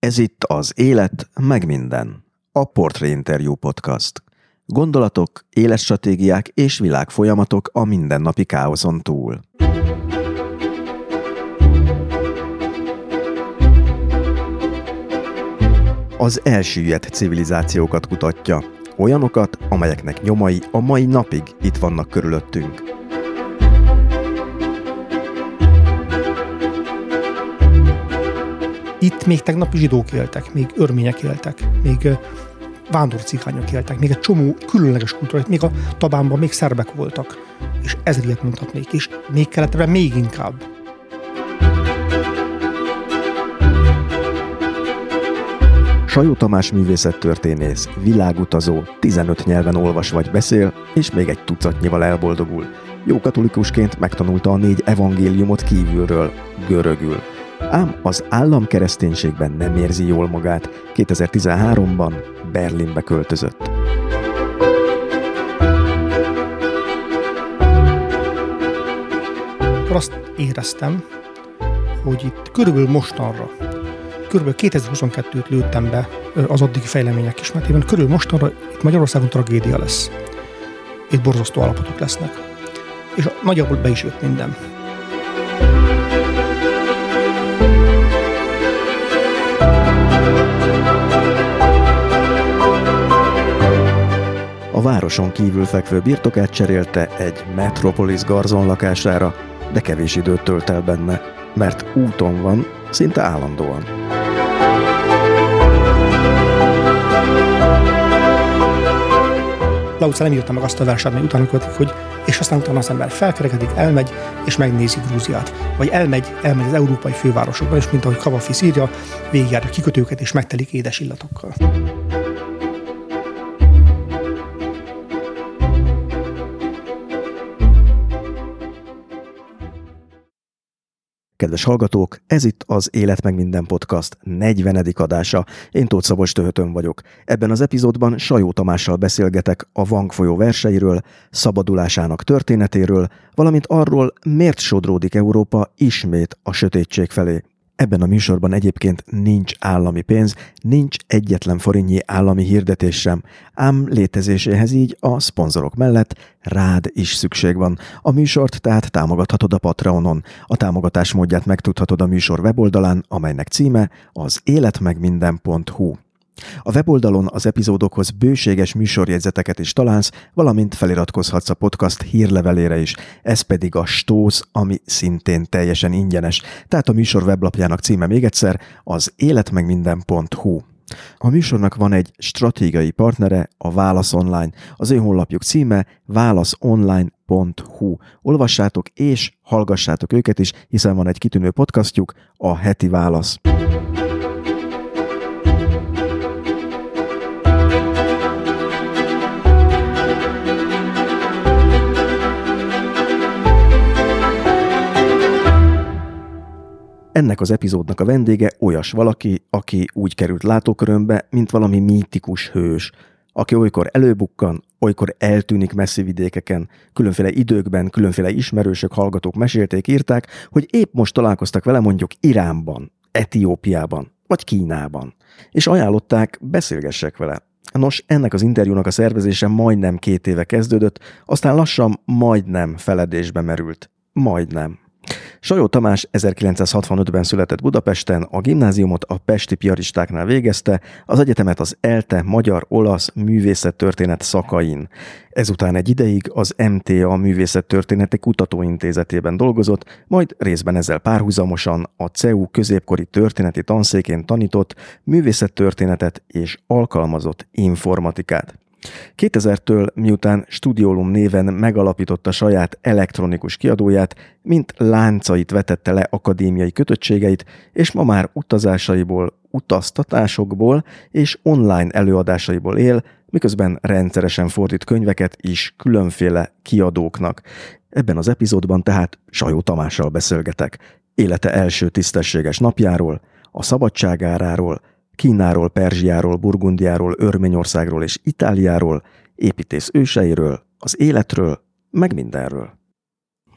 Ez itt az Élet meg minden, a Portré Interview Podcast. Gondolatok, életstratégiák és világfolyamatok a mindennapi káoszon túl. Az elsüllyedt civilizációkat kutatja, olyanokat, amelyeknek nyomai a mai napig itt vannak körülöttünk. Itt még tegnap zsidók éltek, még örmények éltek, még vándorcigányok éltek, még egy csomó különleges kultúra, még a Tabánban még szerbek voltak, és ezriet mondhatnék, és még keletre még inkább. Sajó Tamás művészettörténész, világutazó, 15 nyelven olvas vagy beszél, és még egy tucatnyival elboldogul. Jó katolikusként megtanulta a 4 evangéliumot kívülről, görögül. Ám az államkereszténységben nem érzi jól magát. 2013-ban Berlinbe költözött. Akkor azt éreztem, hogy itt körülbelül mostanra, körülbelül 2022-t lőttem be az addigi fejlemények ismeretében, körülbelül mostanra itt Magyarországon tragédia lesz. Itt borzasztó állapotok lesznek. És nagyjából be is jött minden. A városon kívül fekvő birtokát cserélte egy Metropolis garzon lakására, de kevés időt tölt el benne, mert úton van, szinte állandóan. Lautze nem írta meg azt a verset, mert utána követik, hogy és aztán utána az ember felkerekedik, elmegy, és megnézi Grúziát. Vagy elmegy az európai fővárosokban, és mint ahogy Kavafis írja, végigjárja kikötőket, és megtelik édes illatokkal. Kedves hallgatók, ez itt az Élet meg minden podcast 40. adása. Én Tóth Szabolcs Töhötön vagyok. Ebben az epizódban Sajó Tamással beszélgetek a Vang folyó verseiről, szabadulásának történetéről, valamint arról, miért sodródik Európa ismét a sötétség felé. Ebben a műsorban egyébként nincs állami pénz, nincs egyetlen forintnyi állami hirdetés sem, ám létezéséhez így a szponzorok mellett rád is szükség van. A műsort tehát támogathatod a Patreonon. A támogatás módját megtudhatod a műsor weboldalán, amelynek címe az életmegminden.hu. A weboldalon az epizódokhoz bőséges műsorjegyzeteket is találsz, valamint feliratkozhatsz a podcast hírlevelére is, ez pedig a Stósz, ami szintén teljesen ingyenes. Tehát a műsor weblapjának címe még egyszer az életmegminden.hu. A műsornak van egy stratégiai partnere, a Válasz Online. Az ő honlapjuk címe válaszonline.hu. Olvassátok és hallgassátok őket is, hiszen van egy kitűnő podcastjuk, a Heti Válasz. Ennek az epizódnak a vendége olyas valaki, aki úgy került látókörömbe, mint valami mítikus hős, aki olykor előbukkan, olykor eltűnik messzi vidékeken, különféle időkben, különféle ismerősök, hallgatók mesélték, írták, hogy épp most találkoztak vele mondjuk Iránban, Etiópiában vagy Kínában, és ajánlották, beszélgessek vele. Nos, ennek az interjúnak a szervezése majdnem 2 éve kezdődött, aztán lassan majdnem feledésbe merült. Majdnem. Sajó Tamás 1965-ben született Budapesten, a gimnáziumot a pesti piaristáknál végezte, az egyetemet az ELTE magyar-olasz művészettörténet szakain. Ezután egy ideig az MTA Művészettörténeti Kutatóintézetében dolgozott, majd részben ezzel párhuzamosan a CEU középkori történeti tanszékén tanított művészettörténetet és alkalmazott informatikát. 2000-től, miután Studiolum néven megalapította saját elektronikus kiadóját, mint láncait vetette le akadémiai kötöttségeit, és ma már utazásaiból, utaztatásokból és online előadásaiból él, miközben rendszeresen fordít könyveket is különféle kiadóknak. Ebben az epizódban tehát Sajó Tamással beszélgetek. Élete első tisztességes napjáról, a szabadságáráról, Kínáról, Perzsiáról, Burgundiáról, Örményországról és Itáliáról, építész őseiről, az életről, meg mindenről.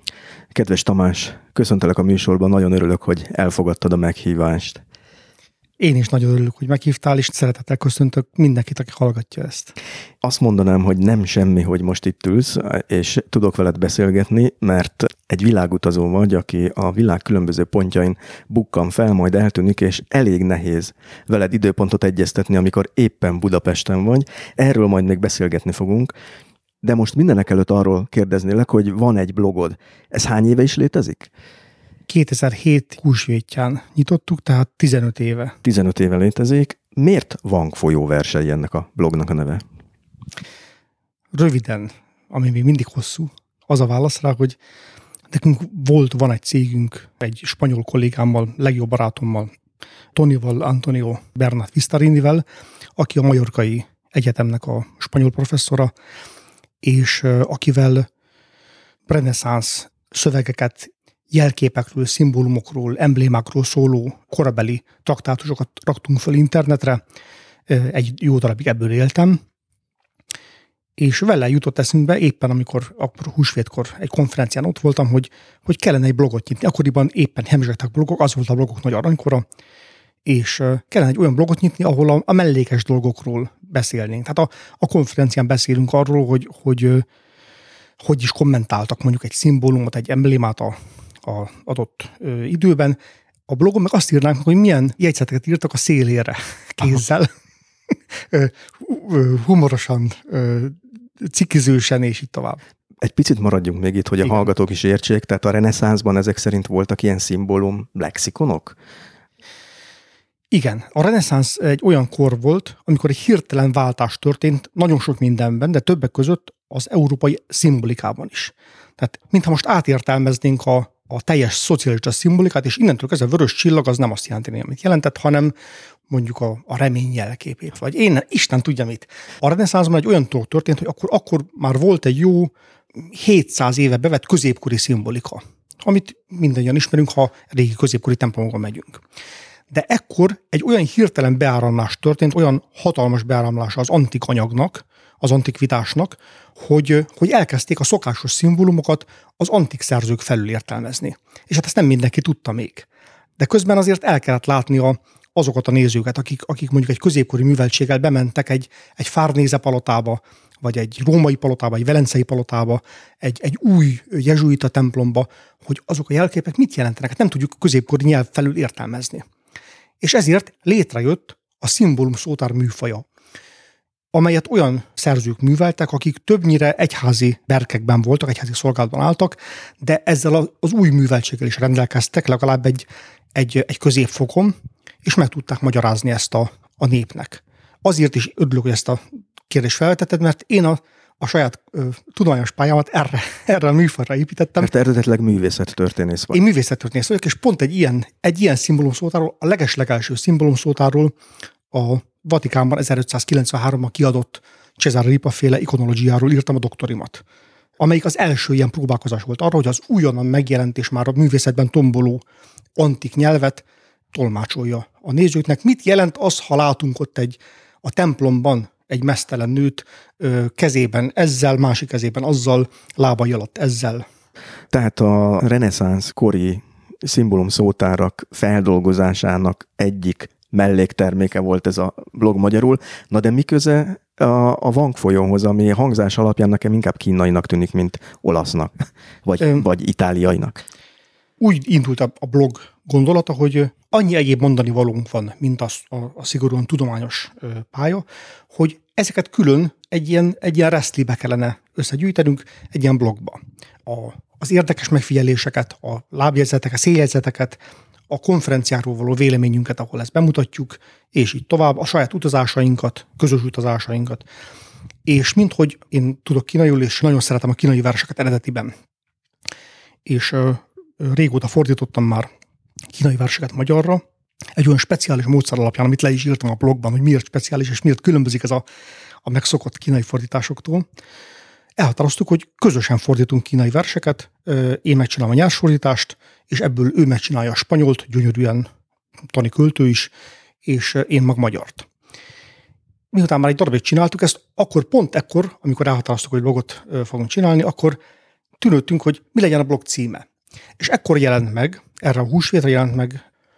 Kedves Tamás, köszöntelek a műsorban, nagyon örülök, hogy elfogadtad a meghívást. Én is nagyon örülök, hogy meghívtál, és szeretettel köszöntök mindenkit, aki hallgatja ezt. Azt mondanám, hogy nem semmi, hogy most itt ülsz, és tudok veled beszélgetni, mert egy világutazó vagy, aki a világ különböző pontjain bukkan fel, majd eltűnik, és elég nehéz veled időpontot egyeztetni, amikor éppen Budapesten vagy. Erről majd még beszélgetni fogunk. De most mindenek előtt arról kérdeznélek, hogy van egy blogod. Ez hány éve is létezik? 2007 húsvétján nyitottuk, tehát 15 éve. 15 éve létezik. Miért Vang folyóversei ennek a blognak a neve? Röviden, ami még mindig hosszú, az a válasz rá, hogy nekünk van egy cégünk, egy spanyol kollégámmal, legjobb barátommal, Tonival, Antonio Bernat Vistarinivel, aki a Majorkai Egyetemnek a spanyol professzora, és akivel reneszánsz szövegeket, jelképekről, szimbólumokról, emblémákról szóló korabeli traktátusokat raktunk föl internetre. Egy jó darabig ebből éltem. És vele jutott eszünkbe éppen, amikor húsvétkor egy konferencián ott voltam, hogy kellene egy blogot nyitni. Akkoriban éppen hemzsegtek blogok, az volt a blogok nagy aranykora, és kellene egy olyan blogot nyitni, ahol a mellékes dolgokról beszélnénk. Tehát a konferencián beszélünk arról, hogy is kommentáltak mondjuk egy szimbólumot, egy emblémát a adott időben. A blogon meg azt írnánk, hogy milyen jegyzeteket írtak a szélére kézzel. Humorosan, cikizősen, és így tovább. Egy picit maradjunk még itt, hogy a hallgatók is értsék, tehát a reneszánszban ezek szerint voltak ilyen szimbólum lexikonok? Igen, a reneszánsz egy olyan kor volt, amikor egy hirtelen váltás történt nagyon sok mindenben, de többek között az európai szimbolikában is. Tehát mintha most átértelmeznénk a teljes szocialista szimbolikát, és innentől kezdve a vörös csillag az nem azt jelenti, amit jelentett, hanem mondjuk a remény jelképét, vagy Isten tudja mit. A reneszánszban egy olyan dolog történt, hogy akkor már volt egy jó 700 éve bevett középkori szimbolika, amit mindannyian ismerünk, ha régi középkori templomokba megyünk. De ekkor egy olyan hirtelen beáramlás történt, olyan hatalmas beáramlása az antik anyagnak, az antikvitásnak, hogy elkezdték a szokásos szimbólumokat az antik szerzők felül értelmezni. És hát ezt nem mindenki tudta még. De közben azért el kellett látni azokat a nézőket, akik mondjuk egy középkori műveltséggel bementek egy Farnése palotába, vagy egy római palotába, egy velencei palotába, egy új jezsuita templomba, hogy azok a jelképek mit jelentenek. Hát nem tudjuk középkori nyelv felül értelmezni. És ezért létrejött a szimbólum szótár műfaja, amelyet olyan szerzők műveltek, akik többnyire egyházi berkekben voltak, egyházi szolgálatban álltak, de ezzel az új műveltséggel is rendelkeztek, legalább egy középfokon, és meg tudták magyarázni ezt a népnek. Azért is örülök, hogy ezt a kérdést felvetetted, mert én a saját tudományos pályámat erre a műfajra építettem. Mert eredetileg művészettörténész vagy. Én művészettörténész vagyok, és pont egy ilyen szimbólumszótárról, a legeslegelső szimbólumszótárról a Vatikánban 1593-ban kiadott Cesare Ripa féle ikonológiáról írtam a doktorimat, amelyik az első ilyen próbálkozás volt arra, hogy az újonnan megjelent és már a művészetben tomboló antik nyelvet tolmácsolja a nézőknek. Mit jelent az, ha látunk ott a templomban egy meztelen nőt kezében ezzel, másik kezében azzal, lábai alatt ezzel. Tehát a reneszánsz kori szimbólumszótárak feldolgozásának egyik mellékterméke volt ez a blog magyarul. Na de mi köze a Vang folyóhoz, ami hangzás alapján nekem inkább kínainak tűnik, mint olasznak, vagy itáliainak? Úgy indult a blog gondolata, hogy annyi egyéb mondani valónk van, mint a szigorúan tudományos pálya, hogy ezeket külön egy ilyen resztlibe kellene összegyűjtenünk egy ilyen blogba. Az érdekes megfigyeléseket, a lábjegyzeteket, a széljegyzeteket, a konferenciáról való véleményünket, ahol ezt bemutatjuk, és így tovább, a saját utazásainkat, közös utazásainkat. És minthogy én tudok kínaiul, és nagyon szeretem a kínai verseket eredetiben, és régóta fordítottam már kínai verseket magyarra, egy olyan speciális módszer alapján, amit le is írtam a blogban, hogy miért speciális, és miért különbözik ez a megszokott kínai fordításoktól. Elhatároztuk, hogy közösen fordítunk kínai verseket, én megcsinálom a nyersfordítást, és ebből ő megcsinálja a spanyolt, gyönyörűen Toni költő is, és én meg magyart. Miután már egy darabig csináltuk ezt, akkor pont ekkor, amikor elhatároztuk, hogy blogot fogunk csinálni, akkor tűnődtünk, hogy mi legyen a blog címe. És ekkor jelent meg, erre a húsvétre jelent meg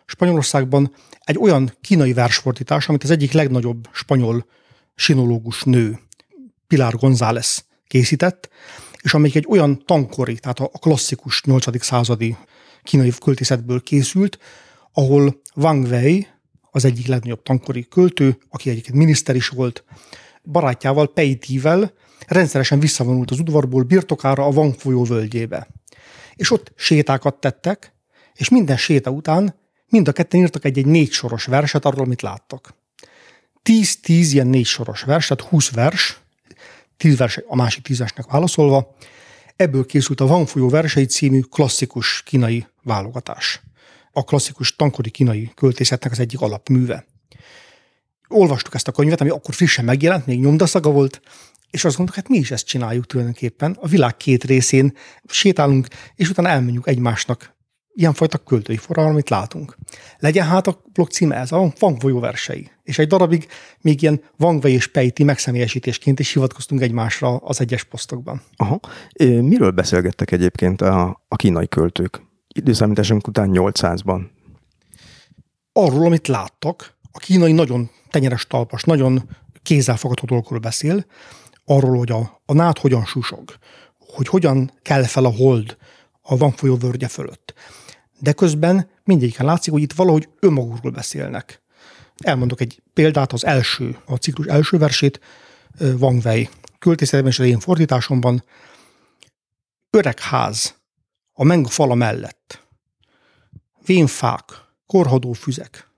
Spanyolországban egy olyan kínai versfordítás, amit az egyik legnagyobb spanyol sinológus nő, Pilar González készített, és amelyik egy olyan tankori, tehát a klasszikus 8. századi kínai költészetből készült, ahol Wang Wei, az egyik legnagyobb tankori költő, aki egyébként miniszter is volt, barátjával, Pei Tivel rendszeresen visszavonult az udvarból birtokára a Wang folyó völgyébe. És ott sétákat tettek, és minden séta után mind a ketten írtak egy 4 soros verset arról, amit láttak. 10 ilyen 4 soros vers, tehát 20 vers, 10 vers a másik 10 versnek válaszolva. Ebből készült a Wang folyó versei című klasszikus kínai válogatás. A klasszikus tankori kínai költészetnek az egyik alapműve. Olvastuk ezt a könyvet, ami akkor frissen megjelent, még nyomdaszaga volt, és azt gondoltuk, hát mi is ezt csináljuk tulajdonképpen. A világ 2 részén sétálunk, és utána elmondjuk egymásnak ilyenfajta költői forralmat, amit látunk. Legyen hát a blog címe ez, a Wang folyó versei. És egy darabig még ilyen Wang Wei és Pei Ti megszemélyesítésként is hivatkoztunk egymásra az egyes posztokban. Aha. Miről beszélgettek egyébként a kínai költők? Időszámításunk után 800-ban. Arról, amit láttak, a kínai nagyon tenyeres talpas, nagyon kézzelfogható dolgokról beszél, arról, hogy a nád hogyan susog, hogy hogyan kell fel a hold a Wang folyó völgye fölött. De közben mindegyiken látszik, hogy itt valahogy önmagukról beszélnek. Elmondok egy példát, a ciklus első versét, Wang Wei költészetében és az én fordításomban. Öreg ház a menga fala mellett, vénfák, korhadó füzek.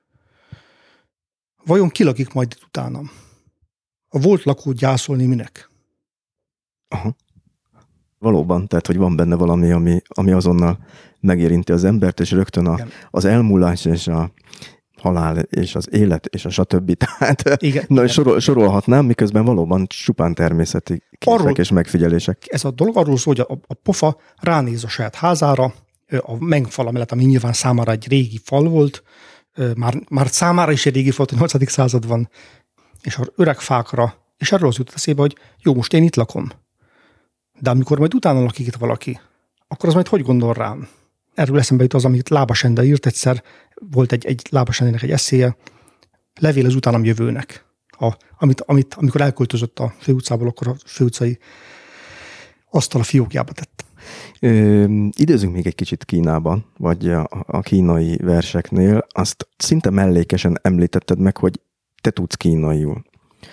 Vajon ki lakik majd itt utánam? A volt lakót gyászolni minek? Aha. Valóban, tehát, hogy van benne valami, ami azonnal megérinti az embert, és rögtön az elmúlás, és a halál, és az élet, és a stb. Tehát igen. Sorolhatnám, miközben valóban csupán természeti képek és megfigyelések. Ez a dolog arról szól, hogy a pofa ránéz a saját házára, a mengfala mellett, ami nyilván számára egy régi fal volt, már számára is egy régi fal, a 8. században, és az öreg fákra, és erről az jutott eszébe, hogy jó, most én itt lakom. De amikor majd utána lakik itt valaki, akkor az majd hogy gondol rám? Erről eszembe jut az, amit Lábas Ende írt egyszer, volt egy Lábas Endének egy eszéje, levél az utánam jövőnek. Amikor elköltözött a főutcából, akkor a főutcai asztal a fiókjába tett. Időzünk még egy kicsit Kínában, vagy a kínai verseknél. Azt szinte mellékesen említetted meg, hogy te tudsz kínaiul.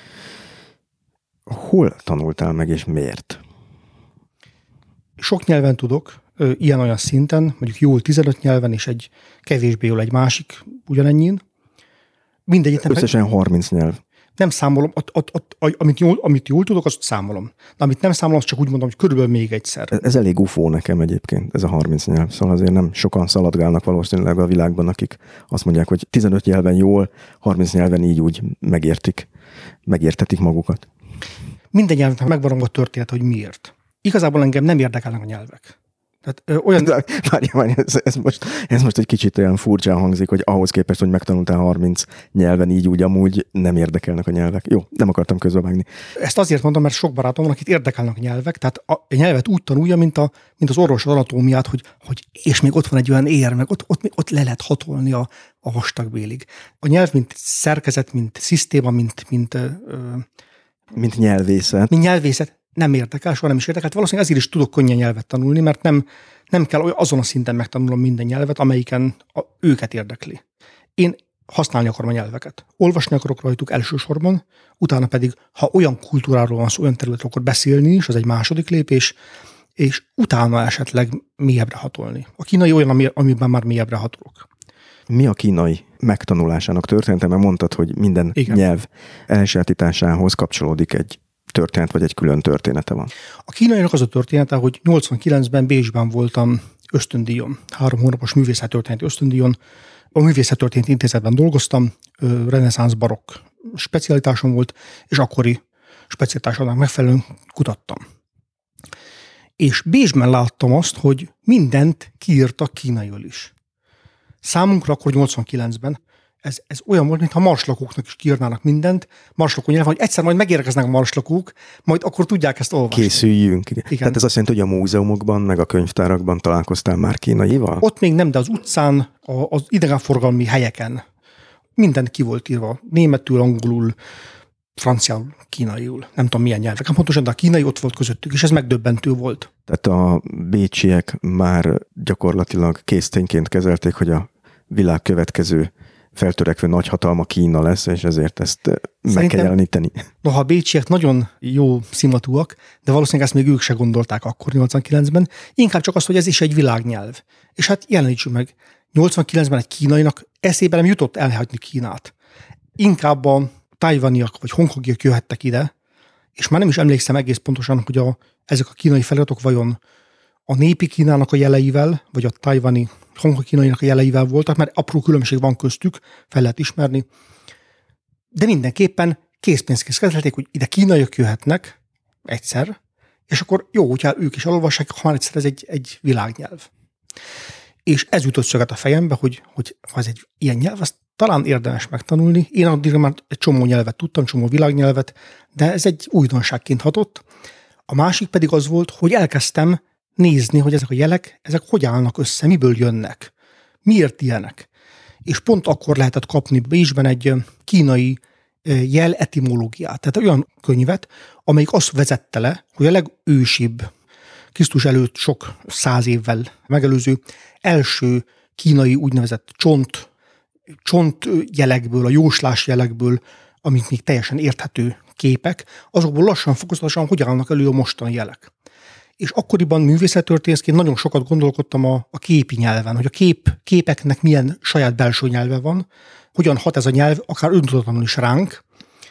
Hol tanultál meg, és miért? Sok nyelven tudok, ilyen-olyan szinten, mondjuk jól 15 nyelven, és egy kevésbé jól egy másik ugyanennyin. Összesen 30 nyelv. Nem számolom, amit jól tudok, azt számolom. De amit nem számolom, azt csak úgy mondom, hogy körülbelül még egyszer. Ez elég ufó nekem egyébként, ez a 30 nyelv. Szóval azért nem sokan szaladgálnak valószínűleg a világban, akik azt mondják, hogy 15 nyelven jól, 30 nyelven így úgy megértetik magukat. Minden nyelvnek megvan a történet, hogy miért. Igazából engem nem érdekelnek a nyelvek. Tehát, Várj, ez most egy kicsit olyan furcsán hangzik, hogy ahhoz képest, hogy megtanultál 30 nyelven, így úgy amúgy nem érdekelnek a nyelvek. Jó, nem akartam közbevágni. Ezt azért mondom, mert sok barátom van, akit érdekelnek a nyelvek, tehát a nyelvet úgy tanulja, mint az orvos az anatómiát, hogy és még ott van egy olyan ér, meg ott le lehet hatolni a vastagbélig. A nyelv, mint szerkezet, mint szisztéma, mint nyelvészet. Mint nyelvészet. Nem érdekel, soha nem is érdekelt. Valószínűleg ezért is tudok könnyen nyelvet tanulni, mert nem kell azon a szinten megtanulnom minden nyelvet, amelyiken őket érdekli. Én használni akarom a nyelveket. Olvasni akarok rajtuk elsősorban, utána pedig, ha olyan kultúráról van szó, olyan területről, akkor beszélni is, az egy második lépés, és utána esetleg mélyebbre hatolni. A kínai olyan, amiben már mélyebbre hatolok. Mi a kínai megtanulásának története? Mert mondtad, hogy minden nyelv elsajátításához kapcsolódik egy történet, vagy egy külön története van. A kínainak az a története, hogy 89-ben Bécsben voltam ösztöndíjon, 3 hónapos művészettörténeti ösztöndíjon. A Művészettörténeti Intézetben dolgoztam, reneszánsz barokk specialitásom volt, és akkori specialitásomnak megfelelően kutattam. És Bécsben láttam azt, hogy mindent kiírtak kínaiul is. Számunkra akkor 89-ben ez olyan volt, mintha marslakóknak is kiírnának mindent, marslakó nyelven, hogy egyszer majd megérkeznek a marslakók, majd akkor tudják ezt olvasni. Készüljünk. Igen. Tehát ez azt jelenti, hogy a múzeumokban, meg a könyvtárakban találkoztál már kínaival? Ott még nem, de az utcán, az idegenforgalmi helyeken mindent ki volt írva. Németül, angolul, franciául, kínaiul. Nem tudom milyen nyelveken. Pontosan, de a kínai ott volt közöttük, és ez megdöbbentő volt. Tehát a bécsiek már gyakorlatilag késztényként kezelték, hogy a világ következő feltörekvő nagyhatalma Kína lesz, és ezért ezt meg kell jeleníteni. Noha a bécsiek nagyon jó szimatúak, de valószínűleg ezt még ők se gondolták akkor 89-ben, inkább csak azt, hogy ez is egy világnyelv. És hát jelenítsük meg, 89-ben egy kínainak eszébe nem jutott elhagyni Kínát. Inkább a tájvaniak vagy hongkongiak jöhettek ide, és már nem is emlékszem egész pontosan, hogy ezek a kínai feliratok vajon a népi Kínának a jeleivel, vagy a tájvani hongkong kínainak a jeleivel voltak, mert apró különbség van köztük, fel lehet ismerni. De mindenképpen készpénzként kezelték, hogy ide kínaiak jöhetnek egyszer, és akkor jó, hogyha ők is elolvassák, ha már egyszer ez egy világnyelv. És ez jutott szöget a fejembe, hogy ha ez egy ilyen nyelv, azt talán érdemes megtanulni. Én addig már egy csomó nyelvet tudtam, csomó világnyelvet, de ez egy újdonságként hatott. A másik pedig az volt, hogy elkezdtem nézni, hogy ezek a jelek, ezek hogy állnak össze, miből jönnek, miért ilyenek. És pont akkor lehetett kapni Bécsben egy kínai jel etimológiát, tehát olyan könyvet, amelyik azt vezette le, hogy a legősibb, Krisztus előtt sok 100 évvel megelőző első kínai úgynevezett csontjelekből, a jóslás jelekből, amik még teljesen érthető képek, azokból lassan, fokozatosan hogy állnak elő a mostani jelek. És akkoriban művészettörténészként nagyon sokat gondolkodtam a képi nyelven, hogy a képeknek milyen saját belső nyelve van, hogyan hat ez a nyelv, akár öntudatlanul is ránk,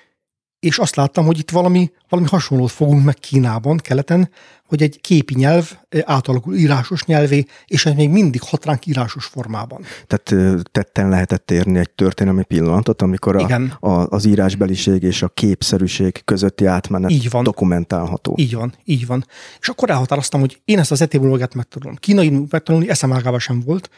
és azt láttam, hogy itt valami hasonlót fogunk meg Kínában, keleten, hogy egy képi nyelv átalakul írásos nyelvé, és ez még mindig hat ránk írásos formában. Tehát tetten lehetett érni egy történelmi pillanatot, amikor az írásbeliség és a képszerűség közötti átmenet dokumentálható. Így van. És akkor elhatároztam, hogy én ezt az etimológiát megtanulom. Kínai megtanulni eszem ágában sem volt,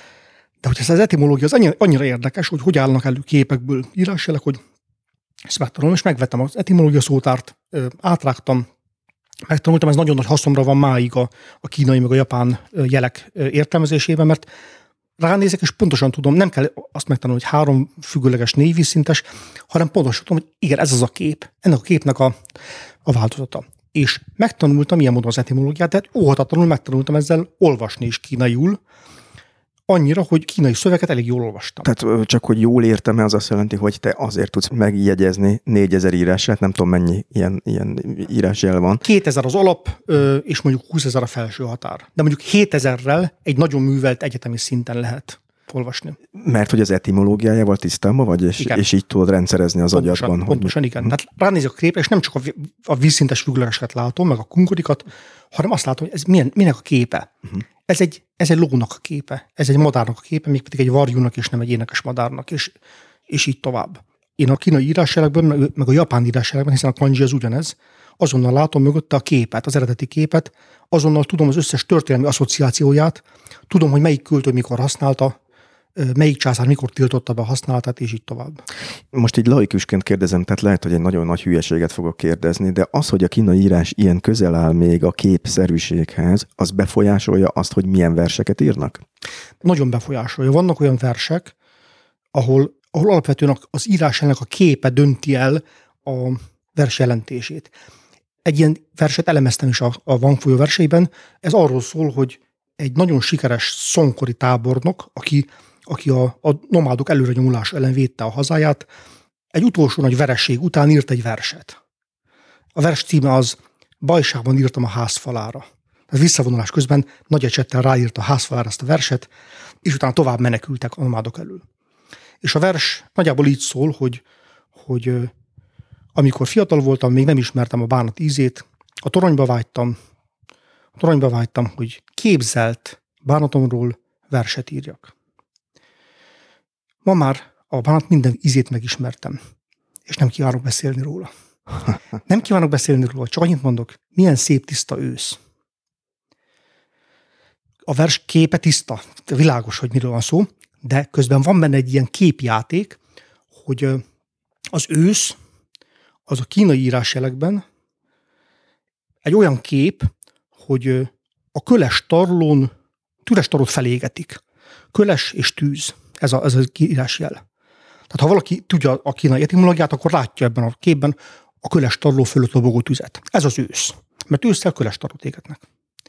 de hogy ez az etimológia az annyira érdekes, hogy állnak elő képekből írásjelek, hogy ezt megtanulom, és megvettem az etimológia szótárt, átrágtam, megtanultam, ez nagyon nagy hasznomra van máig a kínai meg a japán jelek értelmezésében, mert ránézek, és pontosan tudom, nem kell azt megtanulni, hogy 3 függőleges névvízszintes, hanem pontosan tudom, hogy igen, ez az a kép, ennek a képnek a változata. És megtanultam ilyen módon az etimológiát, tehát óhatatlanul megtanultam ezzel olvasni is kínaiul, annyira, hogy kínai szöveget elég jól olvastam. Tehát csak, hogy jól értem, az azt jelenti, hogy te azért tudsz megjegyezni 4000 írását, nem tudom mennyi ilyen írásjel van. 2000 az alap, és mondjuk 20 000 a felső határ. De mondjuk 7000-rel egy nagyon művelt egyetemi szinten lehet olvasni. Mert hogy az etimológiájával tisztában vagy, és így tudod rendszerezni az agyadban. Pontosan, igen. Tehát ránézek a képre, és nem csak a vízszintes függőlegeseket látom, meg a kunkorikat, hanem azt látom, hogy ez minek a képe. Uh-huh. Ez egy lónak a képe, ez egy madárnak a képe, még pedig egy varjúnak, és nem egy énekes madárnak, és így tovább. Én a kínai írásjelekben, meg a japán írásjelekben, hiszen a kanji az ugyanez, azonnal látom mögötte a képet, az eredeti képet, azonnal tudom az összes történelmi asszociációját, tudom, hogy melyik költő mikor használta, melyik császár mikor tiltotta be a használatát, és így tovább. Most így laikusként kérdezem, tehát lehet, hogy egy nagyon nagy hülyeséget fogok kérdezni, de az, hogy a kínai írás ilyen közel áll még a képszerűséghez, az befolyásolja azt, hogy milyen verseket írnak? Nagyon befolyásolja. Vannak olyan versek, ahol alapvetően az írásnak a képe dönti el a vers jelentését. Egy ilyen verset elemeztem is a Wang Fuyao verseiben. Ez arról szól, hogy egy nagyon sikeres szonkori tábornok, aki a nomádok előre nyomulás ellen védte a hazáját, egy utolsó nagy veresség után írt egy verset. A vers címe az Bajságban írtam a házfalára. A visszavonulás közben nagy ecsettel ráírt a házfalára ezt a verset, és utána tovább menekültek a nomádok elől. És a vers nagyjából így szól, hogy amikor fiatal voltam, még nem ismertem a bánat ízét, a toronyba vágytam, hogy képzelt bánatomról verset írjak. Ma már a bánat minden ízét megismertem, és nem kívánok beszélni róla. Nem kívánok beszélni róla, csak annyit mondok, milyen szép tiszta ősz. A vers képe tiszta, világos, hogy miről van szó, de közben van benne egy ilyen képjáték, hogy az ősz, az a kínai írásjelekben egy olyan kép, hogy a köles tarlón türes tarlót felégetik. Köles és tűz. Ez az írásjel. Tehát ha valaki tudja a kínai etimológiát, akkor látja ebben a képben a köles tarló fölött lobogó tüzet. Ez az ősz. Mert ősszel köles tarlót égetnek.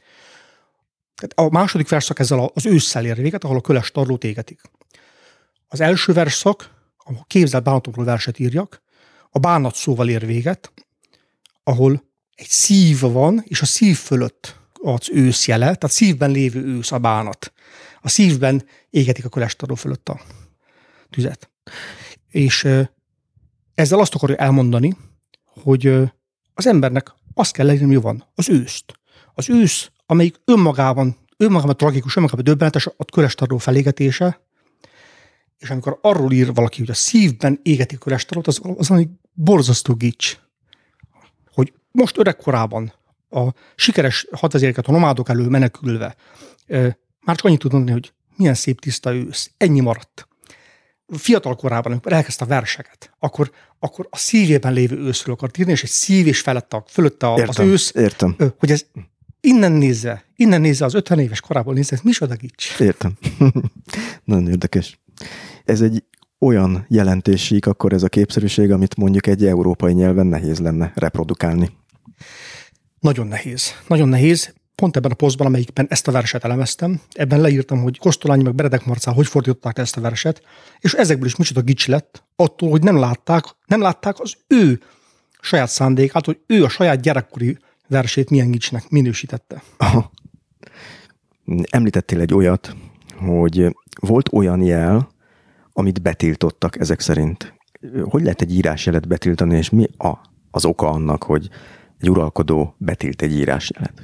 Tehát a második versszak ezzel az ősszel ér véget, ahol a köles tarlót égetik. Az első versszak, a képzelt bánatokról verset írjak, a bánat szóval ér véget, ahol egy szív van, és a szív fölött az ősz jele, tehát szívben lévő ősz a bánat. A szívben égetik a köles tarló fölött a tüzet. És ezzel azt akarja elmondani, hogy az embernek azt kell legyen, hogy van, az őszt. Az ősz, amelyik önmagában tragikus, önmagában döbbenetes, a köles tarló felégetése, és amikor arról ír valaki, hogy a szívben égetik a köles tarlót, az valami borzasztó gics. Hogy most öregkorában a sikeres hadvezéreket a nomádok elől menekülve már csak annyit tud mondani, hogy milyen szép tiszta ősz, ennyi maradt. Fiatal korában, amikor elkezdte a verseket, akkor a szívében lévő őszről akart írni, és egy szív és fölötte az ősz. Értem. Hogy ez innen nézve az 50 éves korából nézve, ez micsoda gics. Értem. Nagyon érdekes. Ez egy olyan jelentéssík, akkor ez a képszerűség, amit mondjuk egy európai nyelven nehéz lenne reprodukálni. Nagyon nehéz. Nagyon nehéz. Pont ebben a posztban, amelyikben ezt a verset elemeztem, ebben leírtam, hogy Kosztolányi meg Benedek Marcál hogy fordították ezt a verset, és ezekből is micsoda gics lett, attól, hogy nem látták az ő saját szándékát, hogy ő a saját gyerekkori versét milyen gicsnek minősítette. Aha. Említettél egy olyat, hogy volt olyan jel, amit betiltottak ezek szerint. Hogy lehet egy írásjelet betiltani, és mi az oka annak, hogy egy uralkodó betilt egy írásjelet?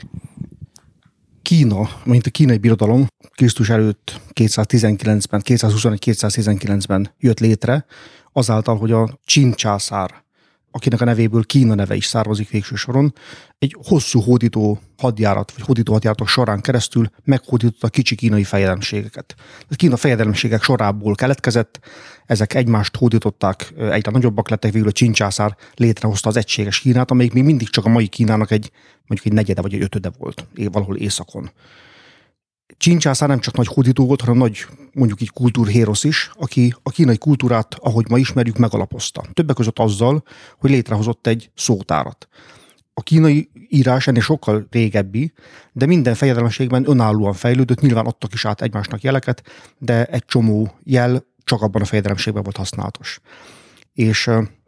Kína, mint a kínai birodalom Krisztus előtt 219-ben, 221-219-ben jött létre, azáltal, hogy a Csin császár, akinek a nevéből Kína neve is származik végső soron, egy hosszú hódító hadjáratok során keresztül meghódította a kicsi kínai fejedelemségeket. A Kína fejedelemségek sorából keletkezett, ezek egymást hódították, egyre nagyobbak lettek, végül a Csin császár létrehozta az egységes Kínát, amelyik még mindig csak a mai Kínának mondjuk egy negyede vagy egy ötöde volt, valahol északon. Csin császár nem csak nagy hódító volt, hanem nagy, mondjuk így kultúrhérosz is, aki a kínai kultúrát, ahogy ma ismerjük, megalapozta. Többek között azzal, hogy létrehozott egy szótárat. A kínai írás ennél sokkal régebbi, de minden fejedelemségben önállóan fejlődött, nyilván adtak is át egymásnak jeleket, de egy csomó jel csak abban a fejedelemségben volt használatos. És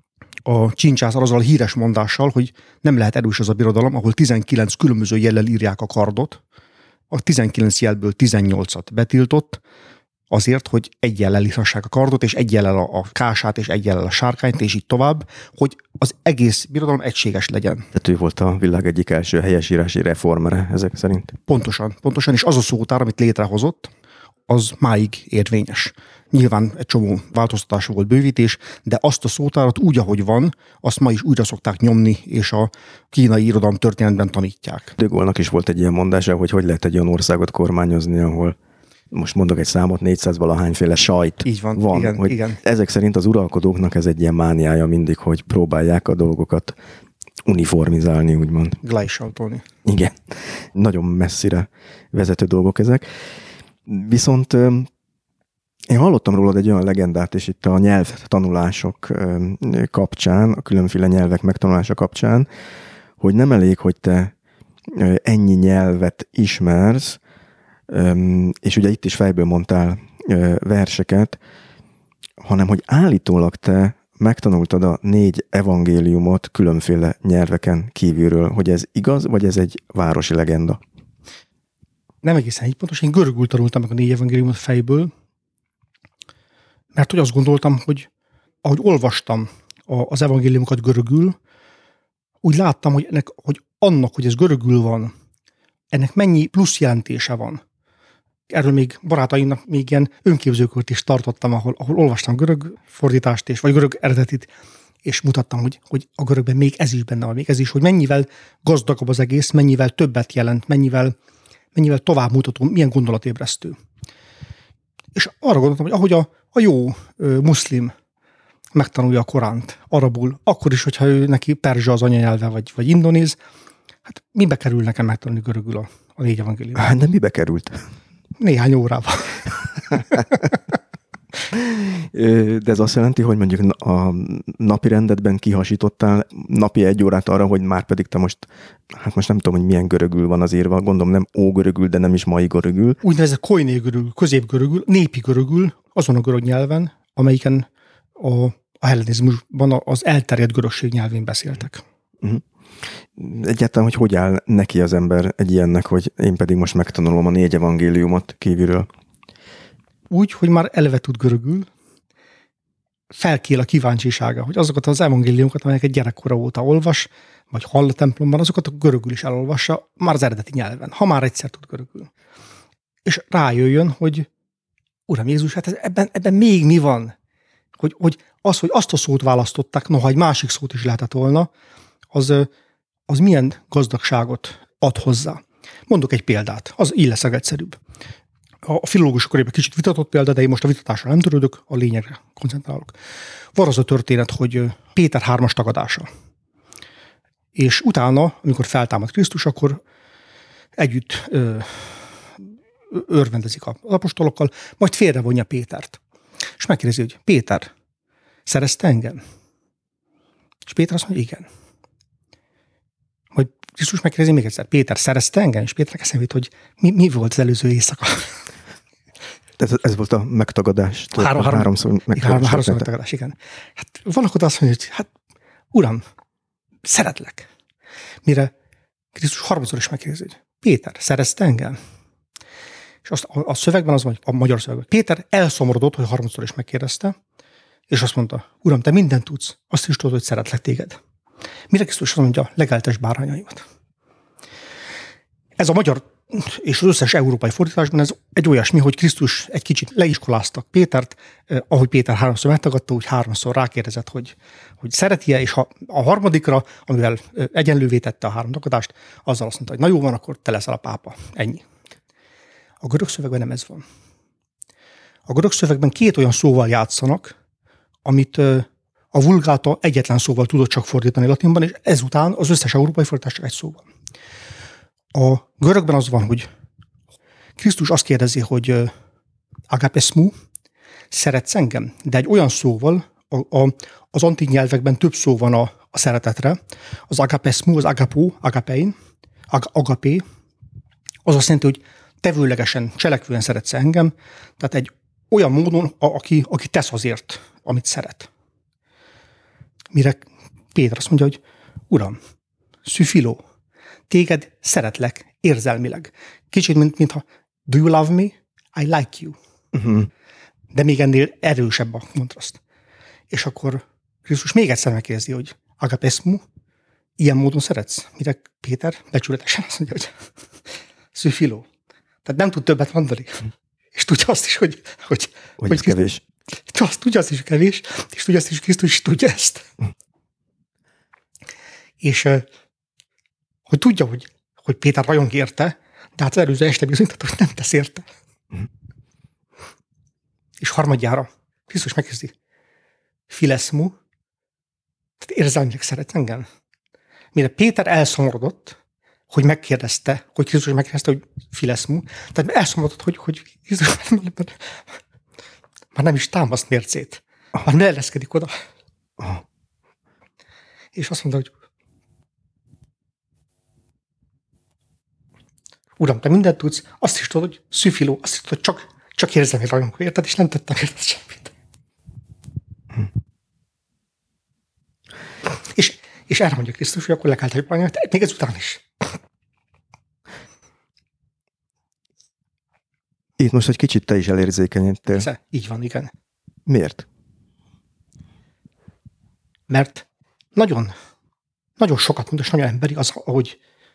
a Csin császár azzal a híres mondással, hogy nem lehet erős az a birodalom, ahol 19 különböző jellel írják a kardot, a 19 jelből 18-at betiltott, azért, hogy egy jellel írhassák a kardot, és egy jellel a kását, és egy jellel a sárkányt, és így tovább, hogy az egész birodalom egységes legyen. Tehát ő volt a világ egyik első helyesírási reformere ezek szerint. Pontosan, és az a szótár, amit létrehozott, az máig érvényes. Nyilván egy csomó változtatás volt, bővítés, de azt a szótárat úgy, ahogy van, azt ma is újra szokták nyomni, és a kínai irodalom történetben tanítják. De Gaullenak is volt egy ilyen mondása, hogy lehet egy olyan országot kormányozni, ahol most mondok egy számot, 400-valahányféle sajt így van. Igen. Ezek szerint az uralkodóknak ez egy ilyen mániája mindig, hogy próbálják a dolgokat uniformizálni, úgymond. Gleichschaltolni. Igen. Nagyon messzire vezető dolgok ezek. Viszont én hallottam rólad egy olyan legendát, és itt a nyelvtanulások kapcsán, a különféle nyelvek megtanulása kapcsán, hogy nem elég, hogy te ennyi nyelvet ismersz, és ugye itt is fejből mondtál verseket, hanem hogy állítólag te megtanultad a 4 evangéliumot különféle nyelveken kívülről, hogy ez igaz, vagy ez egy városi legenda? Nem egészen így pontos, én görögül tanultam meg a 4 evangéliumot fejből, mert hogy azt gondoltam, hogy ahogy olvastam az evangéliumokat görögül, úgy láttam, hogy annak, hogy ez görögül van, ennek mennyi plusz jelentése van. Erről még barátaimnak még ilyen önképzőkört is tartottam, ahol olvastam görög fordítást, vagy görög eredetit, és mutattam, hogy a görögben még ez is benne van, még ez is, hogy mennyivel gazdagabb az egész, mennyivel többet jelent, mennyivel tovább mutató, milyen gondolatébresztő. És arra gondoltam, hogy ahogy a jó muszlim megtanulja a Koránt arabul, akkor is, hogyha ő neki perzsa az anyanyelve, vagy indonéz, hát mibe kerül nekem megtanulni görögül a 4 evangéliumot? Hát nem mibe került? Néhány órában. De ez azt jelenti, hogy mondjuk a napi rendedben kihasítottál napi 1 órát arra, hogy már pedig te most nem tudom, hogy milyen görögül van az írva, gondolom nem ógörögül, de nem is mai görögül. Úgynevezett koiné görögül, középgörögül, népi görögül, azon a görög nyelven, amelyiken a hellenizmusban az elterjedt görögség nyelvén beszéltek. Uh-huh. Egyáltalán, hogy áll neki az ember egy ilyennek, hogy én pedig most megtanulom a 4 evangéliumot kívülről? Úgy, hogy már eleve tud görögül, felkél a kíváncsisága, hogy azokat az evangéliumokat, amelyeket gyerekkora óta olvas, vagy hall a templomban, azokat a görögül is elolvassa, már az eredeti nyelven, ha már egyszer tud görögül. És rájöjjön, hogy Uram Jézus, hát ebben még mi van? Hogy azt a szót választották, noha egy másik szót is lehetett volna, az milyen gazdagságot ad hozzá. Mondok egy példát, az így lesz egyszerűbb. A filológusok körében kicsit vitatott példa, de én most a vitatásra nem törődök, a lényegre koncentrálok. Van az a történet, hogy Péter 3-as tagadása. És utána, amikor feltámad Krisztus, akkor együtt örvendezik az apostolokkal, majd félrevonja Pétert. És megkérdezi, hogy Péter, szerezte engem? És Péter azt mondja, igen. Majd Krisztus megkérdezi még egyszer, Péter, szerezte engem? És Péternek eszembe jut, hogy mi volt az előző éjszaka? Ez volt a megtagadás. Háromszor megtagadás, igen. Hát valakor azt mondja, hogy hát Uram, szeretlek. Mire Krisztus 3-szor is megkérdezi, hogy Péter, szerezte engem? És azt a szövegben az van, a magyar szövegben, Péter elszomorodott, hogy 3-szor is megkérdezte, és azt mondta, Uram, te mindent tudsz, azt is tudod, hogy szeretlek téged. Mire Krisztus azt mondja, legeltes bárányaimat. Ez a magyar és az összes európai fordításban ez egy olyasmi, hogy Krisztus egy kicsit leiskoláztak Pétert, ahogy Péter 3-szor megtagadta, úgy 3-szor rákérdezett, hogy szereti-e, és ha a harmadikra, amivel egyenlővé tette a 3 tagadást, azzal azt mondta, hogy na jó van, akkor te leszel a pápa. Ennyi. A görög szövegben nem ez van. A görög szövegben 2 olyan szóval játszanak, amit a Vulgáta egyetlen szóval tudott csak fordítani latinban, és ezután az összes európai fordítás csak egy szóval. A görögben az van, hogy Krisztus azt kérdezi, hogy agapesmu, szeretsz engem? De egy olyan szóval, az antik nyelvekben több szó van a szeretetre. Az agapesmu, az agapó, agapein, agapé, az azt jelenti, hogy tevőlegesen, cselekvően szeretsz engem, tehát egy olyan módon, aki tesz azért, amit szeret. Mire Péter azt mondja, hogy Uram, szüfiló, téged szeretlek érzelmileg. Kicsit, mintha do you love me? I like you. Uh-huh. De még ennél erősebb a kontraszt. És akkor Krisztus még egyszer megkérdezi, hogy agapesmu, ilyen módon szeretsz? Mire Péter becsületesen azt mondja, hogy szüfiló. Tehát nem tud többet mondani. És tudja azt is, hogy ez kevés. Tudja azt is, hogy kevés, és tudja azt is, hogy Krisztus is tudja ezt. És hogy tudja, hogy Péter rajong érte, de hát az előző este bizonyított, hogy nem tesz érte. És harmadjára Krisztus megkezdi. Fileszmu, tehát érzelmileg szeret engem. Mire Péter elszomorodott, hogy megkérdezte, hogy Krisztus megkérdezte, hogy fileszmu, tehát elszomorodott, hogy Krisztus már nem is támaszt mércét. Már ne ereszkedik oda. És azt mondta, hogy Uram, te mindent tudsz, azt is tudod, hogy szüfiló, azt is tudod, hogy csak érzem, hogy rajongó, érted, és nem tettem érted semmit. És erre mondja Krisztus, hogy akkor legálltál, hogy még ezután is. Itt most egy kicsit te is elérzékenyedtél. Így van, igen. Miért? Mert nagyon, nagyon sokat mond, és nagyon emberi az, ahogy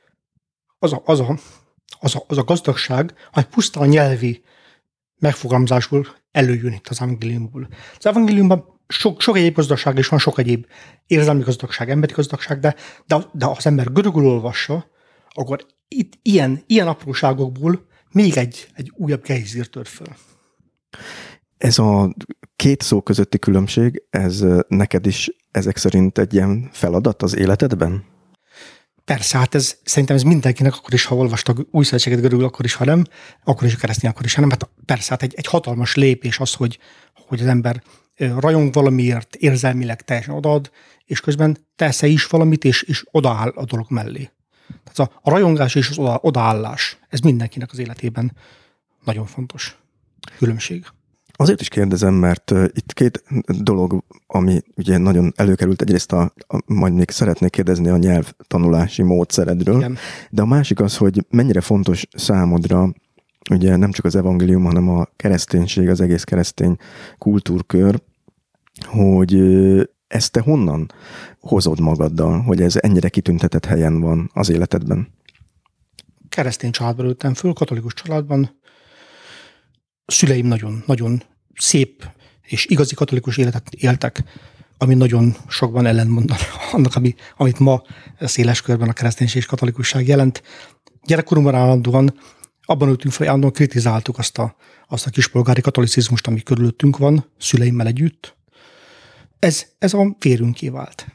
az a gazdagság, hogy pusztán nyelvi megfogalmazásból előjön itt az evangéliumból. Az evangéliumban sok egyéb gazdagság is van, sok egyéb érzelmi gazdagság, emberi gazdagság, de ha az ember görögül olvassa, akkor itt ilyen apróságokból még egy újabb gejzír tör föl. Ez a két szó közötti különbség, ez neked is ezek szerint egy ilyen feladat az életedben? Persze, hát szerintem ez mindenkinek, akkor is, ha olvastak új szövetséget görögül, akkor is, ha nem, akkor is a keresztény, akkor is, ha nem. Hát persze, hát egy hatalmas lépés az, hogy az ember rajong valamiért, érzelmileg teljesen odaad, és közben tesz is valamit, és odaáll a dolog mellé. Tehát a rajongás és az odaállás, ez mindenkinek az életében nagyon fontos különbség. Azért is kérdezem, mert itt két dolog, ami ugye nagyon előkerült, egyrészt majd még szeretnék kérdezni a nyelvtanulási módszeredről, igen. De a másik az, hogy mennyire fontos számodra, ugye nem csak az evangélium, hanem a kereszténység, az egész keresztény kultúrkör, hogy ezt te honnan hozod magaddal, hogy ez ennyire kitüntetett helyen van az életedben? Keresztény családban nőttem föl, katolikus családban. A szüleim nagyon szép és igazi katolikus életet éltek, ami nagyon sokban ellentmond annak, amit ma széles körben a kereszténység és katolikusság jelent. Gyerekkorunkban állandóan abban ültünk fel, állandóan kritizáltuk azt a kispolgári katolicizmust, ami körülöttünk van, szüleimmel együtt. Ez a vérünké vált.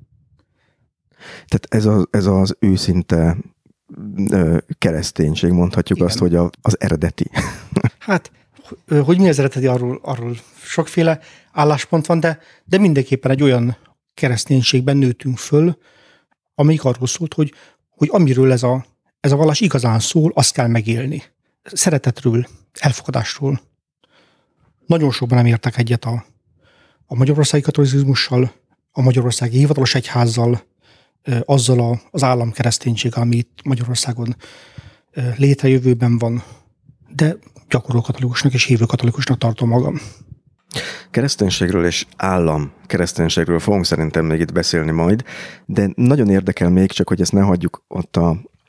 Tehát ez az őszinte kereszténység, mondhatjuk. Igen. Azt, hogy az eredeti. Hát, hogy mi az eredeti, arról sokféle álláspont van, de mindenképpen egy olyan kereszténységben nőttünk föl, amelyik arról szólt, hogy amiről ez a vallás igazán szól, azt kell megélni. Szeretetről, elfogadásról. Nagyon sokban nem értek egyet a magyarországi katolicizmussal, a magyarországi hivatalos egyházzal, azzal az államkereszténységgel, ami itt Magyarországon létrejövőben van, de gyakorló katolikusnak és hívő katolikusnak tartom magam. Kereszténységről és állam kereszténységről fogunk szerintem még itt beszélni majd, de nagyon érdekel még, csak hogy ezt ne hagyjuk ott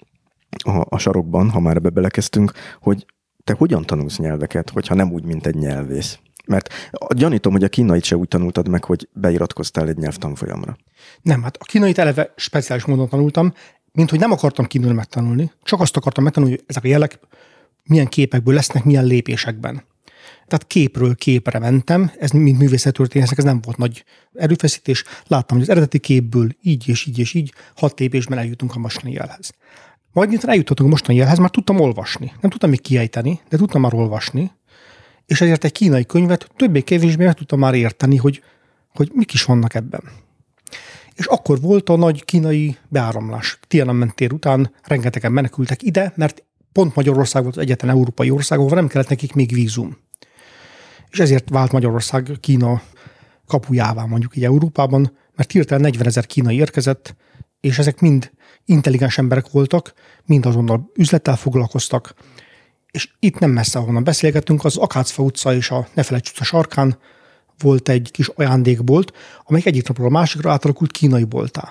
a sarokban, ha már ebbe belekezdtünk, hogy te hogyan tanulsz nyelveket, hogyha nem úgy, mint egy nyelvész? Mert gyanítom, hogy a kínait se úgy tanultad meg, hogy beiratkoztál egy nyelvtanfolyamra. Nem, hát a kínait eleve speciális módon tanultam, mint hogy nem akartam kínul megtanulni, csak azt akartam megtanulni, hogy ezek a jelek milyen képekből lesznek, milyen lépésekben. Tehát képről képre mentem, ez mint művészettörténészek, ez nem volt nagy erőfeszítés. Láttam, hogy az eredeti képből így és így és így 6 lépésben eljutunk a mostani jelhez. Majd miután eljutottunk a mostani jelhez, már tudtam olvasni. Nem tudtam még kiejteni, de tudtam már olvasni. És ezért egy kínai könyvet többé-kevésbé meg tudtam már érteni, hogy mik is vannak ebben. És akkor volt a nagy kínai beáramlás. Tiananmen tér után rengetegen menekültek ide, mert pont Magyarország volt az egyetlen európai ország, ahol nem kellett nekik még vízum. És ezért vált Magyarország Kína kapujává mondjuk így Európában, mert hirtelen 40 000 kínai érkezett, és ezek mind intelligens emberek voltak, mind azonnal üzlettel foglalkoztak, és itt nem messze, ahonnan beszélgettünk, az Akácfa utca és a Nefelejts utca sarkán volt egy kis ajándékbolt, amelyik egyik napról a másikra átalakult kínai boltá.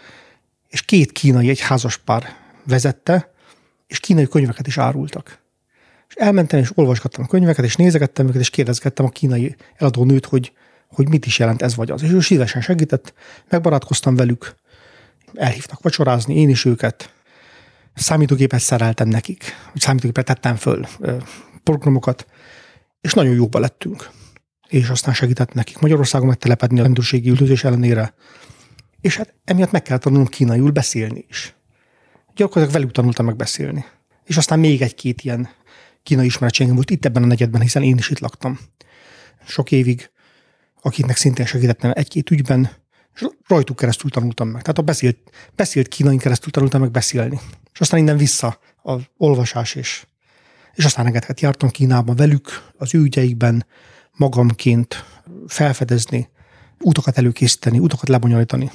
És 2 kínai, egy házaspár vezette, és kínai könyveket is árultak. És elmentem, és olvasgattam a könyveket, és nézegettem őket, és kérdezgettem a kínai eladónőt, hogy mit is jelent ez vagy az. És ő szívesen segített, megbarátkoztam velük, elhívtak vacsorázni, én is őket, számítógépet szereltem nekik, vagy számítógépet tettem föl programokat, és nagyon jóba lettünk. És aztán segített nekik Magyarországon megtelepedni a rendőrségi üldözés ellenére. És hát emiatt meg kell tanulnom kínaiul beszélni is. Gyakorlatilag velük tanultam meg beszélni. És aztán még 1-2 ilyen kínai ismeretségem volt itt ebben a negyedben, hiszen én is itt laktam. Sok évig, akiknek szintén segítettem 1-2 ügyben, és rajtuk keresztül tanultam meg. Tehát a beszélt kínain keresztül tanultam meg beszélni. És aztán innen vissza az olvasás, és aztán rengeteget jártam Kínában velük, az ő ügyeikben, magamként felfedezni, utakat előkészíteni, utakat lebonyolítani.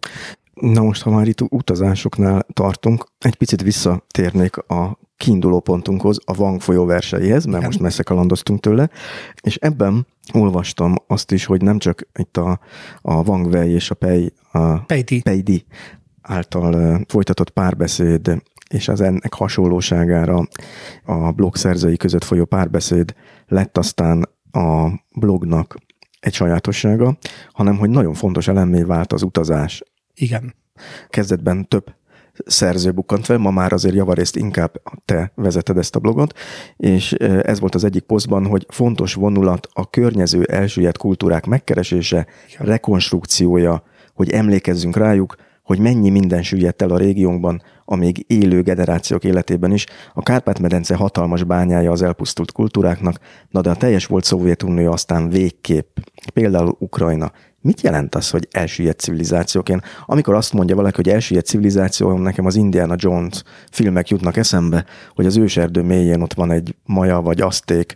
Na most, ha már itt utazásoknál tartunk, egy picit visszatérnék a kiinduló pontunkhoz, a Wang folyó verseihez, mert most messze kalandoztunk tőle, és ebben olvastam azt is, hogy nem csak itt a Wang Wei és a Pei Di által folytatott párbeszéd, és az ennek hasonlóságára a blog szerzői között folyó párbeszéd lett aztán a blognak egy sajátossága, hanem hogy nagyon fontos elemmé vált az utazás. Igen. Kezdetben több szerző bukkant fel, ma már azért javarészt inkább te vezeted ezt a blogot, és ez volt az egyik posztban, hogy fontos vonulat a környező elsüllyedt kultúrák megkeresése, rekonstrukciója, hogy emlékezzünk rájuk, hogy mennyi minden süllyedt el a régiónkban, a még élő generációk életében is. A Kárpát-medence hatalmas bányája az elpusztult kultúráknak, na de a teljes volt Szovjetunió aztán végképp, például Ukrajna. Mit jelent az, hogy elsüllyedt civilizációként? Amikor azt mondja valaki, hogy elsüllyedt civilizáció, nekem az Indiana Jones filmek jutnak eszembe, hogy az őserdő mélyén ott van egy maja vagy azték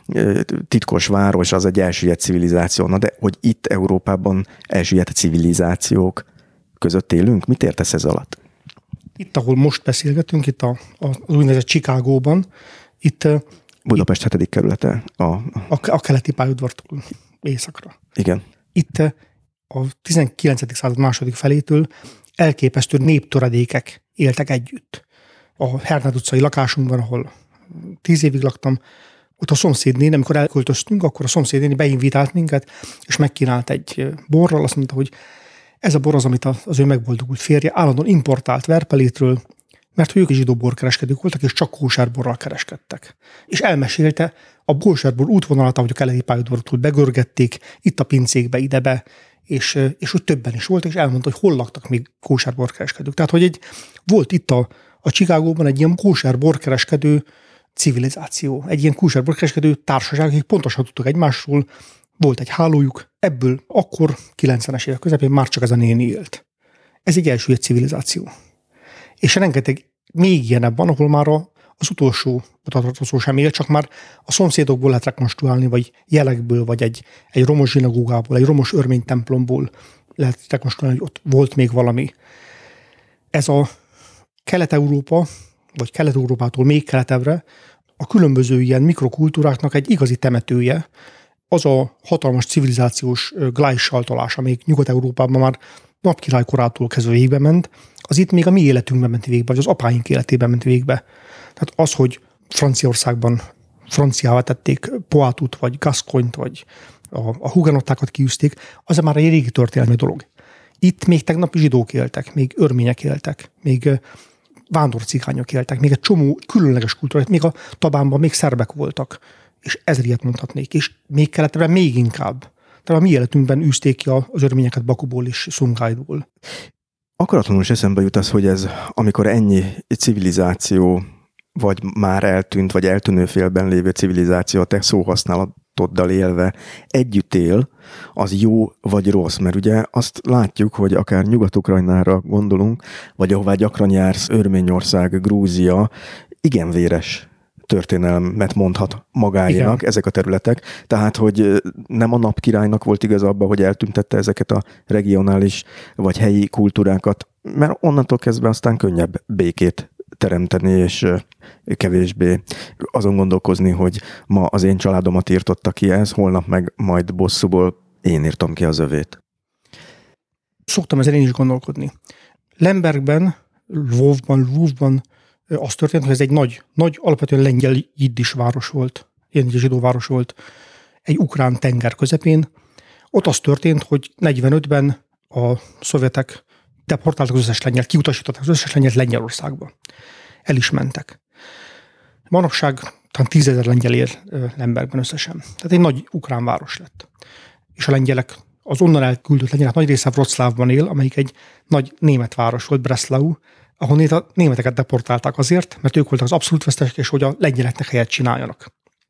titkos város, az egy elsüllyedt civilizáció. Na de hogy itt Európában elsüllyedt civilizációk között élünk? Mit értesz ez alatt? Itt, ahol most beszélgetünk, itt az úgynevezett Chicagóban, itt... Budapest 7. kerülete. A keleti pályaudvartól északra. Igen. Itt a 19. század második felétől elképesztő néptöredékek éltek együtt. A Hernád utcai lakásunkban, ahol 10 évig laktam, ott a szomszédnéni, amikor elköltöztünk, akkor a szomszédnéni beinvitált minket, és megkínált egy borral, azt mondta, hogy ez a bor az, amit az ő megboldogult férje állandóan importált Verpelétről, mert ők is zsidó borkereskedők voltak, és csak kóserborral kereskedtek. És elmesélte a kóserbor útvonalát, ahogy a keleti pályaudvartól begörgették, itt a pincékbe, idebe, és úgy többen is volt, és elmondta, hogy hol laktak még kóserborkereskedők. Tehát, hogy volt itt a Chicagóban egy ilyen kóserborkereskedő civilizáció, egy ilyen kóserborkereskedő társaság, akik pontosan tudtak egymásról, volt egy hálójuk, ebből akkor 90-es évek közepén már csak ez a néni élt. Ez egy elsüllyedt civilizáció. És rengeteg még ilyenebb van, ahol már az utolsó tartozó sem él, csak már a szomszédokból lehet rekonstruálni, vagy jelekből, vagy egy romos zsinagógából, egy romos örmény templomból lehet rekonstruálni, hogy ott volt még valami. Ez a Kelet-Európa, vagy Kelet-Európától még keletebbre a különböző ilyen mikrokultúráknak egy igazi temetője, az a hatalmas civilizációs glájsaltolás, amelyik Nyugat-Európában már napkirály korától kezdve végbe ment, az itt még a mi életünkben ment végbe, vagy az apáink életében ment végbe. Tehát az, hogy Franciaországban franciává tették Poitou't, vagy Gascogne-t, vagy a hugenottákat kiűzték, az már egy régi történelmi dolog. Itt még tegnap zsidók éltek, még örmények éltek, még vándorcigányok éltek, még egy csomó különleges kultúra, még a Tabánban még szerbek voltak, és ezriet mondhatnék, és még keletebbre még inkább. Tehát a mi életünkben űzték ki az örményeket Bakuból és Szungájból. Akaratlanul is eszembe jut az, hogy ez, amikor ennyi civilizáció, vagy már eltűnt, vagy eltűnő félben lévő civilizáció, a te szóhasználatoddal élve együtt él, az jó vagy rossz? Mert ugye azt látjuk, hogy akár Nyugat-Ukrajnára gondolunk, vagy ahová gyakran jársz, Örményország, Grúzia, igen véres történelmet mondhat magáénak. Igen. Ezek a területek. Tehát, hogy nem a napkirálynak volt igaz abban, hogy eltüntette ezeket a regionális vagy helyi kultúrákat, mert onnantól kezdve aztán könnyebb békét teremteni, és kevésbé azon gondolkozni, hogy ma az én családomat írtotta ki ez, holnap meg majd bosszúból én írtam ki az övét. Szoktam ezzel én is gondolkodni. Lembergben, Lvovban az történt, hogy ez egy nagy alapvetően lengyel jiddis város volt, ilyen zsidó város volt, egy ukrán tenger közepén. Ott az történt, hogy 45-ben a szovjetek deportáltak az összes lengyelt, kiutasították az összes lengyelt Lengyelországba. El is mentek. Manapság talán 10 000 lengyel él Lembergben összesen. Tehát egy nagy ukrán város lett. És a lengyelek, az onnan elküldött lengyelek nagy része Wroclawban él, amelyik egy nagy német város volt, Breslau, ahonnét a németeket deportálták azért, mert ők voltak az abszolút vesztesek, és hogy a lengyeleknek helyet csináljanak.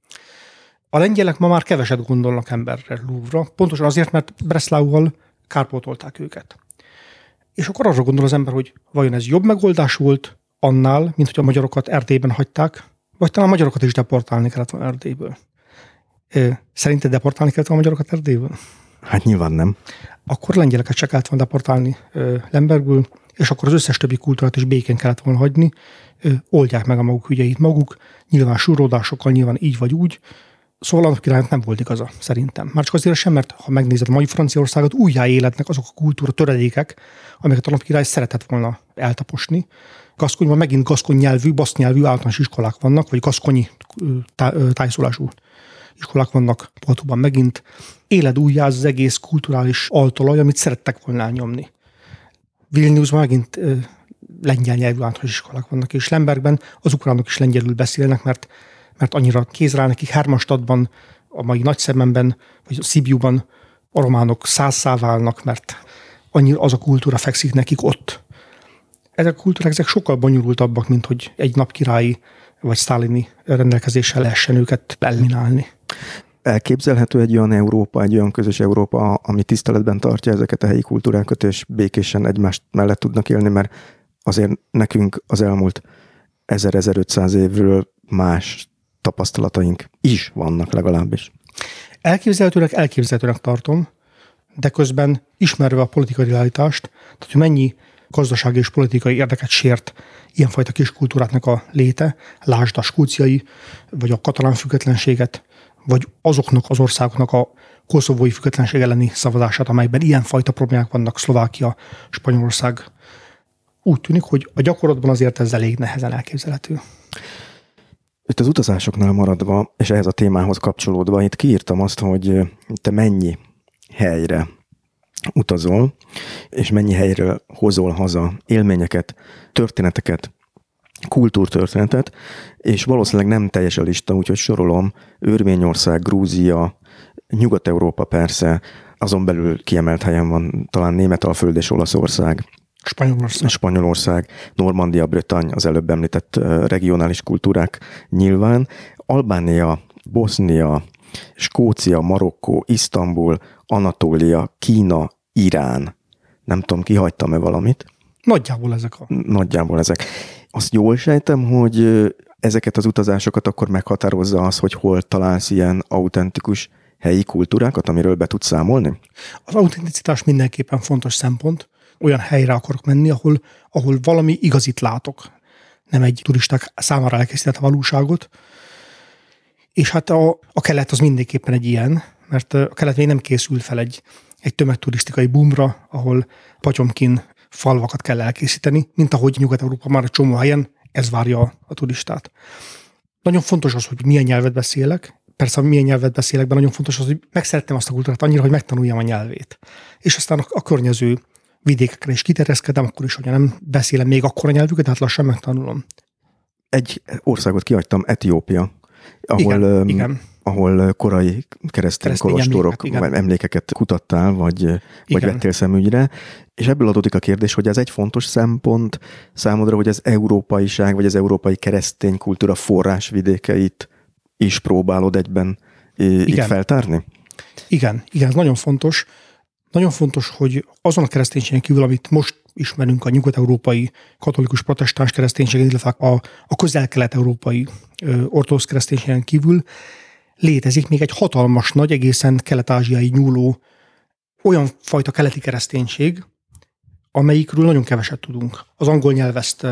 A lengyelek ma már keveset gondolnak emberre, Lvovra, pontosan azért, mert Breslauval kárpótolták őket. És akkor arra gondol az ember, hogy vajon ez jobb megoldás volt annál, mint hogy a magyarokat Erdélyben hagyták, vagy talán a magyarokat is deportálni kellett volna Erdélyből. Szerinted deportálni kellett volna a magyarokat Erdélyből? Hát nyilván nem. Akkor lengyeleket se kellett volna deportálni Lembergből, és akkor az összes többi kultúrát is békén kellett volna hagyni, oldják meg a maguk ügyeit maguk, nyilván súródásokkal, nyilván így vagy úgy. Szóval a napkirálynak nem volt igaza, szerintem. Már csak azért sem, mert ha megnézed a mai Franciaországot, újjáéletnek azok a kultúra töredékek, amiket a napkirály szeretett volna eltaposni. Gascogne-ban megint gaszkony nyelvű, baszk nyelvű általános iskolák vannak, vagy gaszkonyi tájszólású iskolák vannak Poitouban megint. Éled újjáz az egész kulturális altalaj, amit szerettek volna elnyomni. Vilniusban megint lengyel nyelvű általános iskolák vannak, és Lembergben az ukránok is lengyelül beszélnek, mert annyira kézre áll nekik. Hermannstadtban, a mai Nagyszemenben, vagy Szibiuban a románok százzá válnak, mert annyira az a kultúra fekszik nekik ott. Ezek a kultúrák sokkal bonyolultabbak, mint hogy egy napkirályi vagy sztálini rendelkezéssel lehessen őket eliminálni. Elképzelhető egy olyan Európa, egy olyan közös Európa, ami tiszteletben tartja ezeket a helyi kultúrákat, és békésen egymást mellett tudnak élni, mert azért nekünk az elmúlt 1000-1500 évről más tapasztalataink is vannak legalábbis. Elképzelhetőnek tartom, de közben ismerve a politikai realitást, tehát hogy mennyi gazdasági és politikai érdeket sért ilyenfajta kis kultúráknak a léte, lásd a skóciai, vagy a katalán függetlenséget, vagy azoknak az országoknak a koszovói függetlenség elleni szavazását, amelyben ilyenfajta problémák vannak, Szlovákia, Spanyolország. Úgy tűnik, hogy a gyakorlatban azért ez elég nehezen elképzelhető. Itt az utazásoknál maradva, és ehhez a témához kapcsolódva, itt kiírtam azt, hogy te mennyi helyre utazol, és mennyi helyről hozol haza élményeket, történeteket, kultúrtörténetet, és valószínűleg nem teljes a lista, úgyhogy sorolom: Örményország, Grúzia, Nyugat-Európa azon belül kiemelt helyen van talán Németalföld és Olaszország, Spanyolország, Normandia, Bretagne, az előbb említett regionális kultúrák nyilván, Albánia, Bosznia, Skócia, Marokkó, Isztambul, Anatólia, Kína, Irán. Nem tudom, kihagytam-e valamit? Nagyjából ezek. Azt jól sejtem, hogy ezeket az utazásokat akkor meghatározza az, hogy hol találsz ilyen autentikus helyi kultúrákat, amiről be tudsz számolni? Az autenticitás mindenképpen fontos szempont. Olyan helyre akarok menni, ahol valami igazit látok. Nem egy turisták számára elkészített valóságot. És hát a kelet az mindenképpen egy ilyen, mert a kelet még nem készült fel egy tömegturisztikai boomra, ahol Potyomkin falvakat kell elkészíteni, mint ahogy Nyugat-Európa már egy csomó helyen, ez várja a turistát. Nagyon fontos az, hogy milyen nyelvet beszélek. Persze, milyen nyelvet beszélek, de nagyon fontos az, hogy megszerettem azt a kultúrát annyira, hogy megtanuljam a nyelvét. És aztán a környező vidékekre is kiterjeszkedem, akkor is, hogy nem beszélem még akkor a nyelvüket, tehát lassan megtanulom. Egy országot kihagytam, Etiópia, ahol korai keresztény kolostorok, emlékeket kutattál, vagy vettél szemügyre, és ebből adódik a kérdés, hogy ez egy fontos szempont számodra, hogy az európaiság, vagy az európai keresztény kultúra forrásvidékeit is próbálod egyben így feltárni? Igen, ez nagyon fontos. Nagyon fontos, hogy azon a kereszténységen kívül, amit most ismerünk a nyugat-európai katolikus protestáns kereszténységen, illetve a közel-kelet-európai ortodox kereszténységen kívül létezik még egy hatalmas nagy, egészen kelet-ázsiai nyúló olyan fajta keleti kereszténység, amelyikről nagyon keveset tudunk. Az angol nyelv ezt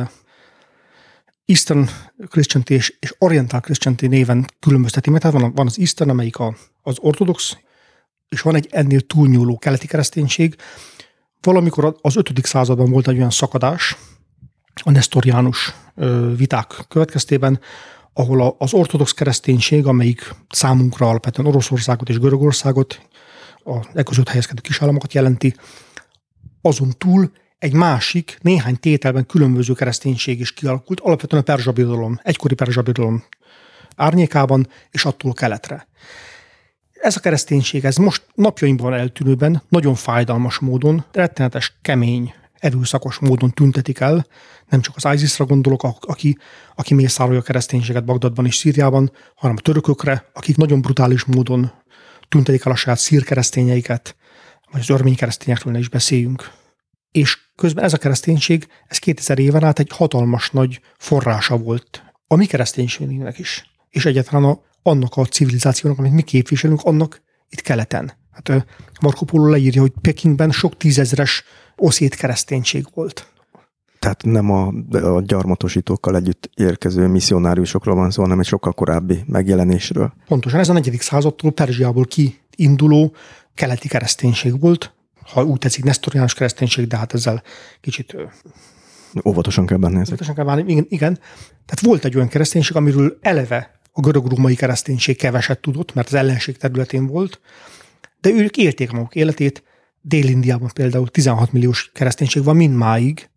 Eastern Christianity és Oriental Christianity néven különbözteti, mert van az Eastern, amelyik az ortodox, és van egy ennél túlnyúló keleti kereszténység. Valamikor az 5. században volt egy olyan szakadás a nesztoriánus viták következtében, ahol az ortodox kereszténység, amelyik számunkra alapvetően Oroszországot és Görögországot, a között helyezkedő kisállamokat jelenti, azon túl egy másik, néhány tételben különböző kereszténység is kialakult, alapvetően a perzsa birodalom, egykori perzsa birodalom árnyékában, és attól keletre. Ez a kereszténység, ez most napjainkban eltűnőben nagyon fájdalmas módon, rettenetes, kemény, erőszakos módon tüntetik el. Nem csak az ISIS-ra gondolok, aki mészárolja a kereszténységet Bagdadban és Szíriában, hanem a törökökre, akik nagyon brutális módon tüntetik el a saját szír keresztényeiket, vagy az örmény keresztényekről ne is beszéljünk. És közben ez a kereszténység, ez 2000 éven át egy hatalmas nagy forrása volt a mi kereszténységünknek is. És egyáltalán annak a civilizációnak, amit mi képviselünk, annak itt keleten. Hát Marco Polo leírja, hogy Pekingben sok tízezres oszét kereszténység volt. Tehát nem a gyarmatosítókkal együtt érkező misszionáriusokról van szó, hanem egy sokkal korábbi megjelenésről. Pontosan, ez a 4. századtól Perzsiából kiinduló keleti kereszténység volt, ha úgy tetszik, nesztoriánus kereszténység, de hát ezzel kicsit óvatosan kell bánni. Igen. Tehát volt egy olyan kereszténység, amiről eleve a görög-római kereszténység keveset tudott, mert az ellenség területén volt, de ők élték maguk életét. Dél-Indiában például 16 milliós kereszténység van mindmáig,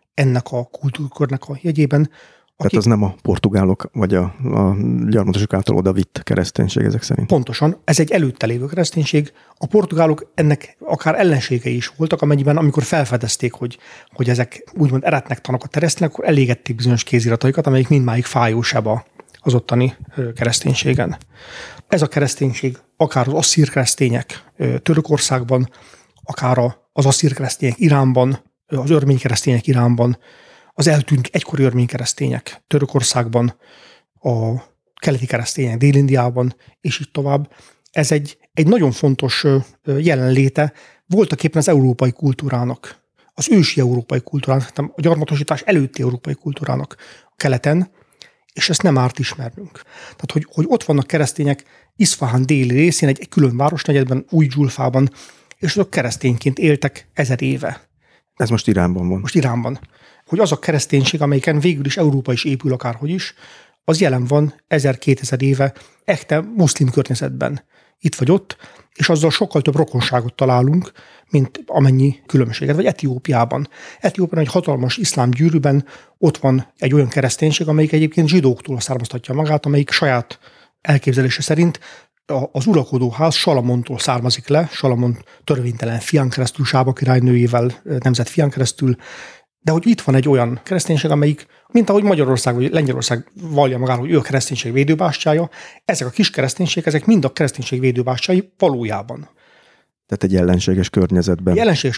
ennek a kultúrkörnek a jegyében. Tehát az nem a portugálok, vagy a gyarmatosok által oda vitt kereszténység ezek szerint. Pontosan, ez egy előtte lévő kereszténység. A portugálok ennek akár ellenségei is voltak, amennyiben amikor felfedezték, hogy ezek úgymond eretnek tanokat terjesztenek, akkor elégették bizonyos kézirataikat, amelyik mindmáig fájósebb az ottani kereszténységen. Ez a kereszténység akár az asszír keresztények Törökországban, akár az asszír keresztények Iránban, az örmény keresztények Iránban, az eltűnt egykori örmény keresztények Törökországban, a keleti keresztények Dél-Indiában, és így tovább. Ez egy nagyon fontos jelenléte voltaképpen az európai kultúrának, az ősi európai kultúrának, a gyarmatosítás előtti európai kultúrának a keleten, és ezt nem árt ismernünk. Tehát, hogy ott vannak keresztények Iszfahán déli részén, egy külön városnegyedben, Új-Dzsulfában, és azok keresztényként éltek 1000 éve. Ez most Iránban van. Most Iránban. Hogy az a kereszténység, amelyiken végül is Európa is épül akárhogy is, az jelen van 1000-2000 éve echte muszlim környezetben. Itt vagy ott, és azzal sokkal több rokonságot találunk, mint amennyi különbséget. Vagy Etiópiában. Etiópiában egy hatalmas iszlám gyűrűben ott van egy olyan kereszténység, amelyik egyébként zsidóktól származtatja magát, amelyik saját elképzelése szerint az uralkodóház Salamontól származik le, Salamon törvénytelen fián keresztül, Sába királynőjével nemzett fián keresztül, de hogy itt van egy olyan kereszténység, amelyik, mint ahogy Magyarország vagy Lengyelország vallja magáról, hogy ő a kereszténység védőbástyája, ezek a kis kereszténységek, ezek mind a kereszténység védőbástyái valójában. Tehát egy ellenséges környezetben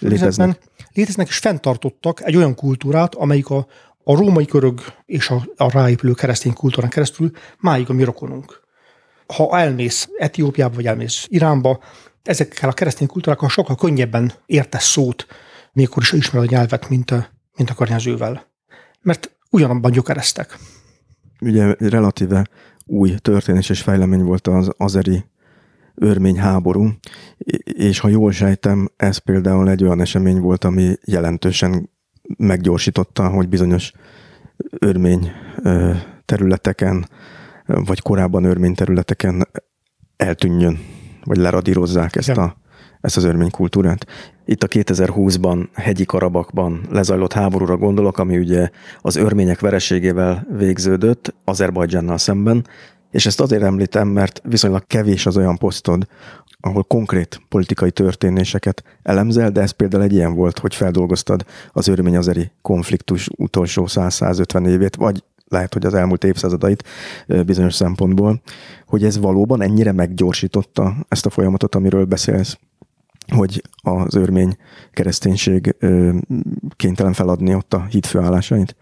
léteznek és fenntartottak egy olyan kultúrát, amelyik a római körög és a ráépülő keresztény kultúrán keresztül máig a mi rokonunk. Ha elmész Etiópiába, vagy elmész Iránba, ezekkel a keresztény kultúrákkal sokkal könnyebben értesz szót, mikor is ismered a nyelvet, mint a környezővel. Mert ugyanabban gyökereztek. Ugye relatíve új történés és fejlemény volt az azeri örmény háború, és ha jól sejtem, ez például egy olyan esemény volt, ami jelentősen meggyorsította, hogy bizonyos örmény területeken, vagy korábban örmény területeken eltűnjön, vagy leradírozzák ezt az örmény kultúrát. Itt a 2020-ban hegyi Karabakban lezajlott háborúra gondolok, ami ugye az örmények vereségével végződött Azerbajdzsánnal szemben, és ezt azért említem, mert viszonylag kevés az olyan posztod, ahol konkrét politikai történéseket elemzel, de ez például egy ilyen volt, hogy feldolgoztad az örmény-azeri konfliktus utolsó 100-150 évét, vagy lehet, hogy az elmúlt évszázadait bizonyos szempontból, hogy ez valóban ennyire meggyorsította ezt a folyamatot, amiről beszélsz, hogy az örmény kereszténység kénytelen feladni ott a hídfőállásait?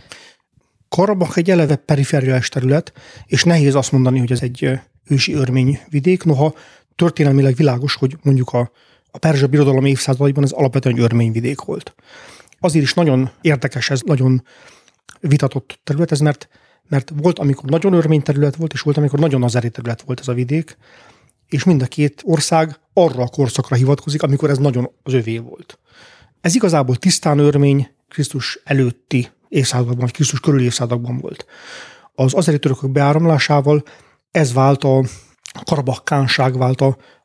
Karabakh egy eleve perifériális terület, és nehéz azt mondani, hogy ez egy ősi örmény vidék, noha történelmileg világos, hogy mondjuk a perzsa birodalom évszázadaiban ez alapvetően egy örmény vidék volt. Azért is nagyon érdekes ez, nagyon vitatott terület ez, mert volt, amikor nagyon örmény terület volt, és volt, amikor nagyon azeri terület volt ez a vidék, és mind a két ország arra a korszakra hivatkozik, amikor ez nagyon az övé volt. Ez igazából tisztán örmény, Krisztus előtti évszázadban, vagy Krisztus körüli évszázadban volt. Az azeri törökök beáramlásával ez vált a Karabakh kánság vált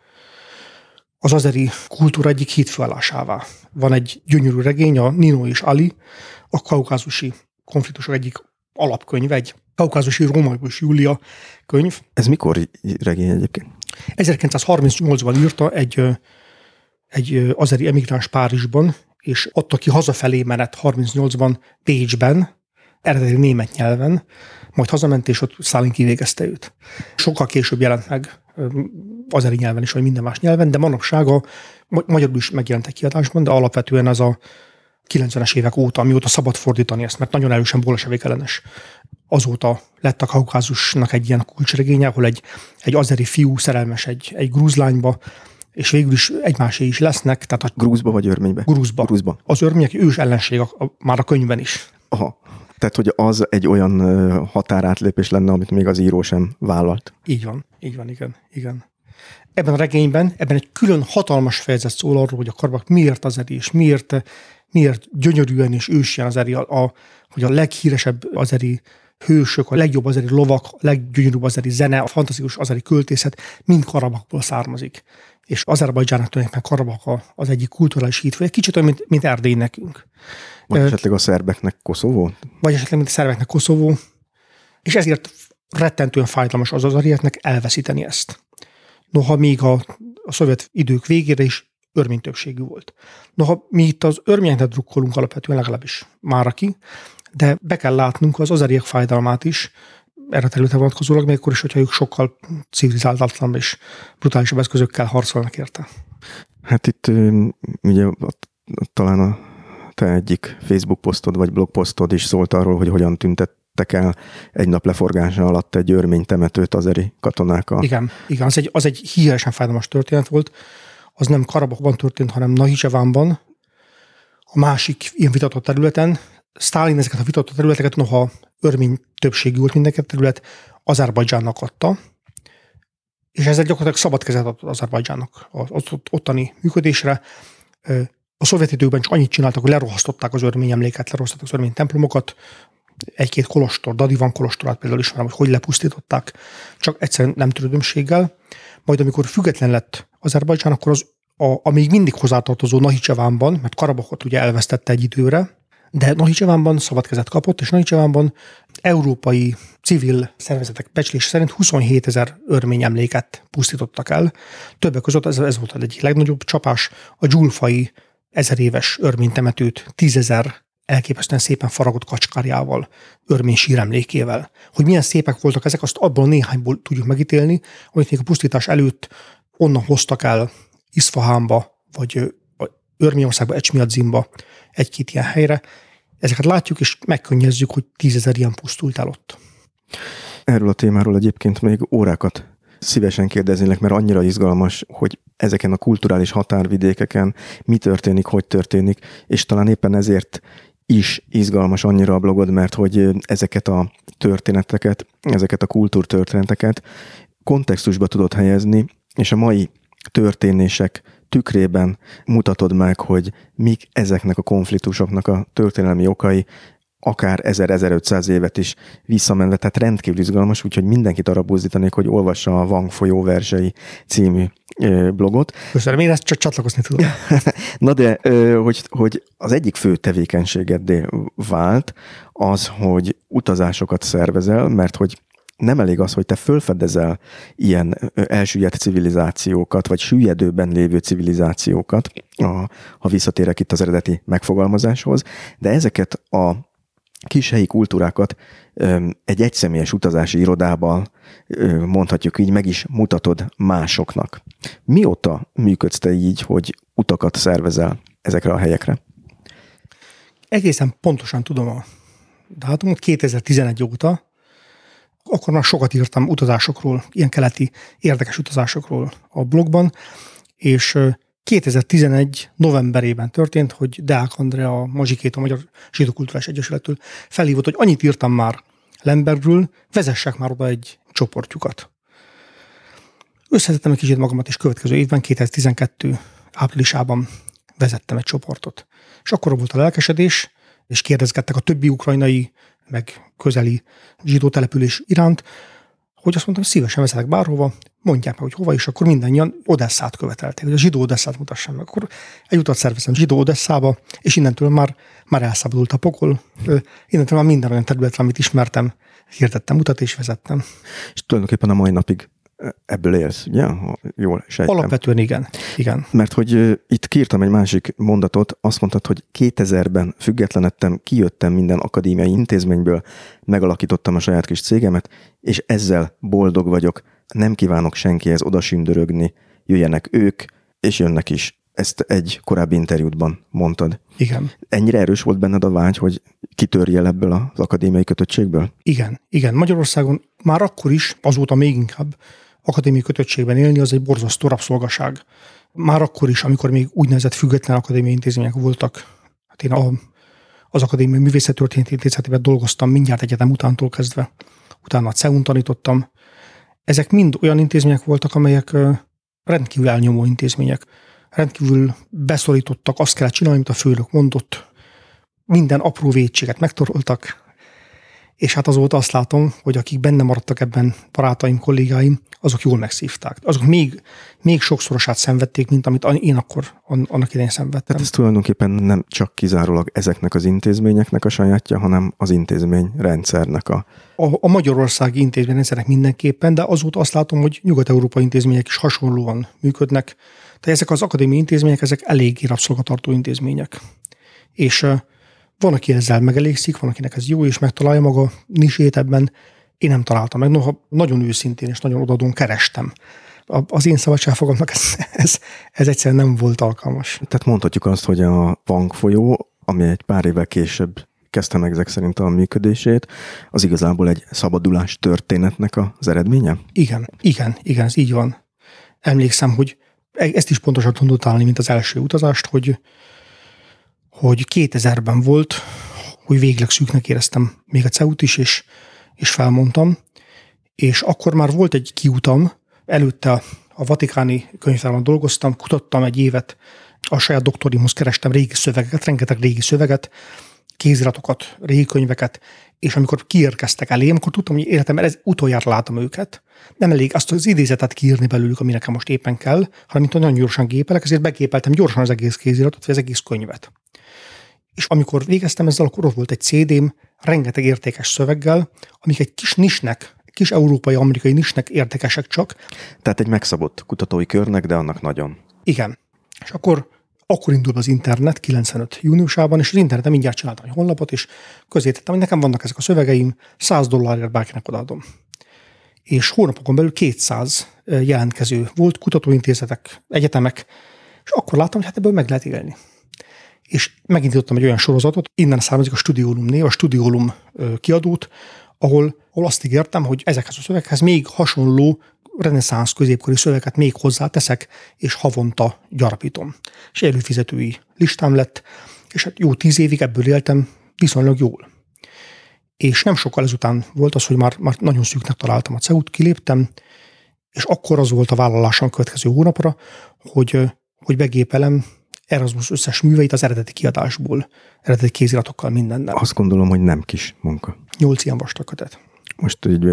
az azeri kultúra egyik hídfőállásává. Van egy gyönyörű regény, a Nino és Ali, a kaukázusi konfliktusok egyik alapkönyv, egy kaukázusi Róma és Júlia könyv. Ez mikor regény egyébként? 1938-ban írta egy azeri emigráns Párizsban, és adta ki hazafelé menet 38-ban Pécsben, eredeti német nyelven, majd hazament, és ott Szálin kivégezte őt. Sokkal később jelent meg azeri nyelven is, vagy minden más nyelven, de manapság magyarul is megjelentek kiadásban, de alapvetően az a 90-es évek óta, amióta szabad fordítani ezt, mert nagyon erősen bolsevik ellenes. Azóta lett a Kaukázusnak egy ilyen kulcsregénye, ahol egy azeri fiú szerelmes egy grúz lányba, és végül is egymásé is lesznek. Tehát grúzba vagy örménybe? Grúzba. Az örmények ős ellenség már a könyvben is. Aha. Tehát, hogy az egy olyan határátlépés lenne, amit még az író sem vállalt. Így van, igen. Ebben a regényben, ebben egy külön hatalmas fejezet szól arról, hogy a Karabakh miért azeri, és miért gyönyörűen és ősien azeri, hogy a leghíresebb azeri hősök, a legjobb azeri lovak, a leggyönyörűbb azeri zene, a fantasztikus azeri költészet mind Karabakból származik. És Azerbajdzsánnak tulajdonképpen Karabak az egyik kulturális hídfő, egy kicsit olyan, mint Erdély nekünk. Vagy esetleg a szerbeknek Koszovó? Vagy esetleg, mint a szerbeknek Koszovó. És ezért rettentően fájdalmas az azerieknek elveszíteni ezt. Noha még a szovjet idők végére is örmény többségű volt. Noha mi itt az örményeknek drukkolunk alapvetően, legalábbis Máraki, de be kell látnunk az azeriek fájdalmát is, erre a területen vonatkozólag, még akkor is, hogyha ők sokkal civilizáltatlanabb és brutálisabb eszközökkel harcolnak érte. Hát itt ugye talán a te egyik Facebook posztod vagy blog posztod is szólt arról, hogy hogyan tüntettek el egy nap leforgása alatt egy örmény temetőt azeri katonákkal. Igen, az egy híresen fájdalmas történet volt. Az nem Karabakban történt, hanem Nahicsevánban, a másik ilyen vitatott területen. Sztálin ezeket a vitatott területeket, noha örmény többségű volt mindenki terület, Azerbajdzsánnak adta, és ezzel gyakorlatilag szabad kezet adott Azerbajdzsánnak az ottani működésre. A szovjet időkben csak annyit csináltak, hogy lerohasztották az örmény emléket, lerohasztották az örmény templomokat, egy-két kolostor, Dadivan kolostorát például ismerem, hogy lepusztították, csak egyszerűen nem törődömséggel. Majd amikor független lett Azerbajdzsán, akkor a még mindig hozzátartozó Nahicsevánban, mert Karabakot ugye elvesztette egy időre, de Nahicsevánban szabad kezet kapott, és Nahicsevánban európai civil szervezetek becslés szerint 27 000 örmény emléket pusztítottak el. Többek között ez volt az egyik legnagyobb csapás, a dzsulfai 1000 éves örmény temetőt 10 000 elképesztően szépen faragott kacskárjával, örmény síremlékével. Hogy milyen szépek voltak ezek, azt abból néhányból tudjuk megítélni, amit még a pusztítás előtt onnan hoztak el Iszfahánba, vagy Örményországba, Ecsmiadzimba, egy-két ilyen helyre. Ezeket látjuk, és megkönnyezzük, hogy 10 000 ilyen pusztult el ott. Erről a témáról egyébként még órákat szívesen kérdeznélek, mert annyira izgalmas, hogy ezeken a kulturális határvidékeken mi történik, hogy történik, és talán éppen ezért is izgalmas annyira a blogod, mert hogy ezeket a történeteket, ezeket a kultúrtörténeteket kontextusba tudod helyezni, és a mai történések tükrében mutatod meg, hogy mik ezeknek a konfliktusoknak a történelmi okai, akár 1000-1500 évet is visszamenve, tehát rendkívül izgalmas, úgyhogy mindenkit arra buzdítanék, hogy olvassa a Vang folyó versei című blogot. Köszönöm, én ezt csak csatlakozni tudom. Na de, hogy az egyik fő tevékenységeddé vált az, hogy utazásokat szervezel, mert hogy nem elég az, hogy te fölfedezel ilyen elsüllyedt civilizációkat, vagy süllyedőben lévő civilizációkat, ha visszatérek itt az eredeti megfogalmazáshoz, de ezeket a kis helyi kultúrákat egy egyszemélyes utazási irodában, mondhatjuk így, meg is mutatod másoknak. Mióta működsz te így, hogy utakat szervezel ezekre a helyekre? Egészen pontosan tudom a dátumot, 2011 óta, akkor már sokat írtam utazásokról, ilyen keleti érdekes utazásokról a blogban, és 2011 novemberében történt, hogy Deák Andrea, a Mazsikét, a Magyar Zsidó Kulturális Egyesülettől felhívott, hogy annyit írtam már Lembergről, vezessek már oda egy csoportjukat. Összeszedtem egy kicsit magamat, és következő évben, 2012 áprilisában vezettem egy csoportot. És akkor volt a lelkesedés, és kérdezgettek a többi ukrajnai, meg közeli zsidó település iránt, hogy azt mondtam, szívesen vezetek bárhova, mondják meg, hogy hova, és akkor mindannyian Odesszát követelték, hogy a zsidó Odesszát mutassam meg. Akkor egy utat szerveztem zsidó Odesszába, és innentől már elszabadult a pokol. Innentől már minden olyan területre, amit ismertem, hirdettem utat és vezettem. És tulajdonképpen a mai napig ebből élsz, ugye? Jól sejtem. Alapvetően igen. Mert hogy itt kiírtam egy másik mondatot, azt mondtad, hogy 2000-ben függetlenedtem, kijöttem minden akadémiai intézményből, megalakítottam a saját kis cégemet, és ezzel boldog vagyok. Nem kívánok senkihez odasündörögni, jöjjenek ők, és jönnek is. Ezt egy korábbi interjútban mondtad. Igen. Ennyire erős volt benned a vágy, hogy kitörjél ebből az akadémiai kötöttségből? Igen. Magyarországon már akkor is, azóta még inkább akadémiai kötöttségben élni, az egy borzasztó rabszolgaság. Már akkor is, amikor még úgynevezett független akadémiai intézmények voltak. Hát én az Akadémiai Művészettörténeti Intézetében dolgoztam mindjárt egyetem utántól kezdve. Utána a CEUN tanítottam. Ezek mind olyan intézmények voltak, amelyek rendkívül elnyomó intézmények. Rendkívül beszorítottak, azt kellett csinálni, amit a főnök mondott. Minden apró vétséget megtoroltak. És hát azóta azt látom, hogy akik benne maradtak ebben, barátaim, kollégáim, azok jól megszívták. Azok még sokszorosát szenvedték, mint amit én akkor annak idején szenvedtem. Tehát ez tulajdonképpen nem csak kizárólag ezeknek az intézményeknek a sajátja, hanem az intézményrendszernek a magyarországi intézményrendszernek mindenképpen, de azóta azt látom, hogy nyugat-európai intézmények is hasonlóan működnek. Tehát ezek az akadémiai intézmények, ezek eléggé rabszolgatartó intézmények. És van, aki ezzel megelégszik, van, akinek ez jó, és megtalálja maga nisét ebben. Én nem találtam meg. Noha nagyon őszintén és nagyon odadón kerestem. Az én szabadságfogamnak ez egyszerűen nem volt alkalmas. Tehát mondhatjuk azt, hogy a Vang folyó, ami egy pár évvel később kezdte meg ezek szerint a működését, az igazából egy szabadulás történetnek az eredménye? Igen, ez így van. Emlékszem, hogy ezt is pontosan tudom találni, mint az első utazást, hogy 2000-ben volt, hogy végleg szűknek éreztem még a CEU-t is, és felmondtam, és akkor már volt egy kiutam, előtte a vatikáni könyvtárban dolgoztam, kutattam egy évet, a saját doktorimhoz kerestem régi szövegeket, rengeteg régi szöveget, kéziratokat, régi könyveket, és amikor kiérkeztek elém, akkor tudtam, hogy életemben utoljára látom őket. Nem elég azt az idézetet kiírni belőlük, ami nekem most éppen kell, hanem mint nagyon gyorsan gépelek, ezért begépeltem gyorsan az egész kéziratot, vagy az egész könyvet. És amikor végeztem ezzel, akkor ott volt egy CD-m, rengeteg értékes szöveggel, amik egy kis nisnek, kis európai-amerikai nisnek értékesek csak. Tehát egy megszabott kutatói körnek, de annak nagyon. Igen. És akkor indul az internet 95 júniusában, és az interneten mindjárt csináltam egy honlapot, és közétettem, hogy nekem vannak ezek a szövegeim, $100 bárkinek odaadom. És hónapokon belül 200 jelentkező volt, kutatóintézetek, egyetemek, és akkor láttam, hogy hát ebből meg lehet élni. És megindítottam egy olyan sorozatot, innen származik a Studiolum név, a Studiolum kiadót, ahol azt ígértem, hogy ezekhez a szövegekhez még hasonló reneszánsz középkori szöveget még hozzáteszek, és havonta gyarapítom. És előfizetői listám lett, és hát jó 10 évig ebből éltem viszonylag jól. És nem sokkal ezután volt az, hogy már nagyon szűknek találtam a CEU-t, kiléptem, és akkor az volt a vállalásom a következő hónapra, hogy begépelem Erasmus összes műveit az eredeti kiadásból, eredeti kéziratokkal mindennel. Azt gondolom, hogy nem kis munka. 8 ilyen vastag kötet. Most így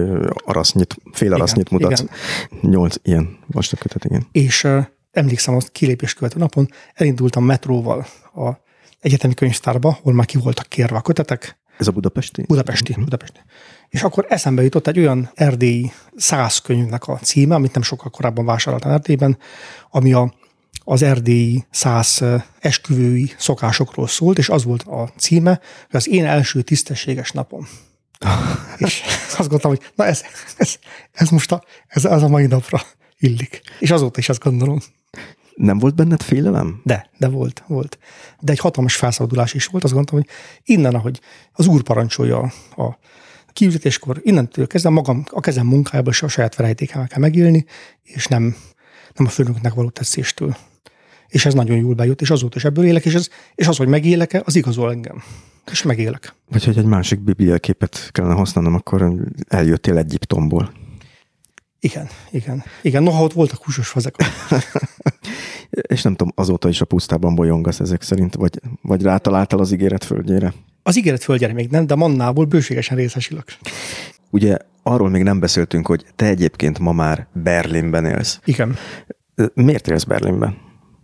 fél arasznyit mutatsz. Igen. 8 ilyen vastag kötet, igen. És emlékszem, azt kilépés követő napon elindultam metróval a egyetemi könyvtárba, ahol már ki voltak kérve a kötetek. Ez a budapesti? Budapesti. És akkor eszembe jutott egy olyan erdélyi 100 könyvnek a címe, amit nem sokkal korábban vásároltam Erdélyben, ami az erdélyi 100 esküvői szokásokról szólt, és az volt a címe, hogy az én első tisztességes napom. És azt gondoltam, hogy na ez most ez a mai napra illik. És azóta is azt gondolom. Nem volt benned félelem? De volt. De egy hatalmas felszabadulás is volt. Azt gondoltam, hogy innen, ahogy az úr parancsolja a kiüzetéskor, innentől kezdve magam a kezem munkájából és a saját felejtékemmel kell megélni, és nem a főnöknek való tetszéstől. És ez nagyon jól bejött, és azóta is ebből élek, és az, hogy megélek-e, az igazol engem. És megélek. Vagy hogy egy másik bibliaképet kellene használnom, akkor eljöttél Egyiptomból. Igen. Noha ott voltak húsos fazek. És nem tudom, azóta is a pusztában bolyongasz ezek szerint, vagy rátaláltál az ígéret földjére? Az ígéret földjére még nem, de mannából bőségesen részesülök. Ugye arról még nem beszéltünk, hogy te egyébként ma már Berlinben élsz. Igen. Miért élsz Berlinben?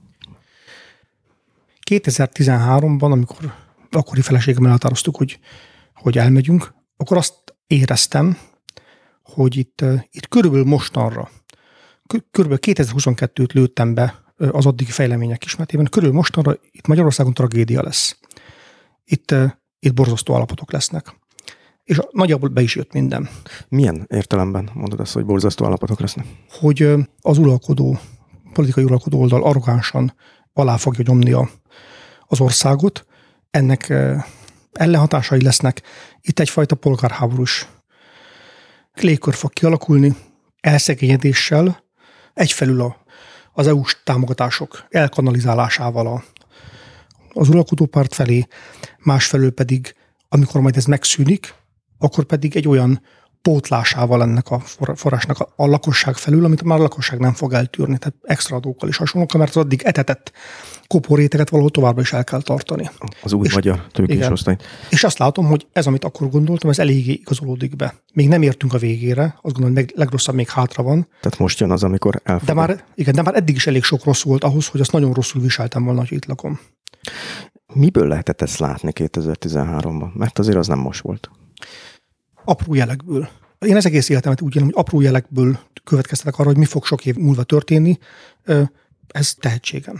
2013-ban, amikor akkori feleségemmel határoztuk, hogy elmegyünk, akkor azt éreztem, hogy itt körülbelül mostanra, körülbelül 2022-t lőttem be az addigi fejlemények ismeretében, körülbelül mostanra itt Magyarországon tragédia lesz. Itt borzasztó állapotok lesznek. És nagyjából be is jött minden. Milyen értelemben mondod azt, hogy borzasztó állapotok lesznek? Hogy az politikai uralkodó oldal arrogánsan alá fogja nyomni az országot, ennek ellenhatásai lesznek. Itt egyfajta polgárháborús légkör fog kialakulni, elszegényedéssel, egyfelül az EU-s támogatások elkanalizálásával az uralkodópárt felé, másfelől pedig, amikor majd ez megszűnik, akkor pedig egy olyan pótlásával ennek a forrásnak a lakosság felül, amit már a lakosság nem fog eltűrni, tehát extra adókkal is hasonlókkal, mert az addig etetett kopóréteget valahol továbbra is el kell tartani. Az új magyar tőkésosztály. És azt látom, hogy ez, amit akkor gondoltam, ez eléggé igazolódik be. Még nem értünk a végére, azt gondolom, hogy legrosszabb még hátra van. Tehát most jön az, amikor elfogad. De már eddig is elég sok rossz volt ahhoz, hogy azt nagyon rosszul viseltem volna, hogy itt lakom. Miből lehetett ezt látni 2013-ban? Mert azért az nem most volt. Apró jelekből. Én az egész életemet úgy élem, hogy apró jelekből következtetek arra, hogy mi fog sok év múlva történni. Ez tehetségem.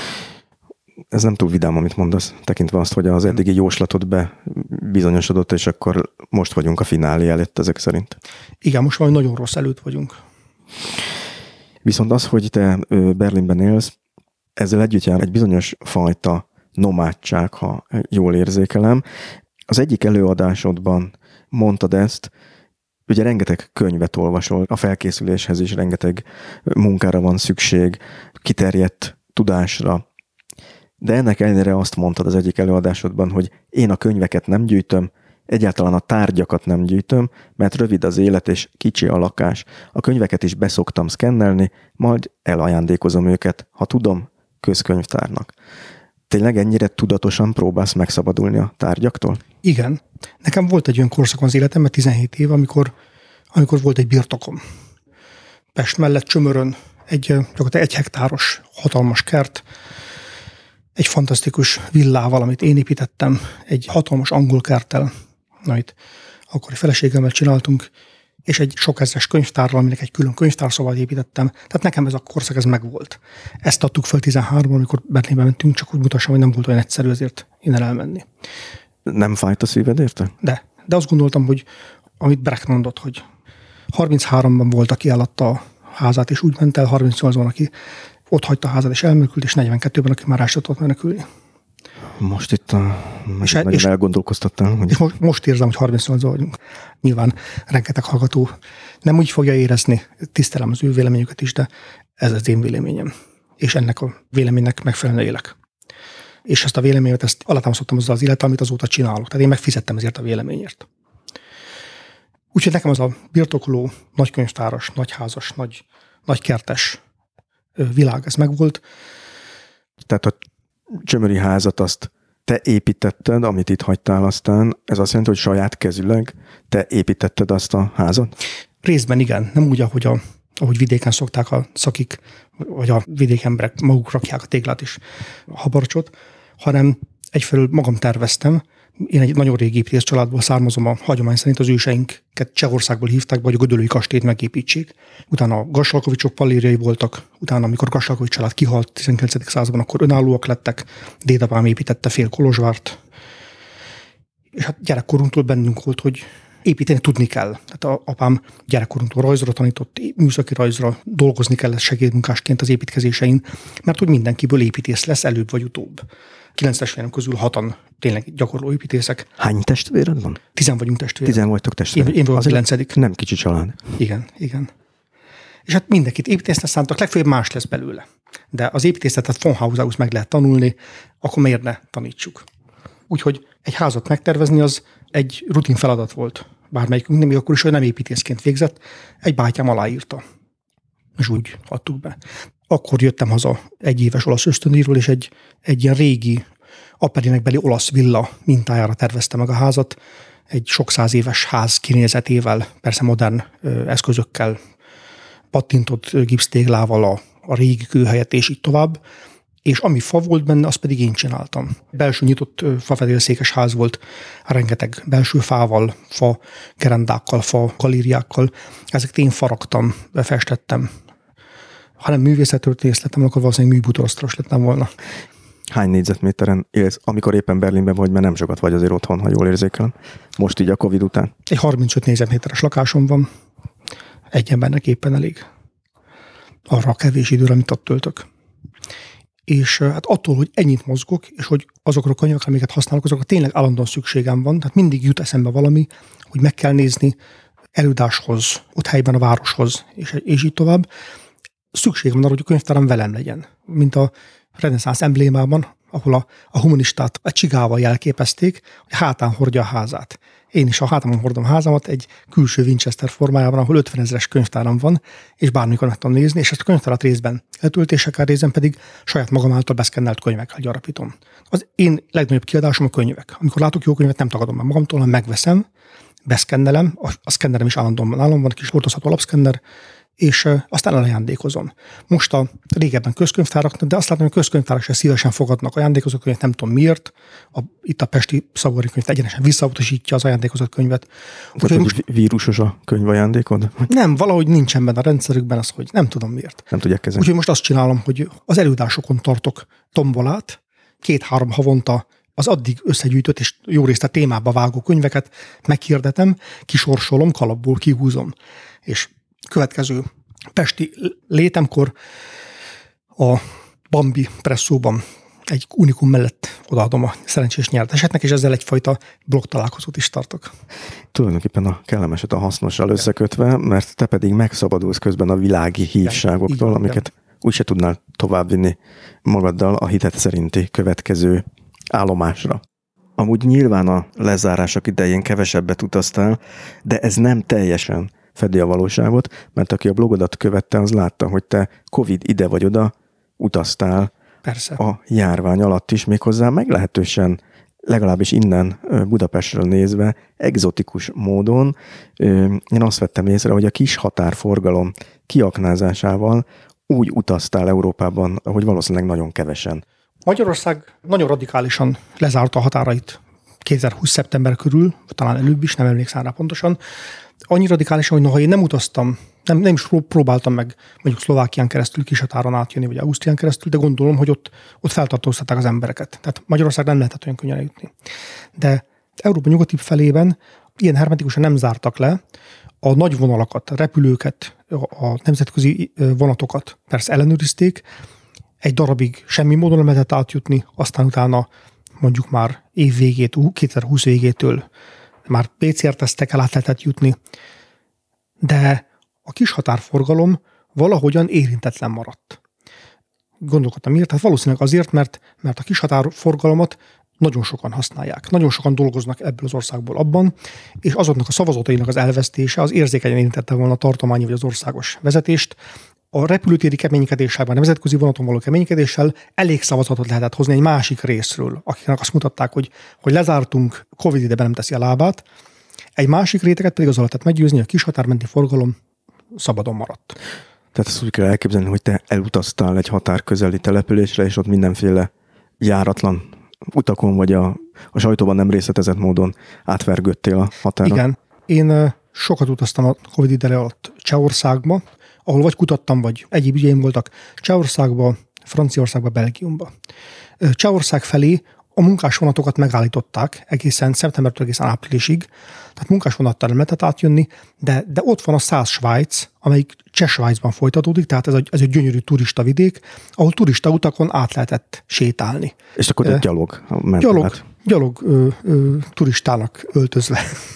Ez nem túl vidám, amit mondasz, tekintve azt, hogy az eddigi jóslatod bebizonyosodott, és akkor most vagyunk a finálé előtt ezek szerint. Igen, most valami nagyon rossz előtt vagyunk. Viszont az, hogy te Berlinben élsz, ezzel együtt jár egy bizonyos fajta nomádság, ha jól érzékelem. Az egyik előadásodban mondtad ezt, ugye rengeteg könyvet olvasol, a felkészüléshez is rengeteg munkára van szükség, kiterjedt tudásra, de ennek ellenére azt mondtad az egyik előadásodban, hogy én a könyveket nem gyűjtöm, egyáltalán a tárgyakat nem gyűjtöm, mert rövid az élet és kicsi a lakás. A könyveket is beszoktam szkennelni, majd elajándékozom őket, ha tudom, közkönyvtárnak. Tényleg ennyire tudatosan próbálsz megszabadulni a tárgyaktól? Igen. Nekem volt egy olyan korszakom az életemben, 17 év, amikor volt egy birtokom. Pest mellett Csömörön gyakorlatilag 1 hektáros hatalmas kert, egy fantasztikus villával, amit én építettem, egy hatalmas angol kerttel, amit akkori feleségemmel csináltunk, és egy sok ezres könyvtárral, aminek egy külön könyvtárszobát építettem. Tehát nekem ez a korszak, ez megvolt. Ezt adtuk fel 13-ban, amikor Berlinbe mentünk, csak úgy mutassam, hogy nem volt olyan egyszerű azért innen elmenni. Nem fájt a szíved érte? De azt gondoltam, hogy amit Brecht mondott, hogy 33-ban volt, aki eladta a házát, és úgy ment el, 38-ban, aki ott hagyta a házat, és elmenekült, és 42-ben, aki már rá sem tudott menekülni. Most itt nagyon elgondolkoztattál. Hogy... És most érzem, hogy 38 vagyunk. Nyilván rengeteg hallgató nem úgy fogja érezni, tisztelem az ő véleményüket is, de ez az én véleményem. És ennek a véleménynek megfelelően élek. És ezt a véleményet, ezt alátámasztottam azzal az élettel, amit azóta csinálok. Tehát én megfizettem ezért a véleményért. Úgyhogy nekem az a birtokoló, nagykönyvtáras, nagyházas, nagy kertes világ, ez megvolt. Tehát a Csömöri házat azt te építetted, amit itt hagytál aztán, ez azt jelenti, hogy saját kezüleg te építetted azt a házat? Részben igen, nem úgy, ahogy vidéken szokták a szakik, vagy a vidéki emberek maguk rakják a téglát és a habarcsot, hanem egyfelől magam terveztem. Én egy nagyon régi építész családból származom, a hagyomány szerint az őseinket Csehországból hívták be, hogy a Gödöllői kastélyt megépítsék. Utána a Gassalkovicsok pallérjai voltak, utána amikor a Gassalkovics család kihalt 19. században, akkor önállóak lettek, dédapám építette fél Kolozsvárt. És hát gyerekkorunktól bennünk volt, hogy építeni tudni kell. Tehát apám gyerekkorunktól rajzra tanított, műszaki rajzra, dolgozni kellett segédmunkásként az építkezésein, mert hogy mindenkiből építész lesz előbb vagy utóbb. 9 testvérem közül 6-an tényleg gyakorló építészek. Hány testvéred van? 10 vagyunk testvérek. 10 vagytok testvérek. Én vagyok a 9. Nem kicsi család. Igen. És hát mindenkit építésznek szántak, legfeljebb más lesz belőle. De az építészetet von Hausaus meg lehet tanulni, akkor miért ne tanítsuk? Úgyhogy egy házat megtervezni az egy rutin feladat volt. Bármelyikünk nem, akkor is, hogy nem építészként végzett, egy bátyám aláírta. És úgy adtuk be. Akkor jöttem haza egy éves olasz ösztöndíjról, és egy ilyen régi Apperinek beli olasz villa mintájára tervezte meg a házat. Egy sok száz éves ház kinézetével, persze modern eszközökkel, pattintott gipsztéglával, a régi kő helyett, és így tovább. És ami fa volt benne, azt pedig én csináltam. Belső nyitott fafedélszékes ház volt, rengeteg belső fával, fa gerendákkal, fa galériákkal. Ezeket én faragtam, befestettem. Ha nem művészettörténész lettem, akkor valószínűleg műbútorosztros lettem volna. Hány négyzetméteren élsz, amikor éppen Berlinben vagy, mert nem sokat vagy azért otthon, ha jól érzékelem. Most így a Covid után. Egy 35 négyzetméteres lakásom van. Egy embernek éppen elég. Arra a kevés időre, amit ott töltök. És hát attól, hogy ennyit mozgok, és hogy azokra a könyvekre, amiket használok, azokra tényleg állandóan szükségem van, tehát mindig jut eszembe valami, hogy meg kell nézni előadáshoz, ott helyben a városhoz, és így tovább. Szükség van arra, hogy a könyvtáram velem legyen. Mint a reneszánsz emblémában, ahol a humanistát a csigával jelképezték, hogy hátán hordja a házát. Én is a hátamon hordom házamat egy külső Winchester formájában, ahol 50 000-es könyvtáram van, és bármikor meg tudom nézni, és ezt a könyvtárat részben eltöltésekkel, részben pedig saját magam által beszkennelt könyvekkel gyarapítom. Az én legnagyobb kiadásom a könyvek. Amikor látok jó könyvet, nem tagadom meg magamtól, hanem megveszem, beszkennelem, a szkennerem is állandóan nálam van, kis hordozható alapszkenner, és aztán elajándékozom. Most régebben közkönyvtáraknak, de azt látom, hogy a közkönyvtárak sem szívesen fogadnak ajándékozott könyvet, nem tudom miért. Itt a pesti Szabóri könyv egyenesen visszautasítja az ajándékozott könyvet. Tehát, most vírusos a könyvajándékod? Nem, valahogy nincsen benne a rendszerükben az, hogy nem tudom miért. Nem tudják kezelni. Úgyhogy most azt csinálom, hogy az előadásokon tartok tombolát, 2-3 havonta az addig összegyűjtött és jó részt a témába vágó könyveket meghirdetem, kisorsolom, kalapból kihúzom. És következő pesti létemkor a Bambi presszóban egy unikum mellett odaadom a szerencsés nyerteseknek, és ezzel egyfajta blog találkozót is tartok. Tulajdonképpen a kellemeset a hasznossal összekötve, mert te pedig megszabadulsz közben a világi hívságoktól, amiket úgyse tudnál továbbvinni magaddal a hitet szerinti következő állomásra. Amúgy nyilván a lezárások idején kevesebbet utaztál, de ez nem teljesen fedi a valóságot, mert aki a blogodat követte, az látta, hogy te Covid ide vagy oda utaztál. Persze. A járvány alatt is, méghozzá meglehetősen, legalábbis innen Budapestről nézve, egzotikus módon. Én azt vettem észre, hogy a kis határforgalom kiaknázásával úgy utaztál Európában, hogy valószínűleg nagyon kevesen. Magyarország nagyon radikálisan lezárta a határait 2020. szeptember körül, talán előbb is, nem emlékszem rá pontosan. Annyi radikálisan, hogy noha én nem utaztam, nem is próbáltam meg mondjuk Szlovákián keresztül kis határon átjönni, vagy Ausztrián keresztül, de gondolom, hogy ott feltartóztatták az embereket. Tehát Magyarország nem lehetett olyan könnyen jutni. De Európa nyugati felében ilyen hermetikusan nem zártak le. A nagy vonalakat, a repülőket, a nemzetközi vonatokat persze ellenőrizték, egy darabig semmi módon nem lehetett átjutni, aztán utána mondjuk már év végétől, 2020 végétől már PCR-tesztekkel át lehetett jutni, de a kis határforgalom valahogyan érintetlen maradt. Gondolkodtam miért? Hát valószínűleg azért, mert a kis határforgalmat nagyon sokan használják. Nagyon sokan dolgoznak ebből az országból abban, és azoknak a szavazatainak az elvesztése az érzékenyen érintette volna a tartományi vagy az országos vezetést. A repülőtéri keménykedéssel, a nemzetközi vonaton való keménykedéssel elég szavazatot lehetett hozni egy másik részről, akiknek azt mutatták, hogy lezártunk, Covid ide be nem teszi a lábát. Egy másik réteget pedig az lehetett meggyőzni, hogy a kis határmenti forgalom szabadon maradt. Tehát ezt úgy kell elképzelni, hogy te elutaztál egy határközeli településre, és ott mindenféle járatlan utakon, vagy a sajtóban nem részletezett módon átvergődtél a határon. Igen. Én sokat utaztam a Covid ide alatt Csehországba, ahol vagy kutattam, vagy egyéb ügyeim voltak, Csehországba, Franciaországba, Belgiumba. Csehország felé a munkásvonatokat megállították egészen szeptembertől egészen áprilisig, tehát munkásvonattal nem lehetett átjönni, de ott van a Szász-Svájc, amelyik Cseh-Svájcban folytatódik, tehát ez egy gyönyörű turista vidék, ahol turista utakon át lehetett sétálni. És akkor te gyalog mentél? Gyalog turistának öltözve.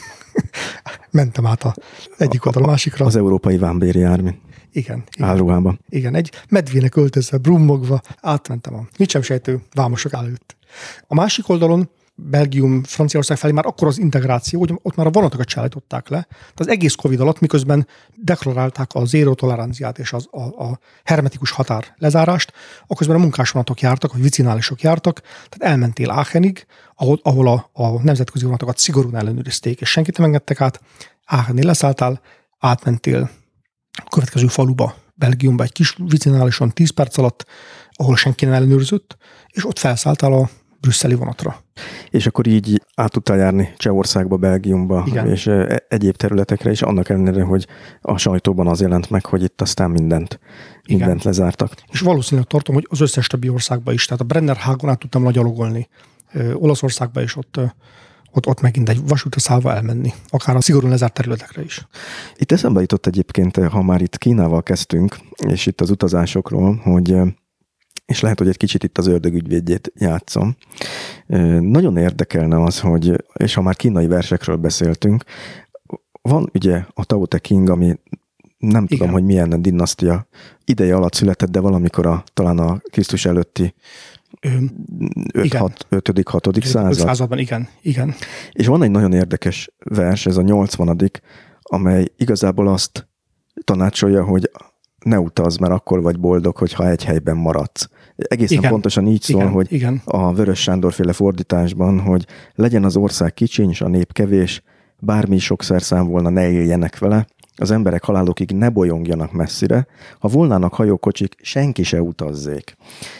Mentem át egyik oldal a másikra. Az európai vámbéri jármű. Igen. Álruhában. Igen, egy medvének öltözve, brummogva átmentem a mit sem sejtő vámosok előtt. A másik oldalon Belgium, Franciaország felé már akkor az integráció, hogy ott már a vonatokat csállították le. Tehát az egész Covid alatt, miközben deklarálták a zéró toleranciát és a hermetikus határ lezárást, akközben a munkásvonatok jártak, vagy vicinálisok jártak, tehát elmentél Aachenig, ahol a nemzetközi vonatokat szigorúan ellenőrizték, és senkit nem engedtek át. Aachennél leszálltál, átmentél a következő faluba, Belgiumba egy kis vicinálison 10 perc alatt, ahol senki nem ellenőrzött, és ott felszálltál a brüsszeli vonatra. És akkor így át tudtál járni Csehországba, Belgiumba, igen, és egyéb területekre is, annak ellenére, hogy a sajtóban az jelent meg, hogy itt aztán mindent lezártak. És valószínűleg tartom, hogy az összes többi országba is, tehát a Brennerhágon át tudtam gyalogolni, Olaszországba is ott megint egy vasútra szállva elmenni, akár a szigorúan lezárt területekre is. Itt eszembe jutott egyébként, ha már itt Kínával kezdtünk, és itt az utazásokról, hogy és lehet, hogy egy kicsit itt az ördög ügyvédjét játszom. Nagyon érdekelne az, hogy, és ha már kínai versekről beszéltünk, van ugye a Tao Te Ching, ami nem tudom, hogy milyen dinasztia ideje alatt született, de valamikor talán a Krisztus előtti 5.-6. század. Igen. És van egy nagyon érdekes vers, ez a 80., amely igazából azt tanácsolja, hogy ne utazz, mert akkor vagy boldog, hogyha egy helyben maradsz. Egészen pontosan így szól, hogy a Vörös Sándor-féle fordításban, hogy legyen az ország kicsiny, s a nép kevés, bármi sok szerszám volna, ne éljenek vele, az emberek halálokig ne bolyongjanak messzire, ha volnának hajókocsik, senki se utazzék.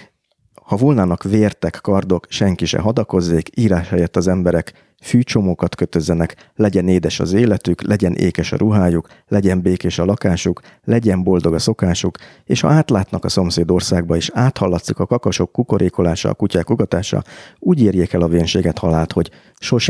Ha volnának vértek, kardok, senki se hadakozzék, írás helyett az emberek fűcsomókat kötözzenek, legyen édes az életük, legyen ékes a ruhájuk, legyen békés a lakásuk, legyen boldog a szokásuk, és ha átlátnak a szomszéd országba, és áthallatszik a kakasok kukorékolása, a kutyák ugatása, úgy érjék el a vénséget, halált, hogy sose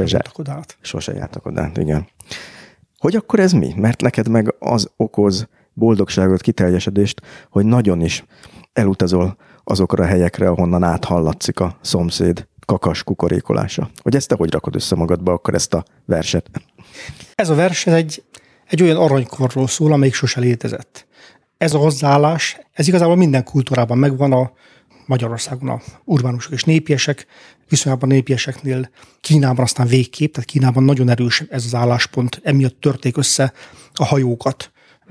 jártak odát, igen. Hogy akkor ez mi? Mert neked meg az okoz boldogságot, kiteljesedést, hogy nagyon is elutazol azokra a helyekre, ahonnan áthallatszik a szomszéd kakas kukorékolása. Hogy ezt te hogy rakod össze magadba akkor ezt a verset? Ez a vers egy olyan aranykorról szól, amelyik sose létezett. Ez a hozzáállás, ez igazából minden kultúrában megvan, a Magyarországon a urbánusok és népiesek, viszonyában népieseknél Kínában aztán végképp, tehát Kínában nagyon erős ez az álláspont, emiatt törték össze a hajókat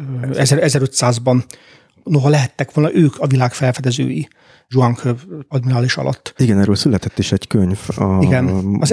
1500-ban. Noha lehettek volna ők a világ felfedezői Zhuanghe admirális alatt. Igen, erről született is egy könyv. Igen, az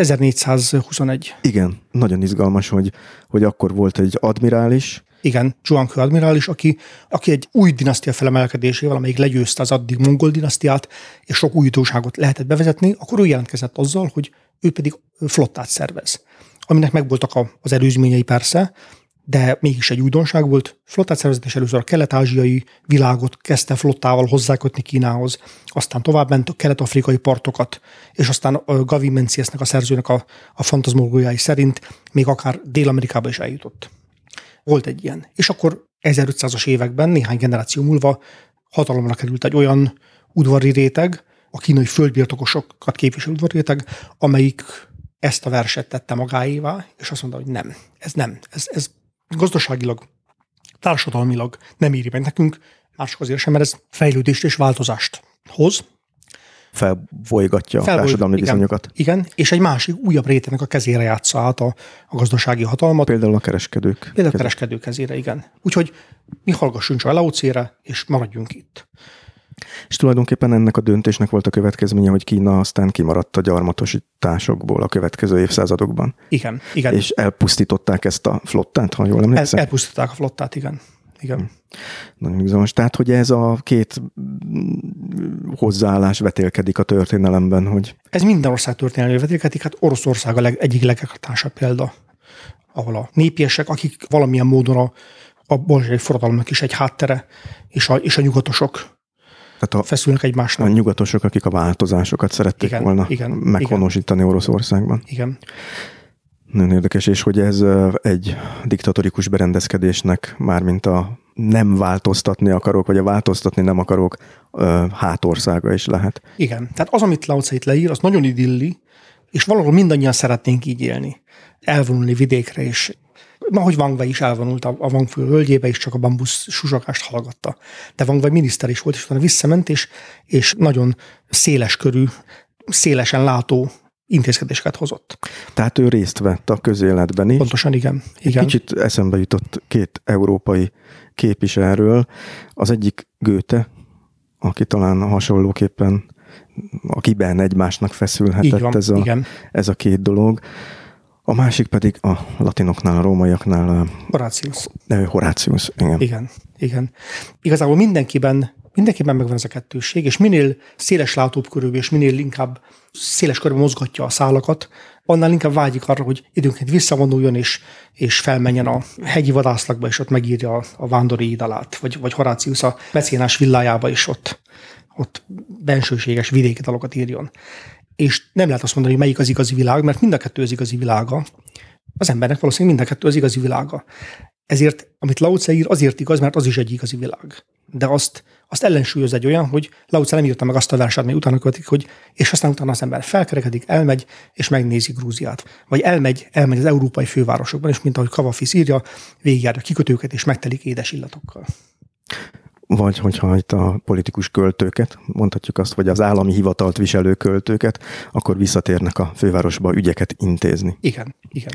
1421. Igen, nagyon izgalmas, hogy akkor volt egy admirális. Igen, Zhuanghe admirális, aki egy új dinasztia felemelkedésével, amelyik legyőzte az addig mongol dinasztiát, és sok újítóságot lehetett bevezetni, akkor ő jelentkezett azzal, hogy ő pedig flottát szervez. Aminek megvoltak az előzményei persze, de mégis egy újdonság volt. Flottát szervezett, és először a kelet-ázsiai világot kezdte flottával hozzákötni Kínához, aztán tovább ment a kelet-afrikai partokat, és aztán Gavi Menciusnek, a szerzőnek a fantazmológiái szerint még akár Dél-Amerikába is eljutott. Volt egy ilyen. És akkor 1500-as években, néhány generáció múlva hatalomra került egy olyan udvari réteg, a kínai földbirtokosokat képviselő udvari réteg, amelyik ezt a verset tette magáévá, és azt mondta, hogy nem, ez gazdaságilag, társadalmilag nem éri meg nekünk, mások azért sem, mert ez fejlődést és változást hoz. Felbolygatja a társadalmi viszonyokat. Igen, és egy másik újabb rétegnek a kezére játsza át a gazdasági hatalmat. Például a kereskedők. Például a kereskedők kezére, igen. Úgyhogy mi hallgassunk csak a Lao Tse-re, és maradjunk itt. És tulajdonképpen ennek a döntésnek volt a következménye, hogy Kína aztán kimaradt a gyarmatosításokból a következő évszázadokban. Igen. És elpusztították ezt a flottát, ha jól emlékszem? Elpusztították a flottát, igen. Nagyon izgalmas. Tehát, hogy ez a két hozzáállás vetélkedik a történelemben, hogy... Ez minden ország történelmi vetélkedik, hát Oroszország egyik legeklatásabb példa, ahol a népiesek, akik valamilyen módon a bolsevik forradalomnak is egy háttere, és a nyugatosok feszülnek egymásnak. A nyugatosok, akik a változásokat szerették volna meghonosítani Oroszországban. Igen. Nagyon érdekes, és hogy ez egy diktatórikus berendezkedésnek, mármint a nem változtatni akarok, vagy a változtatni nem akarok hátországa is lehet. Igen, tehát az, amit Lao Tse itt leír, az nagyon idilli, és valahol mindannyian szeretnénk így élni. Elvonulni vidékre, és ahogy Wang Wei is elvonult a Wangfő völgyébe, és csak a bambusz susakást hallgatta. De Wang Wei miniszter is volt, és utána visszament, és nagyon széles körű, szélesen látó intézkedéseket hozott. Tehát ő részt vett a közéletben is. Pontosan, igen. Kicsit eszembe jutott két európai kép is erről. Az egyik Goethe, aki talán hasonlóképpen, akiben egymásnak feszülhetett ez a két dolog. A másik pedig a latinoknál, a rómaiaknál Horatius. Igen. Igazából mindenkiben megvan ez a kettősség, és minél széles látóbb körül, és minél inkább széles körben mozgatja a szálakat, annál inkább vágyik arra, hogy időnként visszavonuljon, és felmenjen a hegyi vadászlakba, és ott megírja a vándori idalát, vagy Horatius a mecénás villájába, és ott bensőséges vidéki dalokat írjon. És nem lehet azt mondani, hogy melyik az igazi világ, mert mind a kettő az igazi világa. Az embernek valószínűleg mind a kettő az igazi világa. Ezért, amit Lao Tse ír, azért igaz, mert az is egy igazi világ. De azt ellensúlyoz egy olyan, hogy Lao Tse nem írta meg azt a verset, ami utána követik, hogy és aztán utána az ember felkerekedik, elmegy, és megnézi Grúziát. Vagy elmegy az európai fővárosokban, és mint ahogy Kavafis írja, végigjárja kikötőket, és megtelik édes illatokkal. vagy hogyha itt a politikus költőket, mondhatjuk azt, vagy az állami hivatalt viselő költőket, akkor visszatérnek a fővárosba ügyeket intézni. Igen.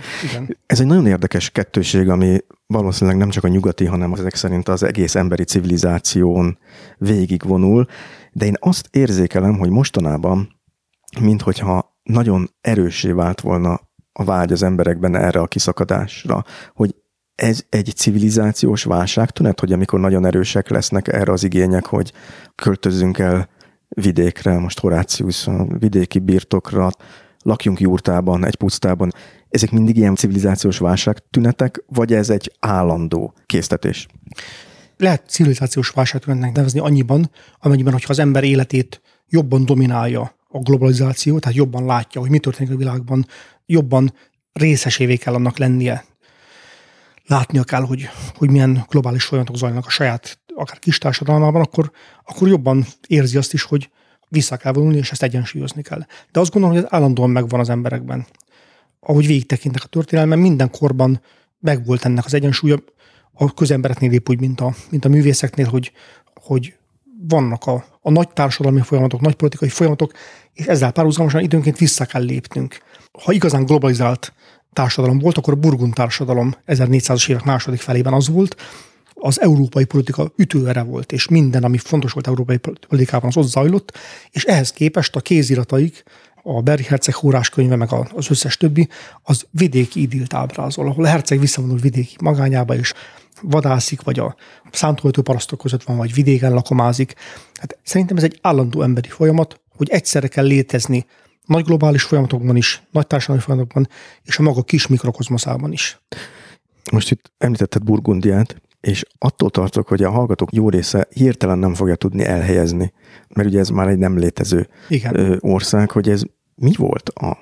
Ez egy nagyon érdekes kettőség, ami valószínűleg nem csak a nyugati, hanem ezek szerint az egész emberi civilizáción végigvonul, de én azt érzékelem, hogy mostanában, minthogyha nagyon erőssé vált volna a vágy az emberekben erre a kiszakadásra, hogy ez egy civilizációs válságtünet, hogy amikor nagyon erősek lesznek erre az igények, hogy költözzünk el vidékre, most Horácius a vidéki birtokra, lakjunk jurtában, egy pusztában. Ezek mindig ilyen civilizációs válságtünetek, vagy ez egy állandó késztetés? Lehet civilizációs válságtünetnek nevezni annyiban, amennyiben, hogyha az ember életét jobban dominálja a globalizáció, tehát jobban látja, hogy mi történik a világban, jobban részesévé kell annak lennie. Látnia kell, hogy milyen globális folyamatok zajlanak a saját, akár kis társadalmában, akkor jobban érzi azt is, hogy vissza kell vonulni, és ezt egyensúlyozni kell. De azt gondolom, hogy ez állandóan megvan az emberekben. Ahogy végig tekintek a történelmen, minden korban megvolt ennek az egyensúlya, a közembereknél épp úgy, mint a művészeknél, hogy vannak a nagy társadalmi folyamatok, nagy politikai folyamatok, és ezzel párhuzamosan időnként vissza kell lépnünk. Ha igazán globalizált társadalom volt, akkor a burgund társadalom 1400-as évek második felében az volt, az európai politika ütőere volt, és minden, ami fontos volt európai politikában, az ott zajlott, és ehhez képest a kézirataik, a Berry herceg hóráskönyve, meg az összes többi, az vidéki idillt ábrázol, ahol a herceg visszavonul vidéki magányába, és vadászik, vagy a szántóöltő parasztok között van, vagy vidéken lakomázik. Hát szerintem ez egy állandó emberi folyamat, hogy egyszerre kell létezni nagy globális folyamatokban is, nagy társadalmi folyamatokban, és a maga kis mikrokozmoszában is. Most itt említetted Burgundiát, és attól tartok, hogy a hallgatók jó része hirtelen nem fogja tudni elhelyezni, mert ugye ez már egy nem létező ország, hogy ez mi volt a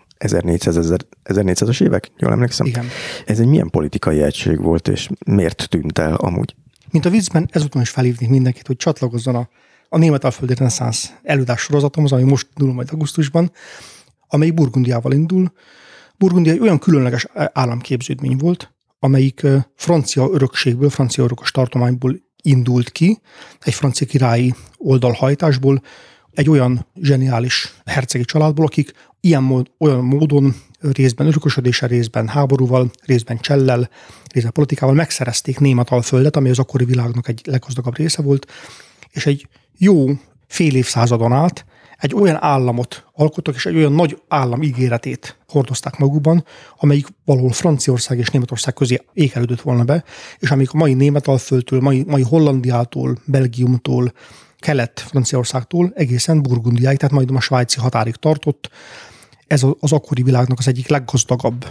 1400-as évek? Jól emlékszem? Igen. Ez egy milyen politikai egység volt, és miért tűnt el amúgy? Mint a viccben, ezúton is felhívnék mindenkit, hogy csatlakozzon a Németalföldi reneszánsz előadás sorozatomhoz, ami most indul majd augusztusban, amely Burgundiával indul. Burgundia egy olyan különleges államképződmény volt, amelyik francia örökségből, francia örökös tartományból indult ki, egy francia királyi oldalhajtásból, egy olyan zseniális hercegi családból, akik olyan módon részben örökösödéssel, részben háborúval, részben csellel, részben politikával megszerezték Németalföldet, ami az akkori világnak egy leggazdagabb része volt, és egy jó fél évszázadon át egy olyan államot alkottak, és egy olyan nagy állam ígéretét hordozták magukban, amelyik valahol Franciaország és Németország közé ékelődött volna be, és amelyik a mai Németalföldtől, mai Hollandiától, Belgiumtól, Kelet-Franciaországtól egészen Burgundiáig, tehát majdnem a svájci határig tartott. Ez az akkori világnak az egyik leggazdagabb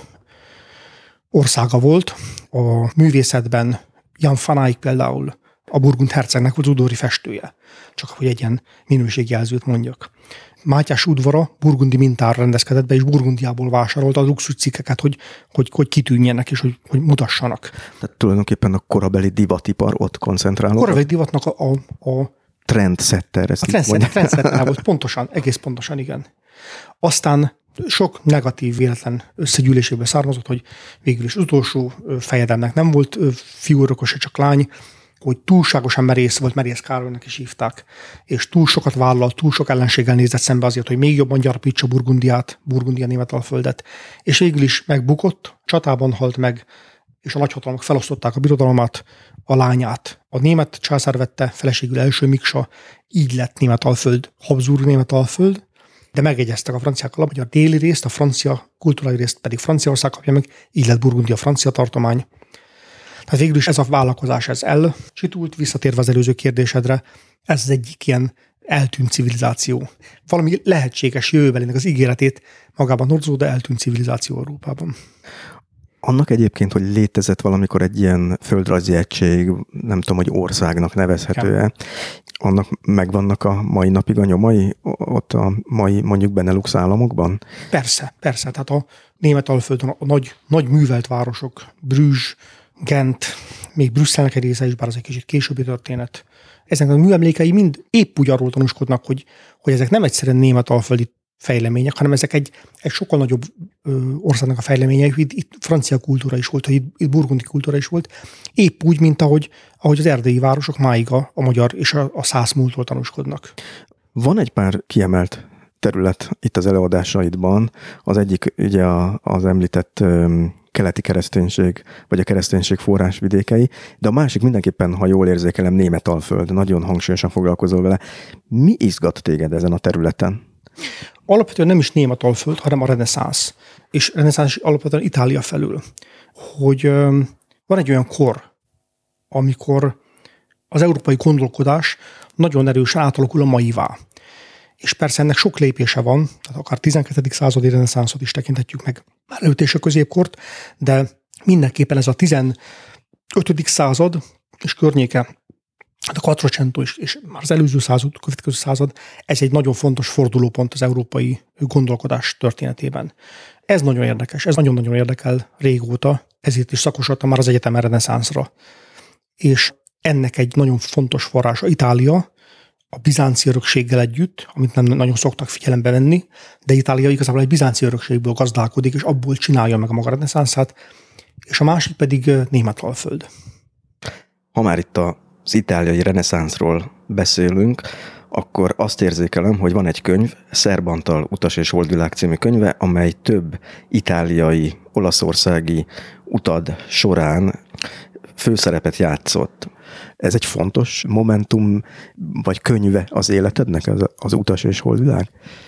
országa volt. A művészetben Jan van Eyck például a Burgund hercegnek volt az udvari festője. Csak hogy egy ilyen minőségjelzőt mondjak. Mátyás udvara burgundi mintára rendezkedett be, és Burgundiából vásárolta a luxuscikkeket, hogy kitűnjenek, és hogy mutassanak. Tehát tulajdonképpen a korabeli divatipar ott koncentrálódott? A korabeli divatnak a trendsetter. A trendsetter volt, pontosan, egész pontosan, igen. Aztán sok negatív véletlen összegyűléséből származott, hogy végül is az utolsó fejedelmnek nem volt fiúörököse, csak lány, hogy túlságosan merész volt, Merész Károlynak is hívták, és túl sokat vállalt, túl sok ellenséggel nézett szembe azért, hogy még jobban gyarapítsa Burgundia Németalföldet, és végül is megbukott, csatában halt meg, és a nagyhatalmak felosztották a birodalmat, a lányát. A német császár vette feleségül első Miksa, így lett Németalföld, Habsburg Németalföld, de megegyeztek a franciákkal, hogy a déli részt, a francia kulturális részt pedig Franciaország kapja meg, így lett Burgundia francia tartomány. Tehát végül is ez a vállalkozás, ez elcsitult, visszatérve az előző kérdésedre, ez az egyik ilyen eltűnt civilizáció. Valami lehetséges jövőbelének az ígéretét magában hordozó, de eltűnt civilizáció Európában. Annak egyébként, hogy létezett valamikor egy ilyen földrajzi egység, nem tudom, hogy országnak nevezhető-e, annak megvannak a mai napig a nyomai, ott a mai mondjuk Benelux államokban? Persze. Tehát a Németalföldön a nagy művelt városok, Brügg, Gent, még Brüsszelnek egy része is, bár az egy kicsit későbbi történet. Ezek a műemlékei mind épp úgy arról tanúskodnak, hogy ezek nem egyszerűen németalföldi fejlemények, hanem ezek egy sokkal nagyobb országnak a fejleményei. Itt francia kultúra is volt, itt burgundi kultúra is volt, épp úgy, mint ahogy az erdélyi városok máig a magyar és a szász múltról tanúskodnak. Van egy pár kiemelt terület itt az előadásaidban. Az egyik ugye az említett keleti kereszténység, vagy a kereszténység forrásvidékei, de a másik mindenképpen, ha jól érzékelem, Németalföld. Nagyon hangsúlyosan foglalkozol vele. Mi izgat téged ezen a területen? Alapvetően nem is Németalföld, hanem a reneszánsz. És reneszánsz alapvetően Itália felül. Hogy van egy olyan kor, amikor az európai gondolkodás nagyon erősen átalakul a maivá. És persze ennek sok lépése van, tehát akár 12. századi reneszánszot is tekinthetjük meg, már előtt és a középkort, de mindenképpen ez a 15. század és környéke, a Quattrocento és már az előző század, következő század, ez egy nagyon fontos fordulópont az európai gondolkodás történetében. Ez nagyon érdekes, ez nagyon-nagyon érdekel régóta, ezért is szakosodtam már az egyetemen reneszánszra. És ennek egy nagyon fontos forrása Itália, a bizánci örökséggel együtt, amit nem nagyon szoktak figyelembe venni, de Itália igazából egy bizánci örökségből gazdálkodik, és abból csinálja meg a maga reneszánszát, és a másik pedig Németalföld. Ha már itt az itáliai reneszánszról beszélünk, akkor azt érzékelem, hogy van egy könyv, Szerbantal Utas és Holdvilág című könyve, amely több itáliai, olaszországi utad során főszerepet játszott. Ez egy fontos momentum, vagy könyve az életednek, az Utas és Holdvilág?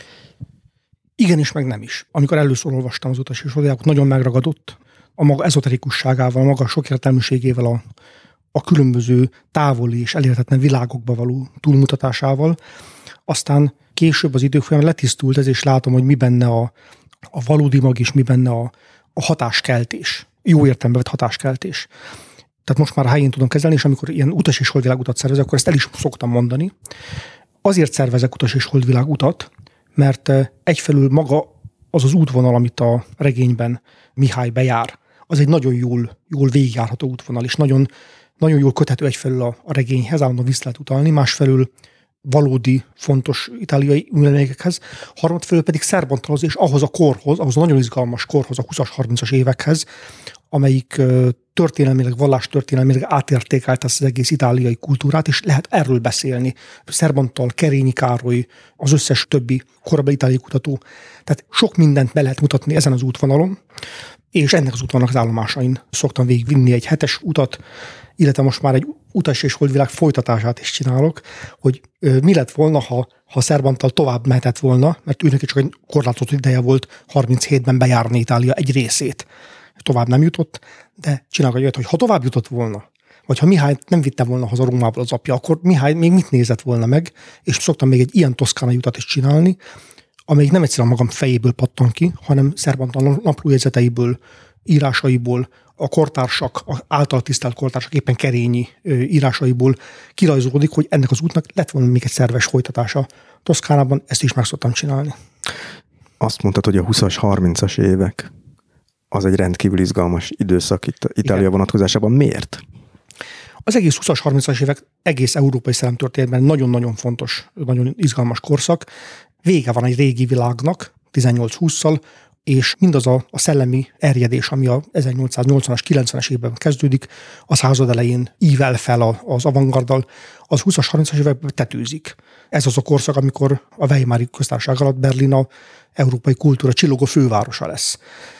Igen és meg nem is. Amikor először olvastam az Utas és Holdvilágot, nagyon megragadott a maga ezoterikusságával, a maga sokértelműségével, a különböző távoli és elérhetetlen világokba való túlmutatásával. Aztán később az idők folyamán letisztult ez, és látom, hogy mi benne a valódi mag, és mi benne a hatáskeltés. Jó értelemben vett hatáskeltés. Tehát most már a helyén tudom kezelni, és amikor ilyen utas és holdvilág utat szervezek, akkor ezt el is szoktam mondani. Azért szervezek utas és holdvilág utat, mert egyfelől maga az az útvonal, amit a regényben Mihály bejár, az egy nagyon jól végigjárható útvonal, és nagyon, nagyon jól köthető egyfelől a regényhez, állandóan vissza lehet utalni, másfelől valódi, fontos itáliai műemlékekhez, harmadfelől pedig Szerbantalhoz és ahhoz a korhoz, ahhoz a nagyon izgalmas korhoz, a 20-as, 30-as évekhez, amelyik történelmileg, vallástörténelmileg átértékelte ezt az egész itáliai kultúrát, és lehet erről beszélni. Szerbantal, Kerényi Károly, az összes többi korabeli itáliai kutató. Tehát sok mindent be lehet mutatni ezen az útvonalon, és ennek az útvonalnak az állomásain szoktam végigvinni egy 7-es utat, illetve most már egy Utas és Holdvilág folytatását is csinálok, hogy mi lett volna, ha Szerbantal tovább mehetett volna, mert őnek csak egy korlátozott ideje volt 37-ben bejárni Itália egy részét. Tovább nem jutott, de csinálok egy olyat, hogy ha tovább jutott volna, vagy ha Mihály nem vitte volna haza Rómából az apja, akkor Mihály még mit nézett volna meg, és szoktam még egy ilyen toszkánai utat is csinálni, amelyik nem egyszerűen magam fejéből pattan ki, hanem Szerbantal naplójegyzeteiből, írásaiból, a kortársak, az által tisztelt kortársak, éppen Kerényi írásaiból kirajzolódik, hogy ennek az útnak lett volna még egy szerves folytatása. Toszkánában ezt is meg szoktam csinálni. Azt mondtad, hogy a 20-as, 30-as évek az egy rendkívül izgalmas időszak itt Itália vonatkozásában. Miért? Az egész 20-as, 30-as évek egész európai szellemtörténetben nagyon-nagyon fontos, nagyon izgalmas korszak. Vége van egy régi világnak, 18-20-szal, és mindaz a szellemi erjedés, ami a 1880-as, 90-es évben kezdődik, a század elején ível fel az avantgarddal, az 20-as, 30-as években tetőzik. Ez az a korszak, amikor a Weimári köztársaság alatt Berlin a európai kultúra csillogó fővárosa lesz.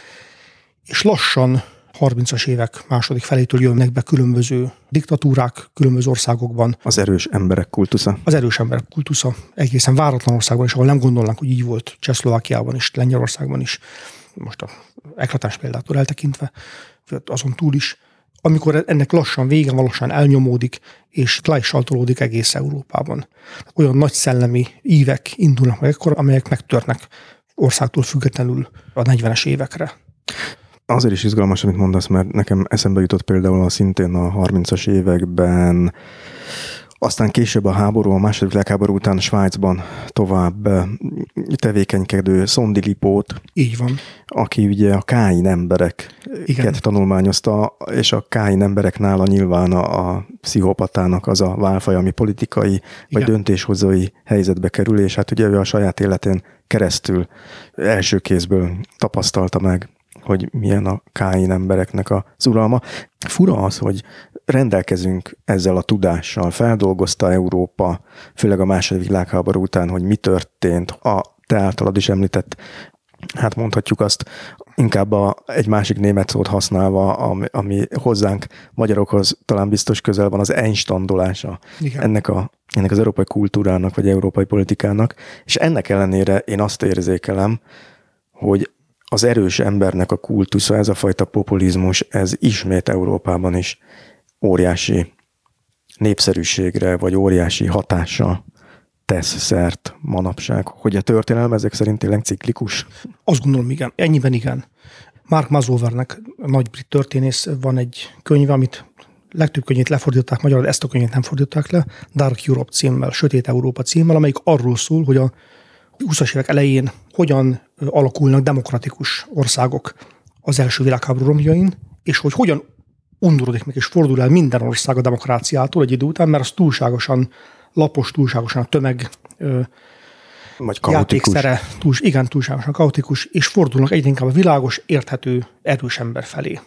És lassan 30-as évek második felétől jönnek be különböző diktatúrák különböző országokban. Az erős emberek kultusza. Az erős emberek kultusza egészen váratlan országban is, ahol nem gondolnánk, hogy így volt Csehszlovákiában is, Lengyelországban is, most a eklatáns példától eltekintve, azon túl is, amikor ennek lassan vége van, lassan elnyomódik, és le is saltolódik egész Európában. Olyan nagy szellemi ívek indulnak meg ekkor, amelyek megtörnek országtól függetlenül a 40-es évekre. Azért is izgalmas, amit mondasz, mert nekem eszembe jutott például szintén a 30-as években Aztán később a második világháború után Svájcban tovább tevékenykedő Szondi Lipót. Így van. Aki ugye a káin embereket tanulmányozta, és a káin emberek nála nyilván a pszichopatának az a válfaj, ami politikai vagy döntéshozói helyzetbe kerül, és hát ugye ő a saját életén keresztül első kézből tapasztalta meg, hogy milyen a káin embereknek az uralma. Fura az, hogy rendelkezünk ezzel a tudással, feldolgozta Európa, főleg a második világháború után, hogy mi történt a te általad is említett, hát mondhatjuk azt, inkább egy másik német szót használva, ami hozzánk magyarokhoz talán biztos közel van, az einstandolása ennek az európai kultúrának, vagy európai politikának, és ennek ellenére én azt érzékelem, hogy az erős embernek a kultusza, ez a fajta populizmus, ez ismét Európában is óriási népszerűségre, vagy óriási hatással tesz szert manapság. Hogy a történelem ezek szerint tényleg ciklikus? Azt gondolom, igen. Ennyiben igen. Mark Mazovernek, nagy brit történész, van egy könyve, amit legtöbb könyvét lefordították magyarul, ezt a könyvet nem fordították le, Dark Europe címmel, Sötét Európa címmel, amelyik arról szól, hogy a 20-as évek elején hogyan alakulnak demokratikus országok az első világháború romjain, és hogy hogyan undorodik meg és fordul el minden ország a demokráciától egy idő után, mert az túlságosan lapos, túlságosan a tömeg játékszere, túlságosan kaotikus, és fordulnak egyre inkább a világos, érthető, erős ember felé.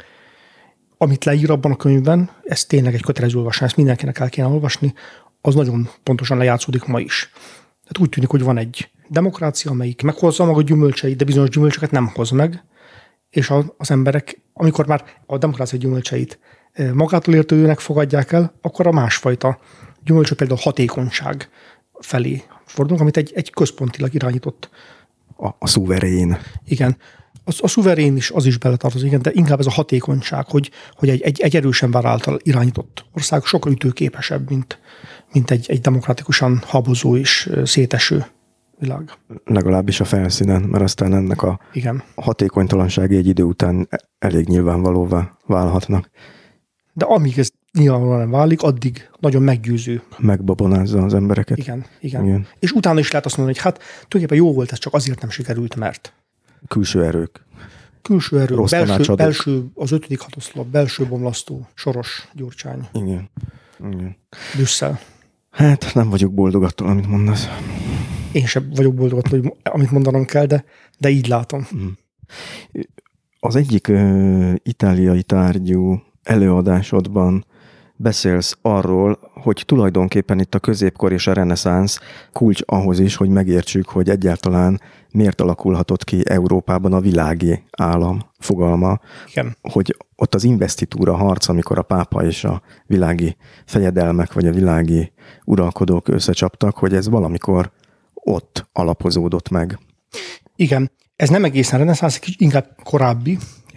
Amit leír abban a könyvben, ez tényleg egy kötelező olvasás, ezt mindenkinek el kéne olvasni, az nagyon pontosan lejátszódik ma is. Tehát úgy tűnik, hogy van egy demokrácia, amelyik meghozza maga gyümölcseit, de bizonyos gyümölcsöket nem hoz meg, és az emberek, amikor már a demokrácia gyümölcseit magától értődőnek fogadják el, akkor a másfajta gyümölcsök, például a hatékonyság felé fordulunk, amit egy központilag irányított. A szuverén. Igen. A szuverén is, az is beletartozik, igen, de inkább ez a hatékonyság, hogy egy erős ember által irányított ország sokkal ütőképesebb, mint egy demokratikusan habozó és széteső világ. Legalábbis a felszínen, mert aztán ennek a hatékonytalansági egy idő után elég nyilvánvalóvá válhatnak. De amíg ez nyilvánvalóan nem válik, addig nagyon meggyőző. Megbabonázza az embereket. Igen. És utána is lehet azt mondani, hogy hát tulajdonképpen jó volt, ez csak azért nem sikerült, mert külső erők, belső, az 5. hatoszlop, belső bomlasztó, Soros, Gyurcsány. Igen. Brüsszel. Hát nem vagyok boldog attól, amit mondasz. Én sem vagyok boldog attól, amit mondanom kell, de így látom. Az egyik itáliai tárgyú előadásodban beszélsz arról, hogy tulajdonképpen itt a középkor és a reneszánsz kulcs ahhoz is, hogy megértsük, hogy egyáltalán miért alakulhatott ki Európában a világi állam fogalma. Igen. Hogy ott az investitúra harc, amikor a pápa és a világi fejedelmek, vagy a világi uralkodók összecsaptak, hogy ez valamikor ott alapozódott meg. Igen. Ez nem egészen reneszánsz, inkább korábbi,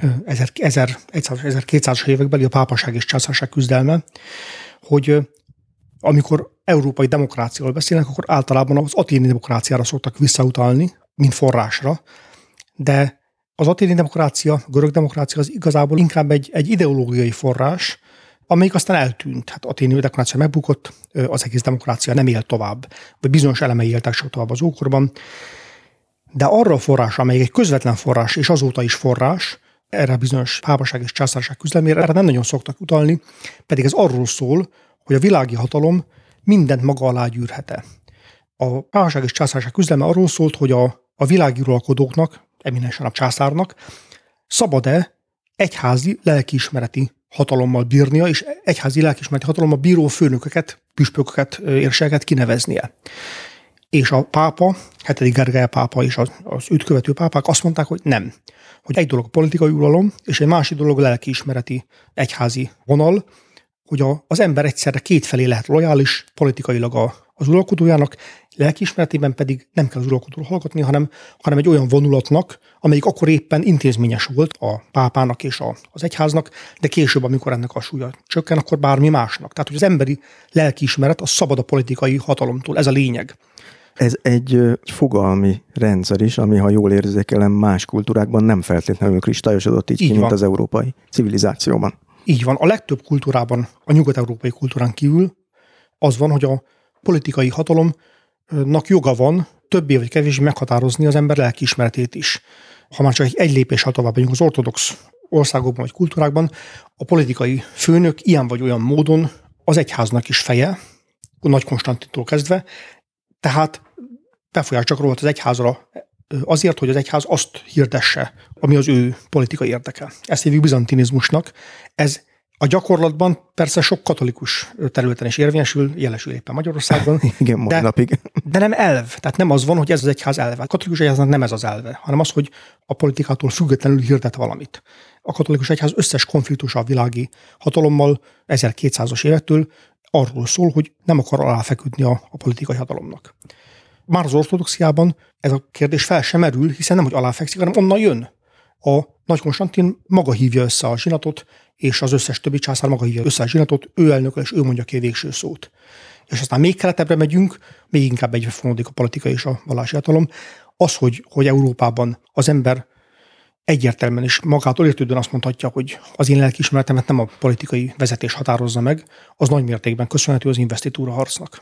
1200-as évekbeli a pápaság és császárság küzdelme, hogy amikor európai demokráciáról beszélnek, akkor általában az aténi demokráciára szoktak visszautalni, mint forrásra, de az aténi demokrácia, a görög demokrácia az igazából inkább egy ideológiai forrás, amelyik aztán eltűnt. Hát aténi demokrácia megbukott, az egész demokrácia nem él tovább, vagy bizonyos elemei éltek sok tovább az ókorban, de arra a forrás, amely egy közvetlen forrás, és azóta is forrás, erre a bizonyos pápaság és császárság küzdelmére, erre nem nagyon szoktak utalni, pedig ez arról szól, hogy a világi hatalom mindent maga alá gyűrhet-e. A pápaság és császárság küzdelme arról szólt, hogy a világi uralkodóknak, eminensen a császárnak szabad-e egyházi lelkiismereti hatalommal bírnia, és egyházi lelkiismereti hatalommal bíró főnököket, püspököket, érsekeket kineveznie. És a pápa, 7. Gergely pápa és az őt követő pápák azt mondták, hogy nem. Hogy egy dolog a politikai uralom, és egy másik dolog a lelkiismereti egyházi vonal, hogy az ember egyszerre kétfelé lehet lojális politikailag az uralkodójának, lelkiismeretében pedig nem kell az uralkodóról hallgatni, hanem egy olyan vonulatnak, amelyik akkor éppen intézményes volt a pápának és az egyháznak, de később, amikor ennek a súlya csökken, akkor bármi másnak. Tehát, hogy az emberi lelkiismeret az szabad a politikai hatalomtól. Ez a lényeg. Ez egy fogalmi rendszer is, ami, ha jól érzékelem, más kultúrákban nem feltétlenül kristályosodott így ki, mint az európai civilizációban. Így van. A legtöbb kultúrában, a nyugat-európai kultúrán kívül az van, hogy a politikai hatalomnak joga van többé vagy kevésbé meghatározni az ember lelkiismeretét is. Ha már csak egy lépéssel tovább vagyunk az ortodox országokban vagy kultúrákban, a politikai főnök ilyen vagy olyan módon az egyháznak is feje, Nagy Konstantintól kezdve, tehát befolyás gyakorolt az egyházra azért, hogy az egyház azt hirdesse, ami az ő politikai érdeke. Ezt hívjuk bizantinizmusnak. Ez a gyakorlatban persze sok katolikus területen is érvényesül, jelesül éppen Magyarországon. Igen, mai napig. De nem elv. Tehát nem az van, hogy ez az egyház elve. A katolikus egyháznak nem ez az elve, hanem az, hogy a politikától függetlenül hirdet valamit. A katolikus egyház összes konfliktusa a világi hatalommal 1200-as évektől arról szól, hogy nem akar aláfeküdni a politikai hatalomnak. Már az ortodoxiában ez a kérdés fel sem merül, hiszen nem, hogy aláfekszik, hanem onnan jön. A Nagy Konstantin maga hívja össze a zsinatot, és az összes többi császár maga hívja össze a zsinatot, ő elnököl, és ő mondja ki a végső szót. És aztán még keletebbre megyünk, még inkább egybefonódik a politika és a vallási hatalom. Az, hogy Európában az ember egyértelműen is magától értődően azt mondhatja, hogy az én lelkiismeretemet nem a politikai vezetés határozza meg, az nagy mértékben köszönhető az investitúra harcnak.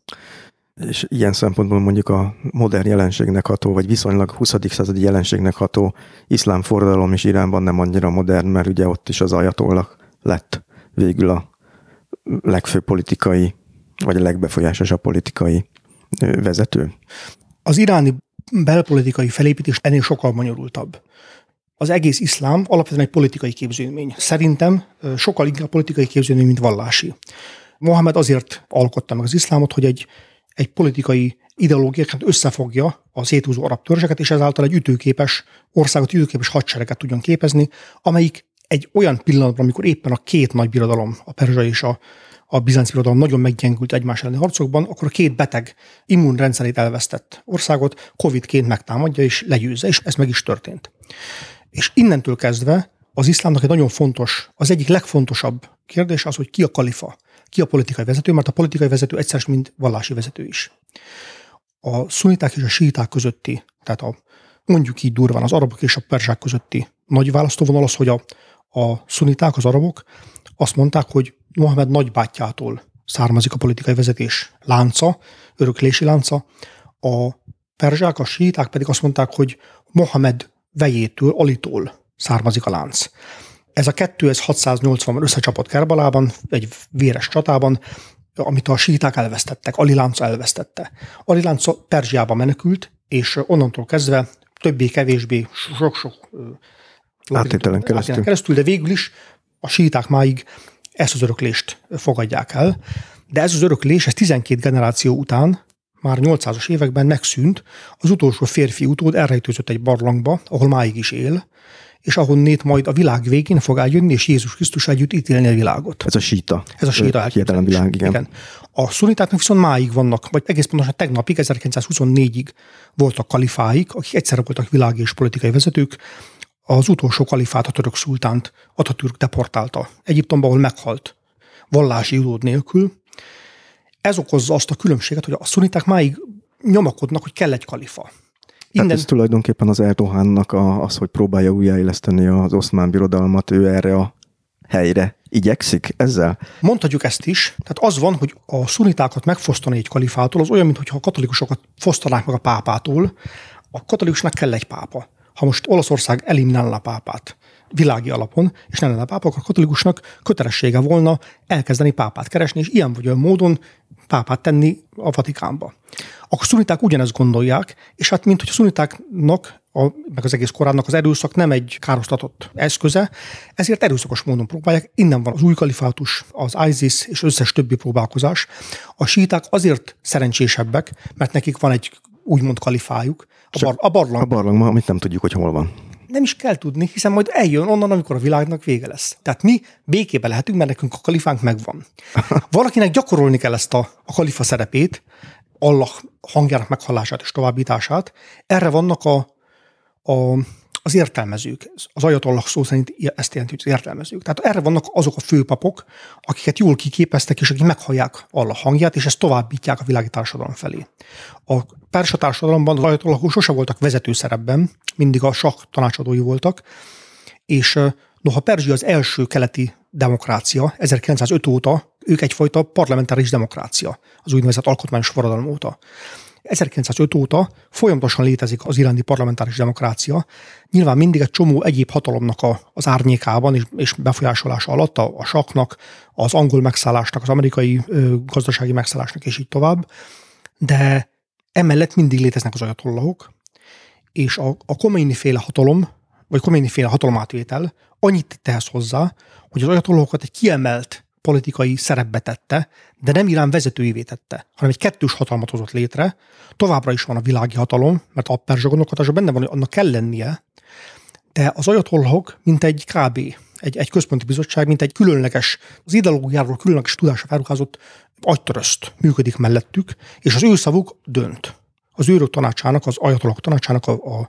És ilyen szempontból mondjuk a modern jelenségnek ható, vagy viszonylag 20. századi jelenségnek ható iszlám forradalom is Iránban nem annyira modern, mert ugye ott is az ajatollah lett végül a legfőbb politikai, vagy a legbefolyásosabb politikai vezető. Az iráni belpolitikai felépítés ennél sokkal bonyolultabb. Az egész iszlám alapvetően egy politikai képződmény. Szerintem sokkal inkább politikai képződmény, mint vallási. Mohamed azért alkotta meg az iszlámot, hogy egy politikai ideológiát összefogja a széthúzó arab törzseket, és ezáltal egy ütőképes országot, ütőképes hadsereget tudjon képezni, amelyik egy olyan pillanatban, amikor éppen a két nagy birodalom, a perzsa és a bizánci birodalom nagyon meggyengült egymás elleni harcokban, akkor a két beteg immunrendszerét elvesztett országot Covid-ként megtámadja és legyőzze, és ez meg is történt. És innentől kezdve az iszlámnak egy nagyon fontos, az egyik legfontosabb kérdés az, hogy ki a kalifa, ki a politikai vezető, mert a politikai vezető egyszer, mint vallási vezető is. A szuniták és a síiták közötti, tehát mondjuk így durván az arabok és a perzsák közötti nagy választóvonal az, hogy a szuniták, az arabok azt mondták, hogy Mohamed nagybátyjától származik a politikai vezetés lánca, öröklési lánca, a perzsák, a síiták pedig azt mondták, hogy Mohamed vejétől, Alitól származik a lánc. Ez a kettő, ez 680-ban összecsapott Kerbalában, egy véres csatában, amit a síiták elvesztettek, Ali lánca elvesztette. Ali lánca Perzsiába menekült, és onnantól kezdve többé-kevésbé sok áttételen keresztül, de végül is a síiták máig ezt az öröklést fogadják el. De ez az öröklés, ez 12 generáció után, már 800-as években megszűnt, az utolsó férfi utód elrejtőzött egy barlangba, ahol máig is él, és ahonnét majd a világ végén fog eljönni, és Jézus Krisztus együtt ítélni a világot. Ez a síta. Ez a síta hihetetlen világ, igen. A szunitáknak viszont máig vannak, vagy egész pontosan tegnapig, 1924-ig voltak kalifáik, akik egyszerre voltak világi és politikai vezetők. Az utolsó kalifát, a török szultánt Atatürk deportálta Egyiptomba, ahol meghalt vallási utód nélkül. Ez okozza azt a különbséget, hogy a szuniták máig nyomakodnak, hogy kell egy kalifa. Tehát ez tulajdonképpen az Erdoğannak az, hogy próbálja újjáéleszteni az oszmán birodalmat, ő erre a helyre igyekszik ezzel? Mondhatjuk ezt is. Tehát az van, hogy a szunitákat megfosztani egy kalifától, az olyan, mintha a katolikusokat fosztanák meg a pápától. A katolikusnak kell egy pápa. Ha most Olaszország eliminálna a pápát világi alapon, és nem lenne pápa, akkor a katolikusnak kötelessége volna elkezdeni pápát keresni, és ilyen vagy olyan módon pápát tenni a Vatikánba. A szuniták ugyanezt gondolják, és hát mint hogy a szunitáknak, meg az egész Koránnak az erőszak nem egy károsztatott eszköze, ezért erőszakos módon próbálják. Innen van az új kalifátus, az ISIS és összes többi próbálkozás. A síiták azért szerencsésebbek, mert nekik van egy úgymond kalifájuk, a barlang. A barlangban, amit nem tudjuk, hogy hol van. Nem is kell tudni, hiszen majd eljön onnan, amikor a világnak vége lesz. Tehát mi békébe lehetünk, mert nekünk a kalifánk megvan. Valakinek gyakorolni kell ezt a kalifa szerepét, Allah hangjának meghallását és továbbítását. Erre vannak az értelmezők. Az ajatollah szó szerint ezt jelenti, hogy az értelmezők. Tehát erre vannak azok a főpapok, akiket jól kiképeztek, és akik meghallják Allah hangját, és ezt továbbítják a világi társadalom felé. A perzsa társadalomban az ajatollahok sose voltak vezető szerepben, mindig a sakk tanácsadói voltak, és noha Perzsia az első keleti demokrácia, 1905 óta Ők egyfajta parlamentáris demokrácia, az úgynevezett alkotmányos forradalom óta. 1905 óta folyamatosan létezik az iráni parlamentáris demokrácia, nyilván mindig egy csomó egyéb hatalomnak az árnyékában és befolyásolása alatt, a saknak, az angol megszállásnak, az amerikai gazdasági megszállásnak, és így tovább, de emellett mindig léteznek az ajatollahok, és a Khomeini-féle hatalom, vagy Khomeini-féle hatalomátvétel annyit tesz hozzá, hogy az ajatollahokat egy kiemelt politikai szerepbe tette, de nem Irán vezetőjévé tette, hanem egy kettős hatalmat hozott létre. Továbbra is van a világi hatalom, mert a perzsa gondolkodásban benne van, hogy annak kell lennie, de az ajatollahok, mint egy KB, egy központi bizottság, mint egy különleges, az ideológiáról különleges tudásra felruházott agytöröszt működik mellettük, és az ő szavuk dönt. Az őrök tanácsának, az ajatollahok tanácsának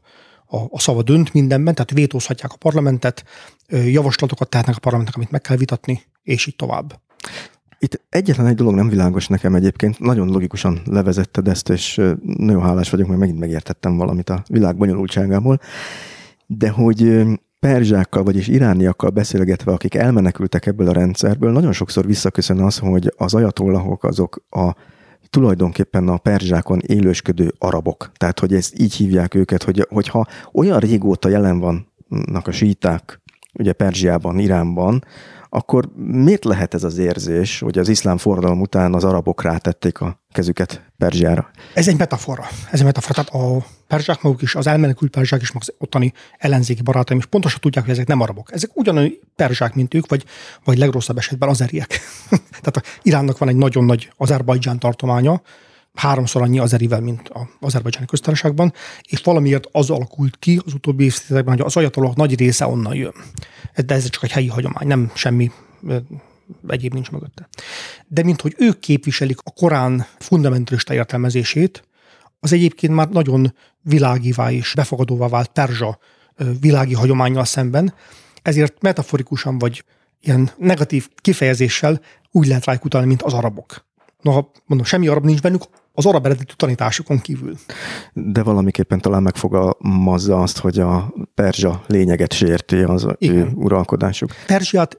a szava dönt mindenben, tehát vétózhatják a parlamentet, javaslatokat tehetnek a parlamentnek, amit meg kell vitatni, és így tovább. Itt egyetlen egy dolog nem világos nekem egyébként, nagyon logikusan levezetted ezt, és nagyon hálás vagyok, mert megint megértettem valamit a világ bonyolultságából, de hogy perzsákkal, vagyis irániakkal beszélgetve, akik elmenekültek ebből a rendszerből, nagyon sokszor visszaköszön az, hogy az ajatollahok azok tulajdonképpen a perzsákon élősködő arabok. Tehát, hogy ezt így hívják őket, hogyha olyan régóta jelen vannak a síták, ugye Perzsiában, Iránban, akkor miért lehet ez az érzés, hogy az iszlám forradalom után az arabok rátették a kezüket Perzsiára? Ez egy metafora. Tehát a perzsák maguk is, az elmenekült perzsák is, meg az ottani ellenzéki barátaim is pontosan tudják, hogy ezek nem arabok. Ezek ugyanolyan perzsák, mint ők, vagy legrosszabb esetben azeriek. Tehát Iránnak van egy nagyon nagy Azerbajdzsán tartománya, 3-szor annyi azerivel, mint az Azerbajdzsáni köztársaságban, és valamiért az alakult ki az utóbbi évtizedekben, hogy az ajatollahok nagy része onnan jön. De ez csak egy helyi hagyomány, nem semmi egyéb nincs mögötte. De minthogy ők képviselik a Korán fundamentalista értelmezését, az egyébként már nagyon világivá és befogadóvá vált perzsa világi hagyománnyal szemben, ezért metaforikusan vagy ilyen negatív kifejezéssel úgy lehet rájuk utalni, mint az arabok. Noha mondom, semmi arab nincs bennük, az arab eredetű tanításukon kívül. De valamiképpen talán megfogalmazza azt, hogy a perzsa lényeget sérti az ő uralkodásuk. Perzsiát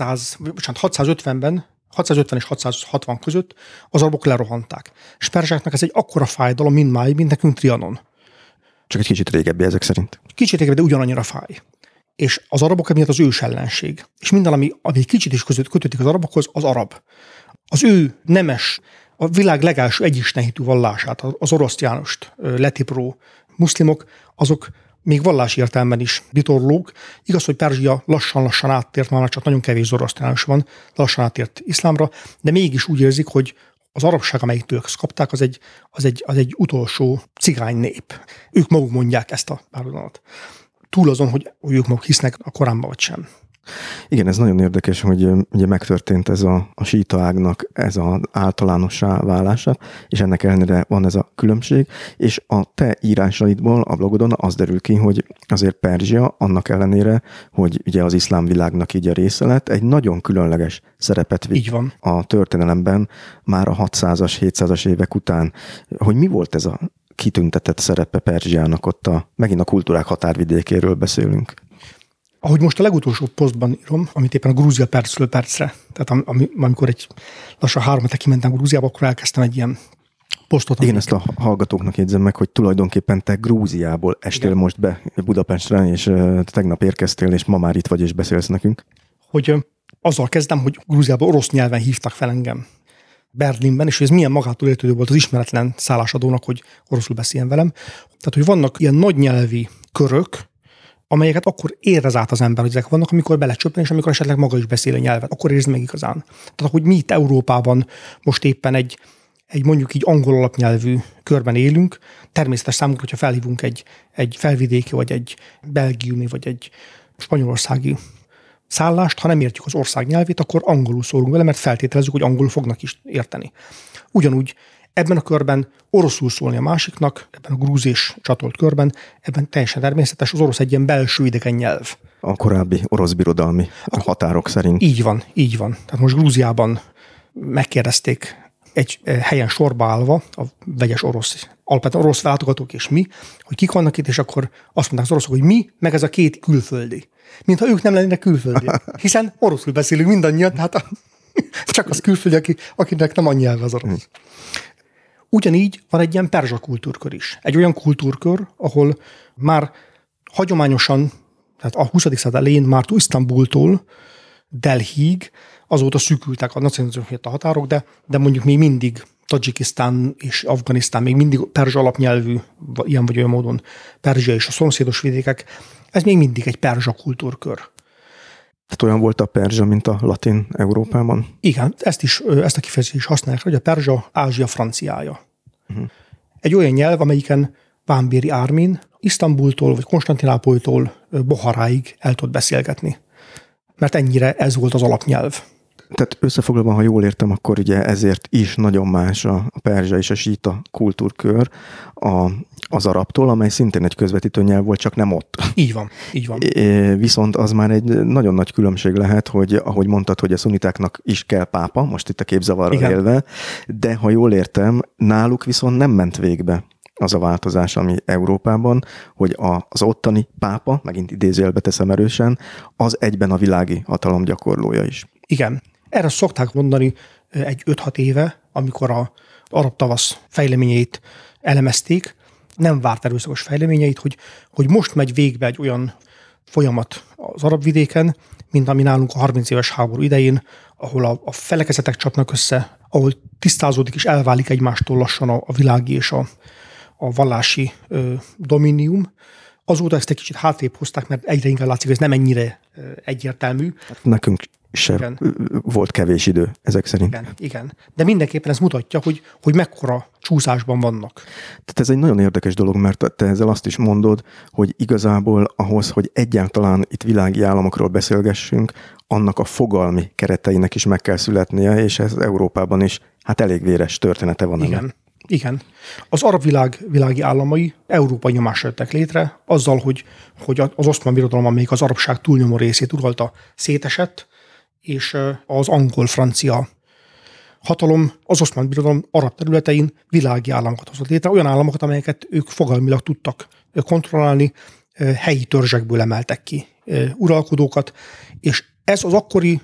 650 és 660 között az arabok lerohanták. És perzsáknak ez egy akkora fájdalom, mint nekünk Trianon. Csak egy kicsit régebbi ezek szerint. Kicsit régebbi, de ugyanannyira fáj. És az arabok emiatt az ős ellenség. És minden, ami egy kicsit is kötődik az arabokhoz, az arab. Az ő nemes, a világ legelső egyistenhitű vallását, az Orosz Jánost letipró muszlimok, azok még vallási értelemben is bitorlók. Igaz, hogy Perzsia lassan-lassan áttért, már csak nagyon kevés Zoroasztriánus van, lassan áttért iszlámra, de mégis úgy érzik, hogy az arabság, amelyiktől ezt kapták, az egy utolsó cigány nép. Ők maguk mondják ezt a párhuzamot. Túl azon, hogy ők maguk hisznek a Koránba vagy sem. Igen, ez nagyon érdekes, hogy ugye megtörtént ez a síta ágnak ez az általánossá válása, és ennek ellenére van ez a különbség, és a te írásaidból, a blogodon az derül ki, hogy azért Perzsia annak ellenére, hogy ugye az iszlám világnak így a része lett, egy nagyon különleges szerepet vitt a történelemben már a 600-as, 700-as évek után. Hogy mi volt ez a kitüntetett szerepe Perzsiának ott megint a kultúrák határvidékéről beszélünk? Ahogy most a legutolsó posztban írom, amit éppen a Grúzia percről percre, tehát amikor egy lassan 3 hete kimentem Grúziába, akkor elkezdtem egy ilyen posztot. Igen, ezt a hallgatóknak jegyzem meg, hogy tulajdonképpen te Grúziából estél most be Budapestre, és tegnap érkeztél, és ma már itt vagy, és beszélsz nekünk. Hogy azzal kezdem, hogy Grúziában orosz nyelven hívtak fel engem Berlinben, és hogy ez milyen magától értetődő volt az ismeretlen szállásadónak, hogy oroszul beszéljen velem. Tehát, hogy vannak ilyen nagynyelvi körök, amelyeket akkor érez át az ember, hogy ezek vannak, amikor belecsöppen, és amikor esetleg maga is beszél a nyelvet, akkor érzi meg igazán. Tehát, hogy mi itt Európában most éppen egy mondjuk így angol alapnyelvű körben élünk, természetes számunkra, hogyha felhívunk egy felvidéki, vagy egy belgiumi, vagy egy spanyolországi szállást, ha nem értjük az ország nyelvét, akkor angolul szólunk vele, mert feltételezzük, hogy angolul fognak is érteni. Ugyanúgy ebben a körben oroszul szólni a másiknak, ebben a grúzés csatolt körben, ebben teljesen természetes, az orosz egy ilyen belső idegen nyelv. A korábbi orosz birodalmi határok szerint. Így van. Tehát most Grúziában megkérdezték egy helyen sorba állva a vegyes alapvetően orosz látogatók és mi, hogy kik vannak itt, és akkor azt mondták az oroszok, hogy mi, meg ez a 2 külföldi. Mintha ők nem lennének külföldi. Hiszen oroszul beszélünk mindannyian, tehát Csak az külföldi, akinek nem annyi nyelve az orosz. Ugyanígy van egy ilyen perzsa kultúrkör is. Egy olyan kultúrkör, ahol már hagyományosan, tehát a 20. század elején már Isztambultól Delhiig azóta szűkültek a nacionalizmus a határok, de mondjuk még mindig Tadzsikisztán és Afganisztán még mindig perzsa alapnyelvű, ilyen vagy olyan módon Perzsia és a szomszédos vidékek, ez még mindig egy perzsa kultúrkör. Tehát olyan volt a perzsa, mint a latin Európában? Igen, ezt a kifejezést is használják, hogy a perzsa Ázsia franciája. Egy olyan nyelv, amelyiken Vámbéry Ármin Isztambultól vagy Konstantinápolytól Boharáig el tud beszélgetni. Mert ennyire ez volt az alapnyelv. Tehát összefoglalva, ha jól értem, akkor ugye ezért is nagyon más a perzsa és a síta kultúrkör az arabtól, amely szintén egy közvetítő nyelv volt, csak nem ott. Így van, így van. Viszont az már egy nagyon nagy különbség lehet, hogy ahogy mondtad, hogy a szunitáknak is kell pápa, most itt a képzavarral élve, de ha jól értem, náluk viszont nem ment végbe az a változás, ami Európában, hogy az ottani pápa, megint idézőjelbe teszem erősen, az egyben a világi hatalom gyakorlója is. Igen. Erre szokták mondani egy 5-6 éve, amikor az arab tavasz fejleményeit elemezték, nem várt erőszakos fejleményeit, hogy most megy végbe egy olyan folyamat az arab vidéken, mint ami nálunk a 30 éves háború idején, ahol a felekezetek csapnak össze, ahol tisztázódik és elválik egymástól lassan a világi és a vallási dominium. Azóta ezt egy kicsit hátrébb hozták, mert egyre inkább látszik, hogy ez nem ennyire egyértelmű. Nekünk sem volt kevés idő ezek szerint. Igen. De mindenképpen ez mutatja, hogy mekkora csúszásban vannak. Tehát ez egy nagyon érdekes dolog, mert te ezzel azt is mondod, hogy igazából ahhoz, hogy egyáltalán itt világi államokról beszélgessünk, annak a fogalmi kereteinek is meg kell születnie, és ez Európában is hát elég véres története van. Igen. Az arab világi államai európai nyomásra jöttek létre, azzal, hogy az Oszmán Birodalom, amelyik az arabság túlnyomó részét uralta, szétesett, és az angol-francia hatalom az Oszmán Birodalom arab területein világi államokat hozott létre, olyan államokat, amelyeket ők fogalmilag tudtak kontrollálni, helyi törzsekből emeltek ki uralkodókat, és ez az akkori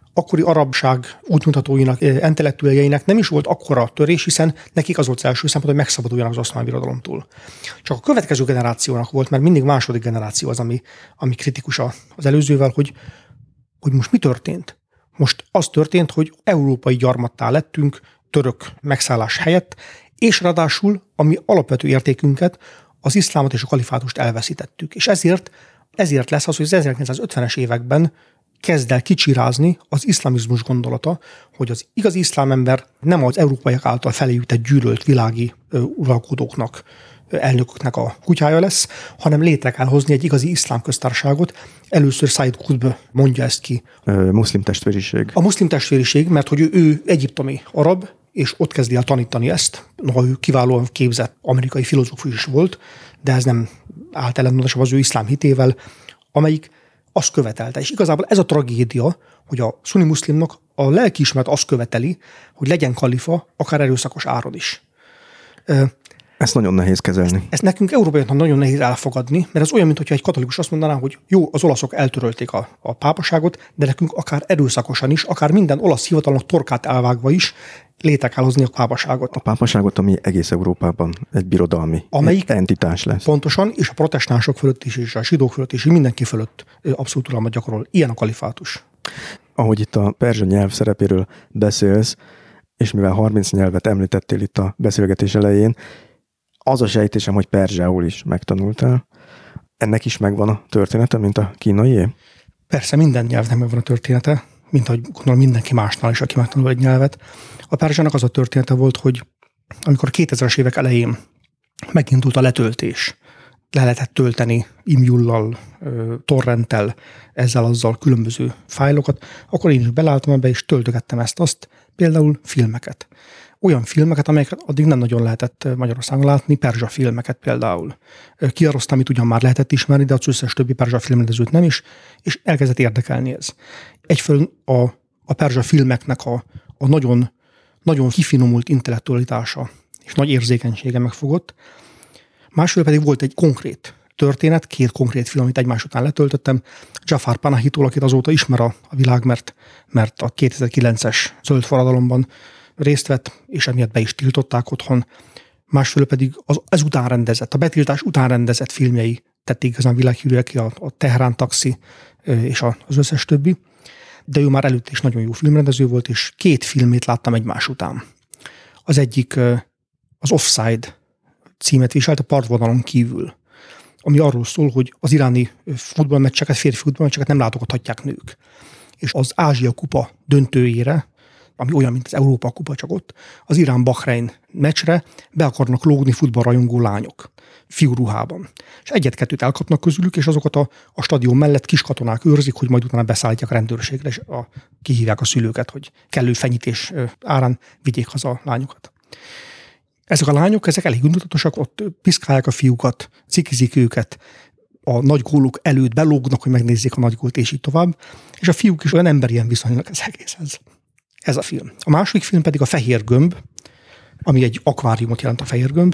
arabság útmutatóinak, intellektuáljainak nem is volt akkora törés, hiszen nekik az volt az első szempont, hogy megszabaduljanak az Oszmán Birodalomtól. Csak a következő generációnak volt, mert mindig második generáció az, ami kritikus az előzővel, hogy most mi történt? Most az történt, hogy európai gyarmattá lettünk török megszállás helyett, és ráadásul a mi alapvető értékünket, az iszlámot és a kalifátust elveszítettük. És ezért lesz az, hogy az 1950-es években kezd el kicsirázni az iszlamizmus gondolata, hogy az igazi iszlám ember nem az európaiak által feléjük gyűlölt világi uralkodóknak, elnököknek a kutyája lesz, hanem létre kell hozni egy igazi iszlám köztársaságot. Először Said Qutb mondja ezt ki. Muszlim testvériség. A muszlim testvériség, mert hogy ő egyiptomi arab, és ott kezdi el tanítani ezt. Noha ő kiválóan képzett amerikai filozófus is volt, de ez nem állt ellentmondással az ő iszlám hitével, amelyik azt követelte. És igazából ez a tragédia, hogy a szuni muszlimnak a lelkiismeret azt követeli, hogy legyen kalifa, akár erőszakos áron is. Ezt nagyon nehéz kezelni. Ezt nekünk európaiaknak nagyon nehéz elfogadni, mert ez olyan, mintha egy katolikus azt mondaná, hogy jó, az olaszok eltörölték a pápaságot, de nekünk akár erőszakosan is, akár minden olasz hivatalnak torkát elvágva is létre kell hozni a pápaságot. A pápaságot, ami egész Európában egy birodalmi entitás lesz. Pontosan, és a protestánsok fölött is, és a zsidók fölött is, mindenki fölött abszolút uralmat gyakorol. Ilyen a kalifátus. Ahogy itt a perzsa nyelv szerepéről beszélsz, és mivel 30 nyelvet említettél itt a beszélgetés elején, az a sejtésem, hogy perzsául is megtanultál. Ennek is megvan a története, mint a kínaié? Persze, minden nyelvnek megvan a története, mint ahogy gondolom mindenki másnál is, aki megtanul egy nyelvet. A perzsának az a története volt, hogy amikor 2000-es évek elején megindult a letöltés, le lehetett tölteni imjullal, torrenttel, ezzel-azzal különböző fájlokat, akkor én is belálltam ebbe, és töltögettem ezt-azt, például filmeket. Olyan filmeket, amelyeket addig nem nagyon lehetett Magyarországon látni, perzsa filmeket például. Kiarostamit ugyan már lehetett ismerni, de az összes többi perzsa filmrendezőt nem is, és elkezdett érdekelni ez. Egyfelől a perzsa filmeknek a nagyon, nagyon kifinomult intellektualitása és nagy érzékenysége megfogott, másfelől pedig volt egy konkrét történet, 2 konkrét film, amit egymás után letöltöttem. Jafar Panahitól, akit azóta ismer a világ, mert a 2009-es zöld forradalomban részt vett, és emiatt be is tiltották otthon. Másfelől pedig az után rendezett, a betiltás után rendezett filmjei tették igazán világhírűek, a Teherán taxi és az összes többi. De ő már előtt is nagyon jó filmrendező volt, és 2 filmét láttam egymás után. Az egyik az Offside címet viselt, a partvonalon kívül, ami arról szól, hogy az iráni futballmeccseket, férfi futballmeccseket nem látogathatják nők. És az Ázsia kupa döntőjére, ami olyan, mint az Európa kupa, csak ott, az Irán-Bahrein meccsre be akarnak lógni futballrajongó lányok, fiúruhában. És 1-2 elkapnak közülük, és azokat a stadion mellett kis katonák őrzik, hogy majd utána beszállítják a rendőrségre, és kihívják a szülőket, hogy kellő fenyítés árán vigyék haza a lányokat. Ezek a lányok, ezek elég undoratosak, ott piszkálják a fiúkat, cikizik őket, a nagy góluk előtt belógnak, hogy megnézzék a nagy gólt, és így tovább. És a fiúk is olyan emberien viszonyulnak az egészhez. Ez a film. A második film pedig a Fehér Gömb, ami egy akváriumot jelent, a Fehér Gömb.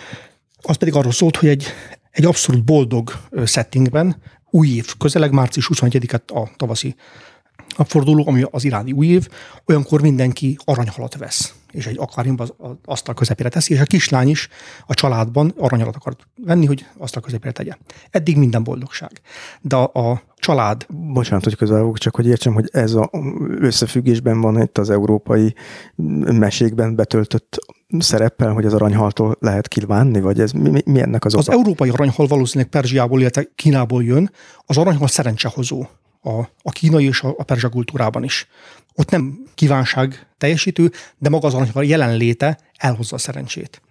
Az pedig arról szólt, hogy egy abszolút boldog settingben, új év közeleg, március 21-et a tavaszi napforduló, ami az iráni új év, olyankor mindenki aranyhalat vesz, és egy akváriumban az asztal közepére teszi, és a kislány is a családban aranyhalat akart venni, hogy asztal közepére tegye. Eddig minden boldogság. De a család... Bocsánat, hogy közel csak hogy értsem, hogy ez az összefüggésben van itt az európai mesékben betöltött szereppel, hogy az aranyhaltól lehet kívánni, vagy ez mi ennek az oka? Az európai aranyhal valószínűleg Perzsiából, illetve Kínából jön, az aranyhal szerencsehozó a kínai és a perzsa kultúrában is. Ott nem kívánság teljesítő, de maga az aranyhal jelenléte elhozza a szerencsét.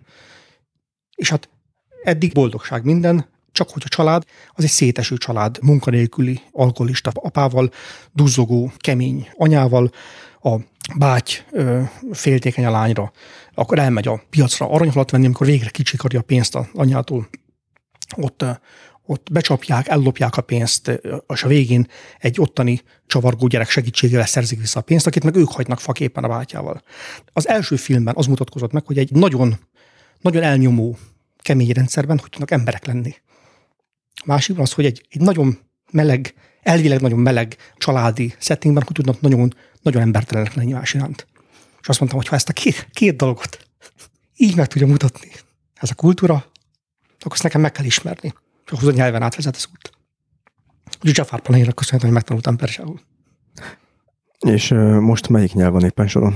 És hát eddig boldogság minden, csak hogy a család, az egy széteső család, munkanélküli, alkoholista apával, duzzogó, kemény anyával, a báty féltékeny a lányra, akkor elmegy a piacra aranyhalat venni, amikor végre kicsikarja a pénzt az anyától. Ott becsapják, ellopják a pénzt, és a végén egy ottani csavargó gyerek segítségével szerzik vissza a pénzt, akit meg ők hagynak faképpen a bátyával. Az első filmben az mutatkozott meg, hogy egy nagyon, nagyon elnyomó, kemény rendszerben hogy tudnak emberek lenni. A másikban az, hogy egy nagyon meleg, elvileg nagyon meleg családi settingben hogy tudnak nagyon, nagyon embertelenek lenni más iránt. És azt mondtam, hogy ha ezt a két dolgot így meg tudja mutatni, ez a kultúra, akkor ezt nekem meg kell ismerni. És ahhoz a nyelven átvezet az út. Úgyhogy Jafar Panahirnak köszönhetem, hogy megtanultam perzsául. És most melyik nyelv van éppen soron?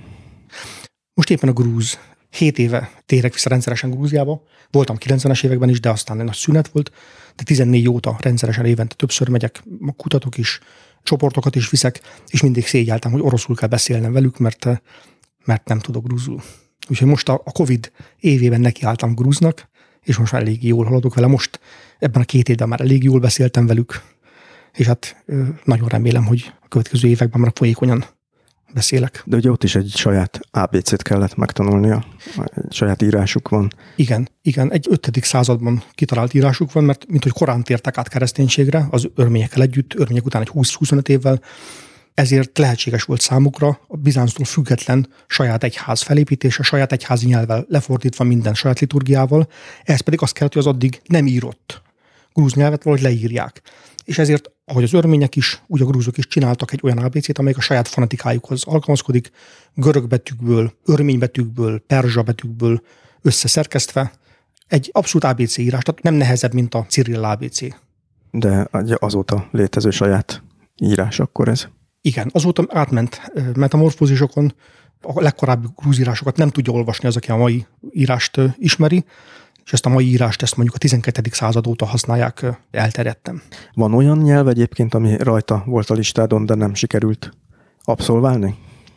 Most éppen a grúz. 7 éve térek vissza rendszeresen Grúziába. Voltam 90-es években is, de aztán egy nagy szünet volt. De 14 óta rendszeresen évente többször megyek, kutatok is, csoportokat is viszek, és mindig szégyeltem, hogy oroszul kell beszélnem velük, mert nem tudok grúzul. Úgyhogy most a Covid évében nekiálltam grúznak, és most már elég jól haladok vele. Most ebben a 2 évben már elég jól beszéltem velük, és hát nagyon remélem, hogy a következő években már folyékonyan beszélek. De ugye ott is egy saját ABC-t kellett megtanulnia, egy saját írásuk van. Igen, egy 5. században kitalált írásuk van, mert mint hogy korán tértek át kereszténységre, az örményekkel együtt, örmények után egy 20-25 évvel, ezért lehetséges volt számukra a Bizánctól független saját egyház felépítése, saját egyházi nyelvvel lefordítva minden saját liturgiával, ehhez pedig azt kellett, hogy az addig nem írott grúz nyelvet valahogy leírják. És ezért, ahogy az örmények is, úgy a grúzok is csináltak egy olyan ABC-t, amelyik a saját fonetikájukhoz alkalmazkodik, görög betűkből, örmény betűkből, perzsa betűkből összeszerkesztve, egy abszolút ABC írás, tehát nem nehezebb, mint a Cirill ABC. De azóta létező saját írás akkor ez? Igen, azóta átment metamorfózisokon, a legkorábbi grúz írásokat nem tudja olvasni az, aki a mai írást ismeri, és ezt a mai írást, ezt mondjuk a 12. század óta használják elterjedten. Van olyan nyelv egyébként, ami rajta volt a listádon, de nem sikerült abszolválni?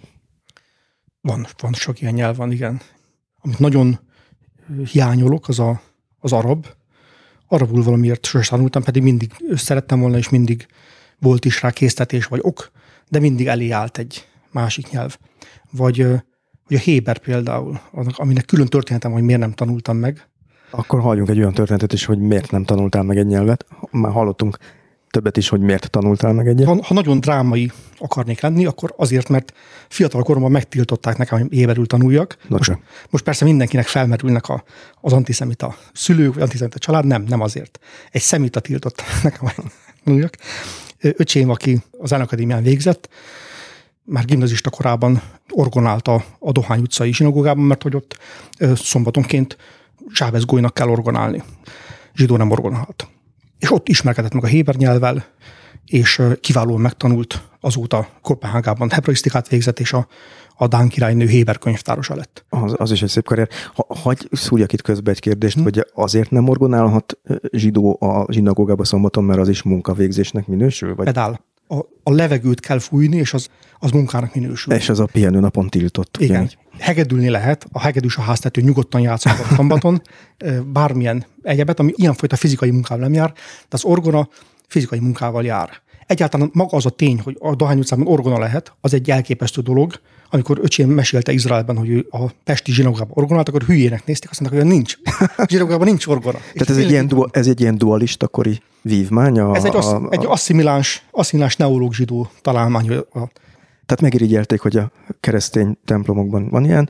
Van sok ilyen nyelv van, igen. Amit nagyon hiányolok, az arab. Arabul valamiért sosem tanultam, pedig mindig szerettem volna, és mindig volt is rá késztetés vagy ok, de mindig elé állt egy másik nyelv. Vagy a héber például, aminek külön történetem, hogy miért nem tanultam meg. Akkor halljunk egy olyan történetet is, hogy miért nem tanultál meg egy nyelvet. Már hallottunk többet is, hogy miért tanultál meg egyet? Ha nagyon drámai akarnék lenni, akkor azért, mert fiatal koromban megtiltották nekem, hogy héberül tanuljak. Most persze mindenkinek felmerülnek az antiszemita szülők, vagy antiszemita család, nem azért. Egy szemita tiltott nekem, hogy tanuljak. Öcsém, aki az Elnökakadémián végzett, már gimnazista korában orgonálta a Dohány utcai zsinagógában, mert hogy ott szombatonként Chávez Golynak kell orgonálni. Zsidó nem orgonálhat. És ott ismerkedett meg a héber nyelvvel, és kiválóan megtanult, azóta Kopenhágában hebraisztikát végzett, és a dán királynő héber könyvtárosa lett. Az is egy szép karrier. Hagyj szúrjak itt közbe egy kérdést, hogy azért nem orgonálhat zsidó a zsinagógába szombaton, mert az is munkavégzésnek minősül? Vagy? Pedál. A levegőt kell fújni, és az munkának minősül. És az a pihenőnapon tiltott. Igen. Ugye? Hegedülni lehet, a hegedűs a háztető nyugodtan játszhat a szombaton, bármilyen egyebet, ami ilyenfajta fizikai munkával nem jár, de az orgona fizikai munkával jár. Egyáltalán maga az a tény, hogy a Dohány utcában orgona lehet, az egy elképesztő dolog. Amikor öcsém mesélte Izraelben, hogy ő a pesti zsinagógában orgonált, akkor hülyének nézték, azt mondták, hogy nincs. A zsinagógában nincs orgona. Tehát ez egy ilyen dualista kori vívmány? Ez egy asszimiláns neológ zsidó találmány. Tehát megirigyelték, hogy a keresztény templomokban van ilyen,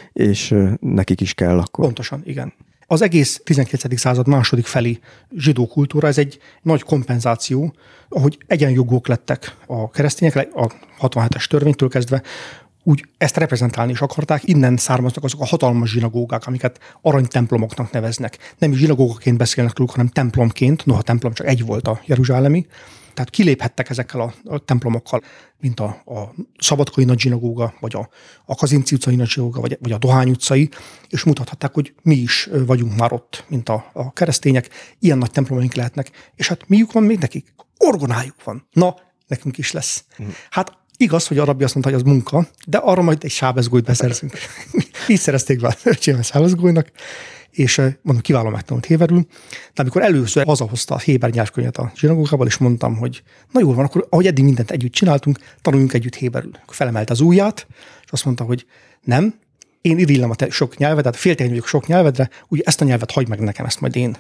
és nekik is kell akkor. Pontosan, igen. Az egész 19. század második feli zsidó kultúra, ez egy nagy kompenzáció, ahogy egyenjogúk lettek a keresztények, a 67-es törvénytől kezdve, úgy ezt reprezentálni is akarták, innen származnak azok a hatalmas zsinagógák, amiket aranytemplomoknak neveznek. Nem is zsinagógaként beszélnek róluk, hanem templomként, noha templom csak egy volt a jeruzsálemi. Tehát kiléphettek ezekkel a templomokkal, mint a Szabadkai nagy zsinagóga, vagy a Kazinci utcai nagy zsinagóga, vagy a Dohány utcai, és mutathatták, hogy mi is vagyunk már ott, mint a keresztények. Ilyen nagy templomaink lehetnek, és hát miük van még nekik? Orgonájuk van. Na, nekünk is lesz. Hát igaz, hogy a rabbi azt mondta, hogy az munka, de arra majd egy Chávez Golyt beszerzünk. Így szerezték be a Chávez Golynak, és mondom, kiválóan megtanult héberül. De amikor először hazahozta a héber nyelvkönyvet a zsinagógából, és mondtam, hogy na jól van, akkor ahogy eddig mindent együtt csináltunk, tanuljunk együtt héberül. Akkor felemelte az ujját, és azt mondta, hogy nem, én irigylem a te sok nyelvedet, féltékeny vagyok sok nyelvedre, úgy ezt a nyelvet hagyd meg nekem, ezt majd én.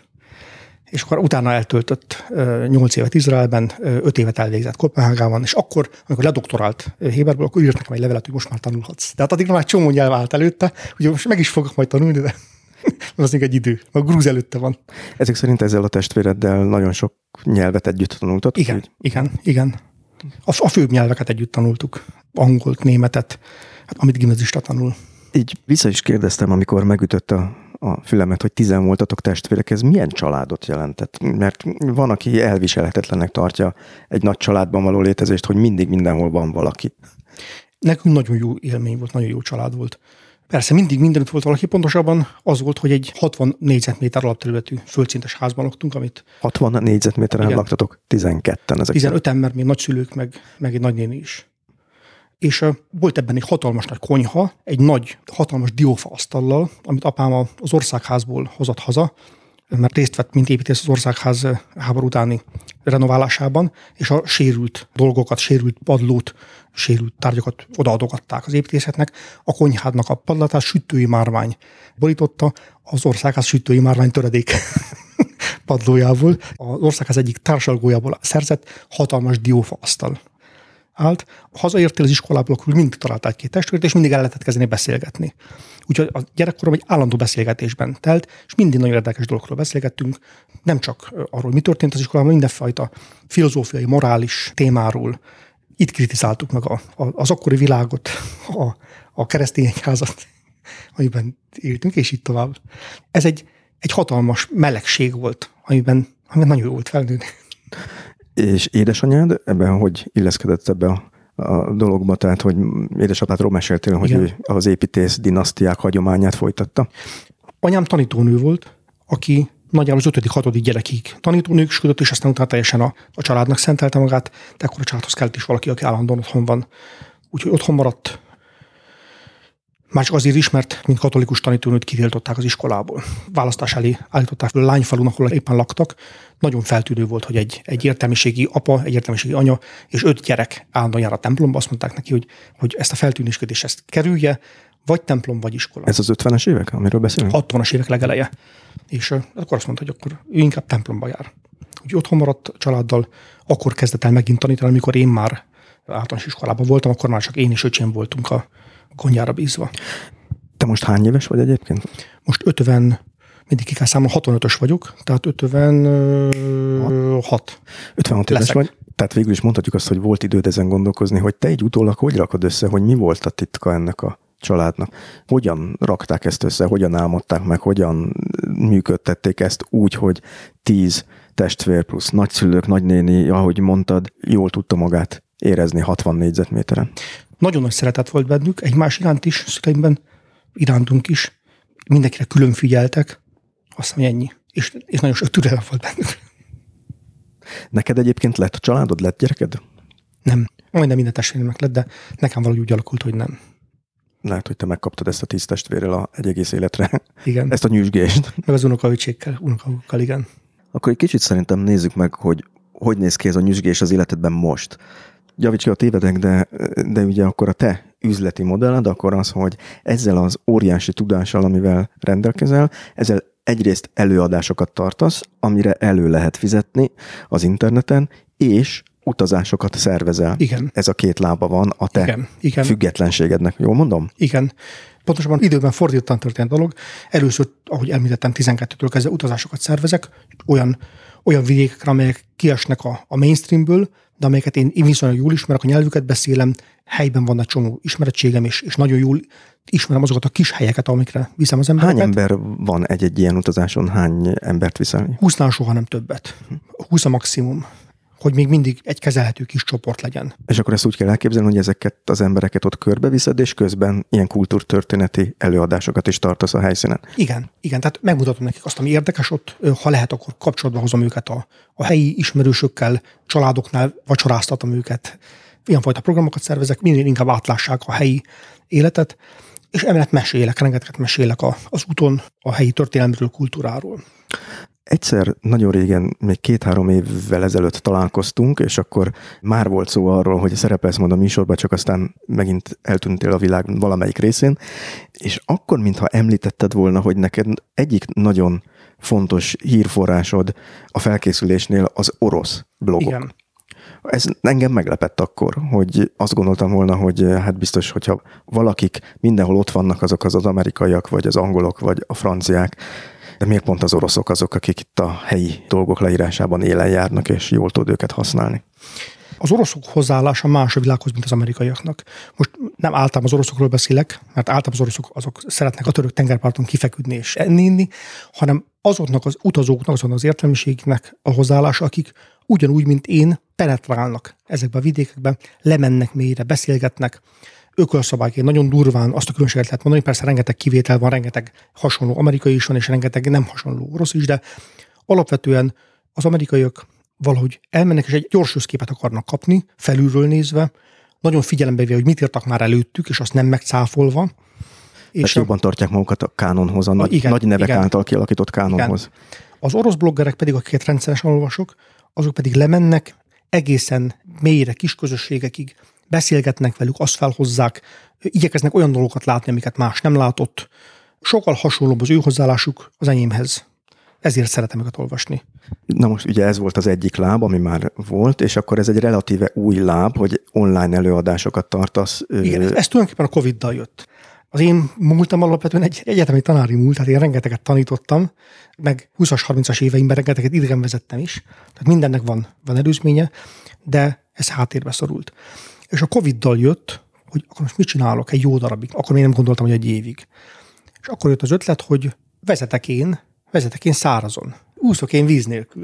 És akkor utána eltöltött 8 évet Izraelben, 5 évet elvégzett Kopenhágában, és akkor, amikor ledoktorált héberből, akkor írt nekem egy levelet, hogy most már tanulhatsz. Tehát addig már csomó nyelv állt előtte, ugye most meg is fogok majd tanulni, de az még egy idő. A grúz előtte van. Ezek szerint ezzel a testvéreddel nagyon sok nyelvet együtt tanultatok? Igen. A főbb nyelveket együtt tanultuk. Angolt, németet, amit gimnazista tanul. Így vissza is kérdeztem, amikor megütött a fülemet, hogy 10 voltatok testvérek, ez milyen családot jelentett? Mert van, aki elviselhetetlennek tartja egy nagy családban való létezést, hogy mindig mindenhol van valaki. Nekünk nagyon jó élmény volt, nagyon jó család volt. Persze mindig mindenütt volt valaki, pontosabban az volt, hogy egy 60 négyzetméter alapterületű földszintes házban laktunk, amit... 60 négyzetméteren laktatok? 12-en ezek. 15-en, mert még nagyszülők, meg egy nagynéni is. És volt ebben egy hatalmas nagy konyha, egy nagy, hatalmas diófa asztallal, amit apám az országházból hozott haza, mert részt vett, mint építész az országház háború utáni renoválásában, és a sérült dolgokat, sérült padlót, sérült tárgyakat odaadogatták az építészetnek. A konyhádnak a padlátát sütői márvány borította, az országház sütői márvány töredék padlójából, az országház egyik társalgójából szerzett hatalmas diófa asztal állt. Hazaértél az iskolából, akkor mindig találtál egy-két testvért, és mindig el lehetett kezdeni beszélgetni. Úgyhogy a gyerekkorom egy állandó beszélgetésben telt, és mindig nagyon érdekes dolgokról beszélgettünk, nem csak arról, mi történt az iskolában, mindenfajta filozófiai, morális témáról. Itt kritizáltuk meg az akkori világot, a keresztény egyházat, amiben éltünk, és így tovább. Ez egy hatalmas melegség volt, amiben nagyon jó volt felnőni. És édesanyád ebben hogy illeszkedett ebbe a dologba? Tehát, hogy édesapádról meséltél, hogy ő az építész dinasztiák hagyományát folytatta? Anyám tanítónő volt, aki nagyjából az 5.-6. gyerekig tanítónősködött, és aztán utána teljesen a családnak szentelte magát, de akkor a családhoz kellett is valaki, aki állandóan otthon van. Úgyhogy otthon maradt. Már csak azért is, mert mint katolikus tanítónőt kitiltották az iskolából. Választás elé állították a lányfalun, ahol éppen laktak. Nagyon feltűnő volt, hogy egy értelmiségi apa, egy értelmiségi anya és 5 gyerek állandóan jár a templomba. Azt mondták neki, hogy ezt a feltűnésködést ezt kerülje, vagy templom, vagy iskola. Ez az 50-es évek, amiről beszélünk? 60-as évek legeleje. És akkor azt mondta, hogy akkor ő inkább templomba jár. Úgy otthon maradt családdal, akkor kezdett el megint tanítani, amikor én már általános iskolában voltam, akkor már csak én és öcsém voltunk a konyhára bízva. Te most hány éves vagy egyébként? Most 50, mindig ki kell számolni, 65-ös vagyok, tehát 56. 56 éves vagy. Tehát végül is mondhatjuk azt, hogy volt időd ezen gondolkozni, hogy te így utólag hogy rakod össze, hogy mi volt a titka ennek a családnak? Hogyan rakták ezt össze, hogyan álmodták meg, hogyan működtették ezt úgy, hogy 10 testvér plusz nagyszülők, nagynéni, ahogy mondtad, jól tudta magát érezni 60 négyzetméteren? Nagyon nagy szeretet volt bennük, egymás iránt is, szüleimben, irántunk is. Mindenkire külön figyeltek, azt mondja, ennyi. És nagyon sok türelem volt bennük. Neked egyébként lett családod, lett gyereked? Nem. Majdnem minden testvéremnek lett, de nekem valahogy úgy alakult, hogy nem. Lehet, hogy te megkaptad ezt a 10 testvérrel egy egész életre. Igen. Ezt a nyüzsgést. Meg az unokahukkal, igen. Akkor egy kicsit szerintem nézzük meg, hogy néz ki ez a nyüzsgés az életedben most. Javíts ki, a tévedek, de ugye akkor a te üzleti modelled akkor az, hogy ezzel az óriási tudással, amivel rendelkezel, ezzel egyrészt előadásokat tartasz, amire elő lehet fizetni az interneten, és utazásokat szervezel. Igen. Ez a két lába van a te igen. függetlenségednek. Jól mondom? Igen. Pontosabban időben fordítottan történt dolog. Először, ahogy említettem, 12-től kezdve utazásokat szervezek, olyan vidékekre, amelyek kiesnek a mainstreamből, de amelyeket én viszonylag jól ismerek, a nyelvüket beszélem, helyben van egy csomó ismerettségem, és nagyon jól ismerem azokat a kis helyeket, amikre viszem az embereket. Hány ember van egy ilyen utazáson? Hány embert viszel? 20-nál soha nem többet. 20 a maximum, hogy még mindig egy kezelhető kis csoport legyen. És akkor ezt úgy kell elképzelni, hogy ezeket az embereket ott körbeviszed, és közben ilyen kultúrtörténeti előadásokat is tartasz a helyszínen. Igen, tehát megmutatom nekik azt, ami érdekes ott, ha lehet, akkor kapcsolatba hozom őket a helyi ismerősökkel, családoknál vacsoráztatom őket. Ilyenfajta programokat szervezek, minél inkább átlássák a helyi életet, és emellett rengeteget mesélek az úton a helyi történelmről, kultúráról. Egyszer nagyon régen, még 2-3 évvel ezelőtt találkoztunk, és akkor már volt szó arról, hogy szerepelsz majd a műsorban, csak aztán megint eltűntél a világ valamelyik részén, és akkor, mintha említetted volna, hogy neked egyik nagyon fontos hírforrásod a felkészülésnél az orosz blogok. Igen. Ez engem meglepett akkor, hogy azt gondoltam volna, hogy hát biztos, hogyha valakik mindenhol ott vannak, azok az amerikaiak, vagy az angolok, vagy a franciák, de miért pont az oroszok azok, akik itt a helyi dolgok leírásában élen járnak, és jól tud őket használni? Az oroszok hozzáállása más a világhoz, mint az amerikaiaknak. Most nem általában az oroszokról beszélek, mert általában az oroszok azok szeretnek a török tengerparton kifeküdni és enni, hanem azoknak az utazóknak, azoknak az értelmiségnek a hozzáállása, akik ugyanúgy, mint én, penetrálnak ezekbe a vidékekbe, lemennek mélyre, beszélgetnek, ökölszabályként nagyon durván azt a különbséget lehet mondani, persze rengeteg kivétel van, rengeteg hasonló amerikai is van, és rengeteg nem hasonló orosz is, de alapvetően az amerikaiak valahogy elmennek, és egy gyors összképet akarnak kapni, felülről nézve, nagyon figyelembe véve, hogy mit írtak már előttük, és azt nem megcáfolva. És jobban tartják magukat a kánonhoz, a nagy nevek által kialakított kánonhoz. Igen. Az orosz bloggerek pedig, akiket rendszeresen olvasok, azok pedig lemennek egészen mélyre, kis közösségekig, beszélgetnek velük, azt felhozzák, igyekeznek olyan dolgokat látni, amiket más nem látott. Sokkal hasonlóbb az ő hozzáállásuk az enyémhez. Ezért szeretem őket olvasni. Na most ugye ez volt az egyik láb, ami már volt, és akkor ez egy relatíve új láb, hogy online előadásokat tartasz. Igen, ez tulajdonképpen a Covid-dal jött. Az én múltam alapvetően egy egyetemi tanári múlt, tehát én rengeteget tanítottam, meg 20-as, 30-as éveimben rengeteget idegenvezettem is, tehát mindennek van előzménye, de ez háttérbe szorult. És a Covid-dal jött, hogy akkor most mit csinálok egy jó darabig, akkor még nem gondoltam, hogy egy évig. És akkor jött az ötlet, hogy vezetek én szárazon, úszok én víz nélkül.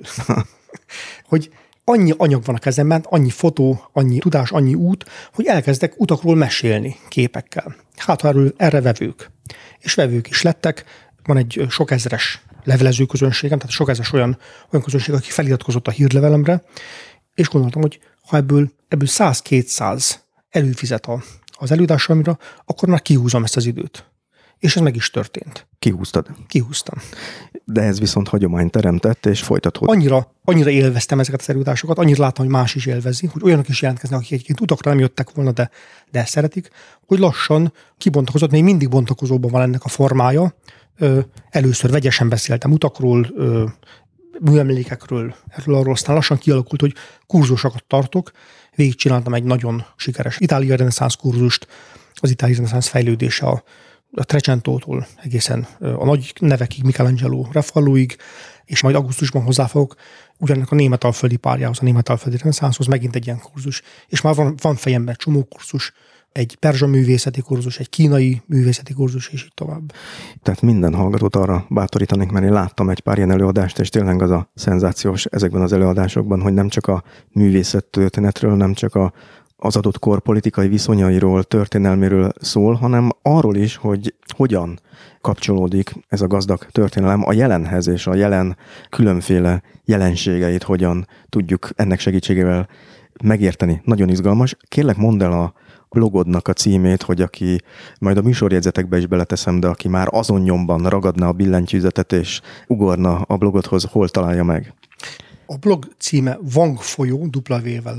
Hogy annyi anyag van a kezemben, annyi fotó, annyi tudás, annyi út, hogy elkezdek utakról mesélni képekkel. Hát ha erre vevők. És vevők is lettek. Van egy sok ezres levelező közönségem, tehát sok ezres olyan közönség, aki feliratkozott a hírlevelemre, és gondoltam, hogy ha ebből 100-200 előfizet az előadásomra, akkor már kihúzom ezt az időt. És ez meg is történt. Kihúztad? Kihúztam. De ez viszont hagyományt teremtett, és folytatod. Annyira élveztem ezeket az előadásokat, annyira láttam, hogy más is élvezi, hogy olyanok is jelentkeznek, akik egyébként utakra nem jöttek volna, de szeretik, hogy lassan kibontakozott, még mindig bontakozóban van ennek a formája. Először vegyesen beszéltem utakról, műemlékekről, erről aztán lassan kialakult, hogy kurzusokat tartok. Végigcsináltam egy nagyon sikeres itáliai reneszánsz kurzust, az itáliai reneszánsz fejlődése a Trecentótól egészen a nagy nevekig, Michelangelo, Raffaelloig, és majd augusztusban hozzá fogok ugyanak a németalföldi párjához, a németalföldi reneszánszhoz megint egy ilyen kurzus. És már van fejemben csomó kurzus, egy perzsa művészeti kurzus, egy kínai művészeti kurzus, és így tovább. Tehát minden hallgatót arra bátorítanék, mert én láttam egy pár ilyen előadást, és tényleg az a szenzációs ezekben az előadásokban, hogy nem csak a művészettörténetről, nem csak az adott kor politikai viszonyairól, történelméről szól, hanem arról is, hogy hogyan kapcsolódik ez a gazdag történelem a jelenhez, és a jelen különféle jelenségeit hogyan tudjuk ennek segítségével megérteni. Nagyon izgalmas. Kérlek, mondd el a blogodnak a címét, hogy aki, majd a műsorjegyzetekbe is beleteszem, de aki már azon nyomban ragadna a billentyűzetet és ugorna a blogodhoz, hol találja meg? A blog címe Vangfolyó, W-vel,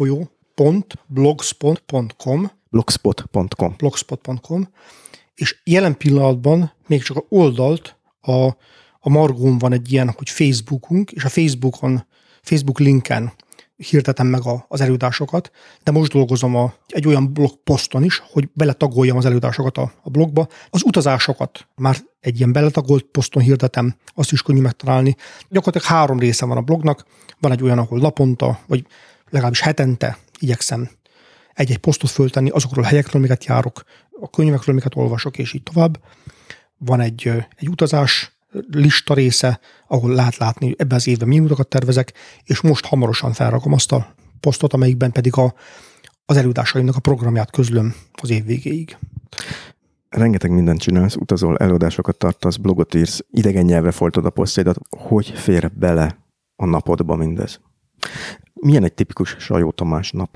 vangfolyó.blogspot.com blogspot.com, és jelen pillanatban még csak a oldalt, a margón van egy ilyen, hogy Facebookunk, és a Facebook linken hirdetem meg az előadásokat, de most dolgozom egy olyan blogposzton is, hogy beletagoljam az előadásokat a blogba. Az utazásokat már egy ilyen beletagolt poszton hirdetem, azt is könnyű megtalálni. Gyakorlatilag 3 része van a blognak. Van egy olyan, ahol naponta, vagy legalábbis hetente igyekszem egy-egy posztot föltenni azokról a helyekről, amiket járok, a könyvekről, amiket olvasok, és így tovább. Van egy utazás lista része, ahol lehet látni, ebben az évben milyen utakat tervezek, és most hamarosan felrakom azt a posztot, amelyikben pedig az előadásaimnak a programját közlöm az év végéig. Rengeteg mindent csinálsz, utazol, előadásokat tartasz, blogot írsz, idegen nyelvre folytod a posztjaidat. Hogy fér bele a napodba mindez? Milyen egy tipikus Sajó Tamás nap?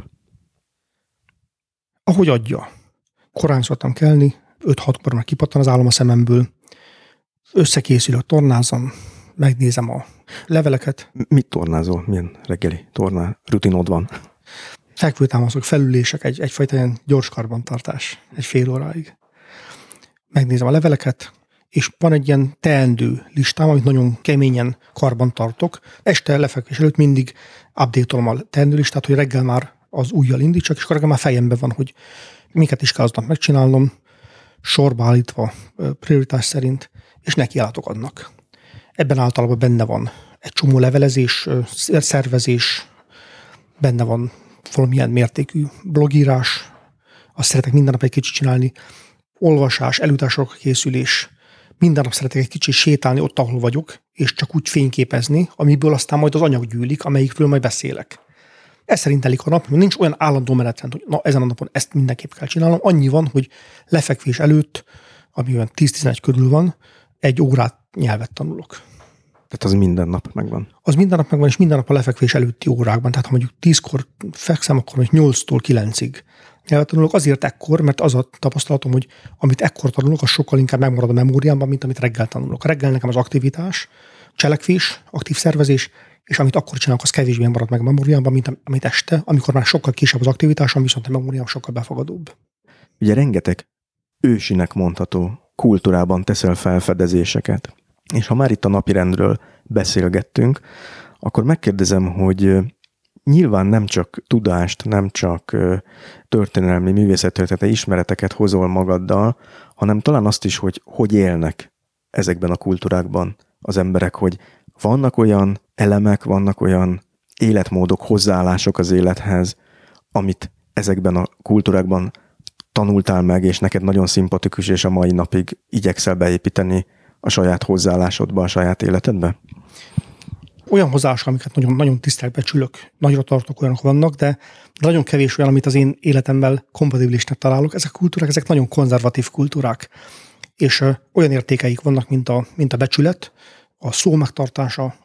Ahogy adja. Korán szoktam kelni, 5-6-kor már kipattan az álom a szememből, összekészülök, tornázom, megnézem a leveleket. Mit tornázol? Milyen reggeli rutinod van? Fekvőtámaszok, felülések, egyfajta ilyen gyors karbantartás, egy fél óráig. Megnézem a leveleket, és van egy ilyen teendő listám, amit nagyon keményen karbantartok. Este lefekvés előtt mindig update-olom a teendő listát, hogy reggel már az ujjal indítsak, és akkor reggel már fejemben van, hogy miket is kell aznap megcsinálnom, sorba állítva, prioritás szerint, és nekiálltok annak. Ebben általában benne van egy csomó levelezés, szervezés, benne van valamilyen mértékű blogírás, azt szeretek minden nap egy kicsit csinálni, olvasás, előadásokra készülés, minden nap szeretek egy kicsit sétálni ott, ahol vagyok, és csak úgy fényképezni, amiből aztán majd az anyag gyűlik, amelyikről majd beszélek. Ez szerint telik a nap, nincs olyan állandó menetrend, hogy na, ezen a napon ezt mindenképp kell csinálnom. Annyi van, hogy lefekvés előtt, ami olyan 10-11 körül van, 1 órát nyelvet tanulok. Tehát az minden nap megvan? Az minden nap megvan, és minden nap a lefekvés előtti órákban. Tehát ha mondjuk 10-kor fekszem, akkor mondjuk 8-tól 9-ig nyelvet tanulok. Azért ekkor, mert az a tapasztalatom, hogy amit ekkor tanulok, az sokkal inkább megmarad a memóriámban, mint amit reggel tanulok. A reggel nekem az aktivitás, cselekvés, aktív szervezés, és amit akkor csinálok, az kevésbé marad meg a memóriámban, mint amit este, amikor már sokkal kisebb az aktivitásom, viszont a memóriám sokkal befogadóbb. Ugye rengeteg ősinek mondható kultúrában teszel felfedezéseket. És ha már itt a napirendről beszélgettünk, akkor megkérdezem, hogy nyilván nem csak tudást, nem csak történelmi, művészettörténeti ismereteket hozol magaddal, hanem talán azt is, hogy élnek ezekben a kultúrákban az emberek, hogy vannak olyan elemek, vannak olyan életmódok, hozzáállások az élethez, amit ezekben a kultúrákban tanultál meg, és neked nagyon szimpatikus, és a mai napig igyekszel beépíteni a saját hozzáállásodba, a saját életedbe? Olyan hozzáállások, amiket nagyon, nagyon tisztelek, becsülök, nagyra tartok, olyanok vannak, de nagyon kevés olyan, amit az én életemmel kompatibilisnek találok. Ezek a kultúrák, ezek nagyon konzervatív kultúrák, és olyan értékeik vannak, mint a becsület, a szó megtartása,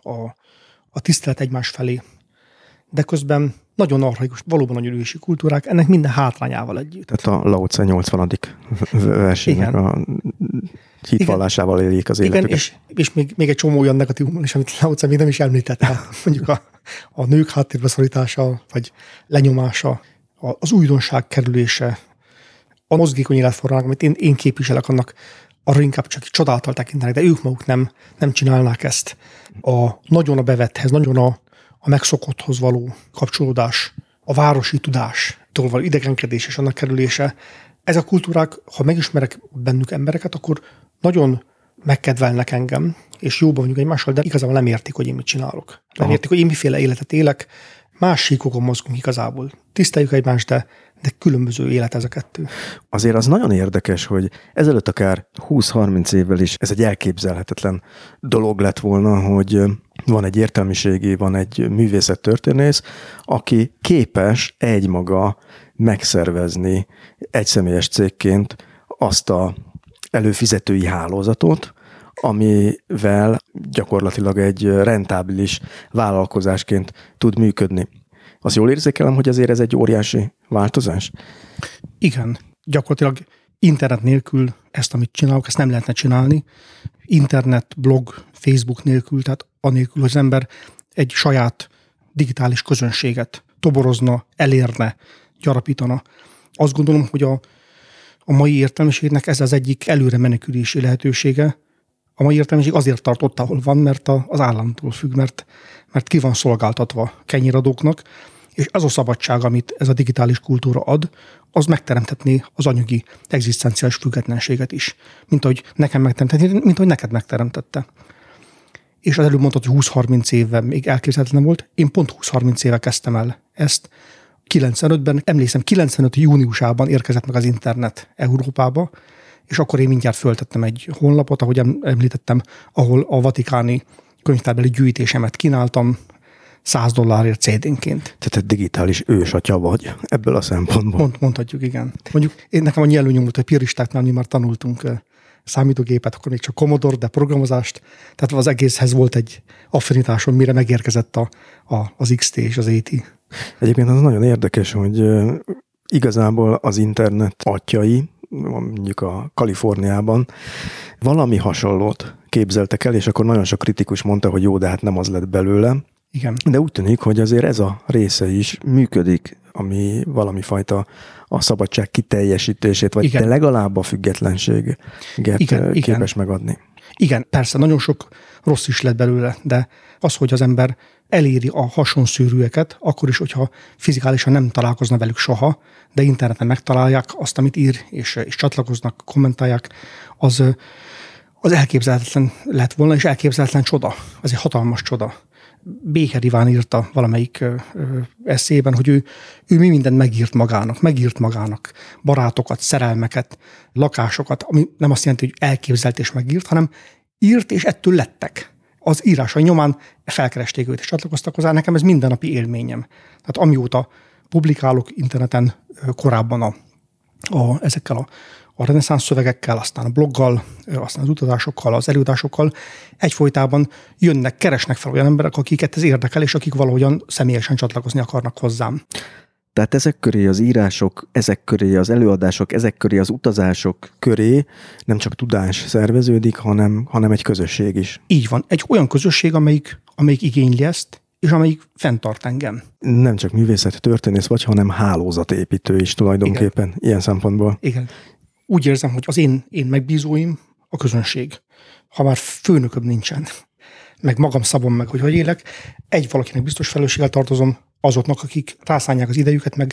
a tisztelet egymás felé, de közben nagyon archaikus, valóban nagyon ősi kultúrák, ennek minden hátrányával együtt. Tehát a Lao Tse 80. versének a hitvallásával éljék az életüket. Igen, és még egy csomó olyan negatívum is, amit Lao Tse még nem is említett. Mondjuk a nők háttérbe szorítása, vagy lenyomása, az újdonság kerülése, a mozgékony életformának, amit én képviselek, annak arra inkább csak csodáltal tekintenek, de ők maguk nem csinálnák ezt. Nagyon a bevetthez, nagyon a megszokotthoz való kapcsolódás, a városi tudástól való idegenkedés és annak kerülése. Ezek a kultúrák, ha megismerek bennük embereket, akkor nagyon megkedvelnek engem, és jóban vagyunk egymással, de igazából nem értik, hogy én mit csinálok. Nem értik, hogy én miféle életet élek, más síkokon mozgunk igazából. Tiszteljük egymást, de különböző élet ez a kettő. Azért az nagyon érdekes, hogy ezelőtt akár 20-30 évvel is ez egy elképzelhetetlen dolog lett volna, hogy van egy értelmiségi, van egy művészettörténész, aki képes egymaga megszervezni egyszemélyes cégként azt a előfizetői hálózatot, amivel gyakorlatilag egy rentábilis vállalkozásként tud működni. Azt jól érzékelem, hogy azért ez egy óriási változás? Igen, gyakorlatilag internet nélkül ezt, amit csinálok, ezt nem lehetne csinálni. Internet, blog, Facebook nélkül, tehát anélkül, hogy az ember egy saját digitális közönséget toborozna, elérne, gyarapítana. Azt gondolom, hogy a mai értelmiségnek ez az egyik előre menekülési lehetősége. A mai értelmiség azért tart ott, ahol van, mert az államtól függ, mert ki van szolgáltatva kenyiradóknak, és az a szabadság, amit ez a digitális kultúra ad, az megteremtetné az anyagi egzisztenciális függetlenséget is, mint ahogy nekem megteremtette, mint ahogy neked megteremtette. És az előbb mondtad, hogy 20-30 éve még elképzelhetetlen volt. Én pont 20-30 éve kezdtem el ezt. 95-ben, emlékszem, 95 júniusában érkezett meg az internet Európába, és akkor én mindjárt föltettem egy honlapot, ahogy említettem, ahol a vatikáni könyvtárbeli gyűjtésemet kínáltam $100 CD-nként. Tehát egy digitális ősatya vagy ebből a szempontból. Mondhatjuk, igen. Mondjuk nekem annyi előnyom volt, hogy piristáknál mi már tanultunk számítógépet, akkor még csak Commodore, de programozást. Tehát az egészhez volt egy affinitásom, mire megérkezett az XT és az AT. Egyébként az nagyon érdekes, hogy igazából az internet atyai, mondjuk a Kaliforniában valami hasonlót képzeltek el, és akkor nagyon sok kritikus mondta, hogy jó, de hát nem az lett belőle. Igen. De úgy tűnik, hogy azért ez a része is működik, ami valami fajta a szabadság kiteljesítését, vagy de legalább a függetlenséget képes megadni. Igen, persze, nagyon sok rossz is lett belőle, de az, hogy az ember eléri a hasonszűrűeket, akkor is, hogyha fizikálisan nem találkozna velük soha, de interneten megtalálják azt, amit ír, és csatlakoznak, kommentálják, az elképzelhetetlen lett volna, és elképzelhetetlen csoda. Az egy hatalmas csoda. Béher Iván írta valamelyik eszében, hogy ő mi mindent megírt magának. Barátokat, szerelmeket, lakásokat, ami nem azt jelenti, hogy elképzelt és megírt, hanem írt, és ettől lettek. Az írásai nyomán felkeresték őt, és csatlakoztak hozzá. Nekem ez mindennapi élményem. Tehát amióta publikálok interneten korábban ezekkel a reneszánsz szövegekkel, aztán a bloggal, aztán az utazásokkal, az előadásokkal egyfolytában jönnek, keresnek fel olyan emberek, akiket ez érdekel, és akik valahogyan személyesen csatlakozni akarnak hozzám. Tehát ezek köré az írások, ezek köré az előadások, ezek köré az utazások köré nem csak tudás szerveződik, hanem egy közösség is. Így van. Egy olyan közösség, amelyik igényli ezt, és amelyik fenntart engem. Nem csak művészet történész vagy, hanem hálózatépítő is tulajdonképpen. Igen. Ilyen szempontból. Igen. Úgy érzem, hogy az én megbízóim a közönség. Ha már főnököm nincsen, meg magam szabom meg, hogy élek, valakinek biztos felelősséggel tartozom, azoknak, akik rászánják az idejüket, meg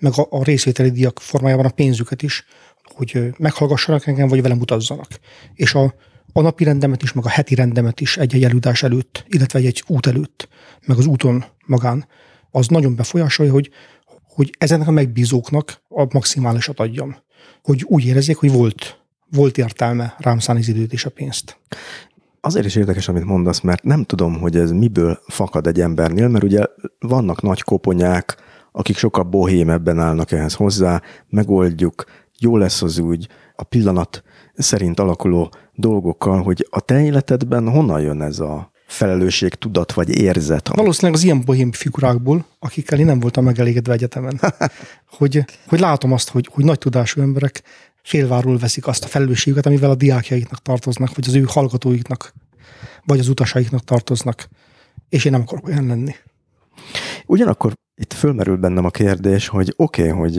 a részvételi díjak formájában a pénzüket is, hogy meghallgassanak engem, vagy velem utazzanak. És a napi rendemet is, meg a heti rendemet is egy előadás előtt, illetve egy út előtt, meg az úton magán, az nagyon befolyásolja, hogy ezenek a megbízóknak a maximálisat adjam. Hogy úgy érezzék, hogy volt értelme rám szánni az időt és a pénzt. Azért is érdekes, amit mondasz, mert nem tudom, hogy ez miből fakad egy embernél, mert ugye vannak nagy koponyák, akik sokkal bohémebben állnak ehhez hozzá, megoldjuk, jó lesz az úgy, a pillanat szerint alakuló dolgokkal, hogy a te életedben honnan jön ez a felelősség, tudat vagy érzet? Valószínűleg az ilyen bohém figurákból, akikkel én nem voltam megelégedve egyetemen, hogy látom azt, hogy nagy tudású emberek félváról veszik azt a felelősséget, amivel a diákjaiknak tartoznak, vagy az ő hallgatóiknak, vagy az utasaiknak tartoznak, és én nem akarok olyan lenni. Ugyanakkor itt fölmerül bennem a kérdés, hogy oké, hogy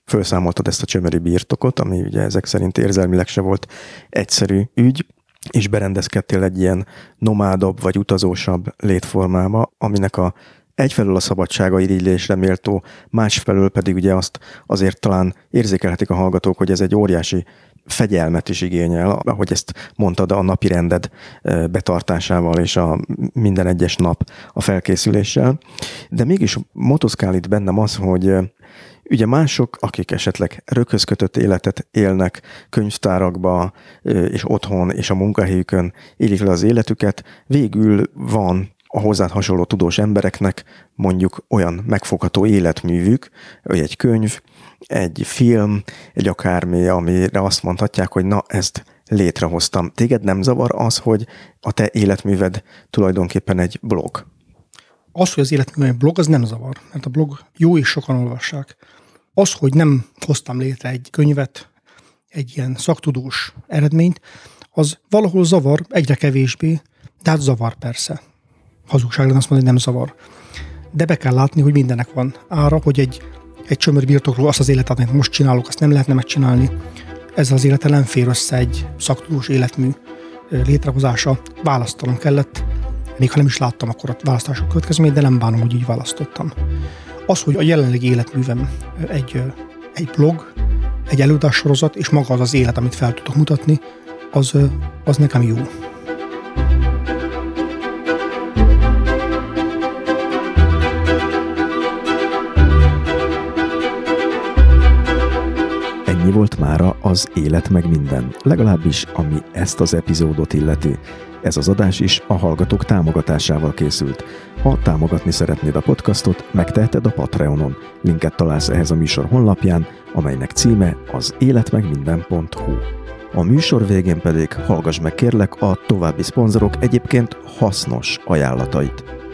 felszámoltad ezt a csömöri birtokot, ami ugye ezek szerint érzelmileg se volt egyszerű ügy, és berendezkedtél egy ilyen nomádabb vagy utazósabb létformába, aminek egyfelől a szabadsága irigylésre méltó, másfelől pedig ugye azt azért talán érzékelhetik a hallgatók, hogy ez egy óriási fegyelmet is igényel, ahogy ezt mondtad, a napi rended betartásával és a minden egyes nap a felkészüléssel. De mégis motoszkál itt bennem az, hogy ugye mások, akik esetleg röghöz kötött életet élnek, könyvtárakba és otthon és a munkahelyükön élik le az életüket, végül van a hozzád hasonló tudós embereknek mondjuk olyan megfogható életművük, hogy egy könyv, egy film, egy akármi, amire azt mondhatják, hogy na, ezt létrehoztam. Téged nem zavar az, hogy a te életműved tulajdonképpen egy blog? Az, hogy az életműved egy blog, az nem zavar, mert a blog jó és sokan olvassák. Az, hogy nem hoztam létre egy könyvet, egy ilyen szaktudós eredményt, az valahol zavar, egyre kevésbé, de hát zavar persze. Hazugság lenne azt mondani, hogy nem zavar. De be kell látni, hogy mindennek van ára, hogy egy csömör birtokról azt az életet, amit most csinálok, azt nem lehetne megcsinálni. Ezzel az élettel nem fér össze egy szaktudós életmű létrehozása. Választanom kellett, még ha nem is láttam akkor a választások következményét, de nem bánom, hogy így választottam. Az, hogy a jelenlegi életművem egy blog, egy előadássorozat, és maga az az élet, amit fel tudok mutatni, az nekem jó. Ennyi volt mára az Élet meg minden, legalábbis ami ezt az epizódot illeti. Ez az adás is a hallgatók támogatásával készült. Ha támogatni szeretnéd a podcastot, megteheted a Patreonon. Linket találsz ehhez a műsor honlapján, amelynek címe az életmegminden.hu. A műsor végén pedig hallgass meg kérlek a további szponzorok egyébként hasznos ajánlatait.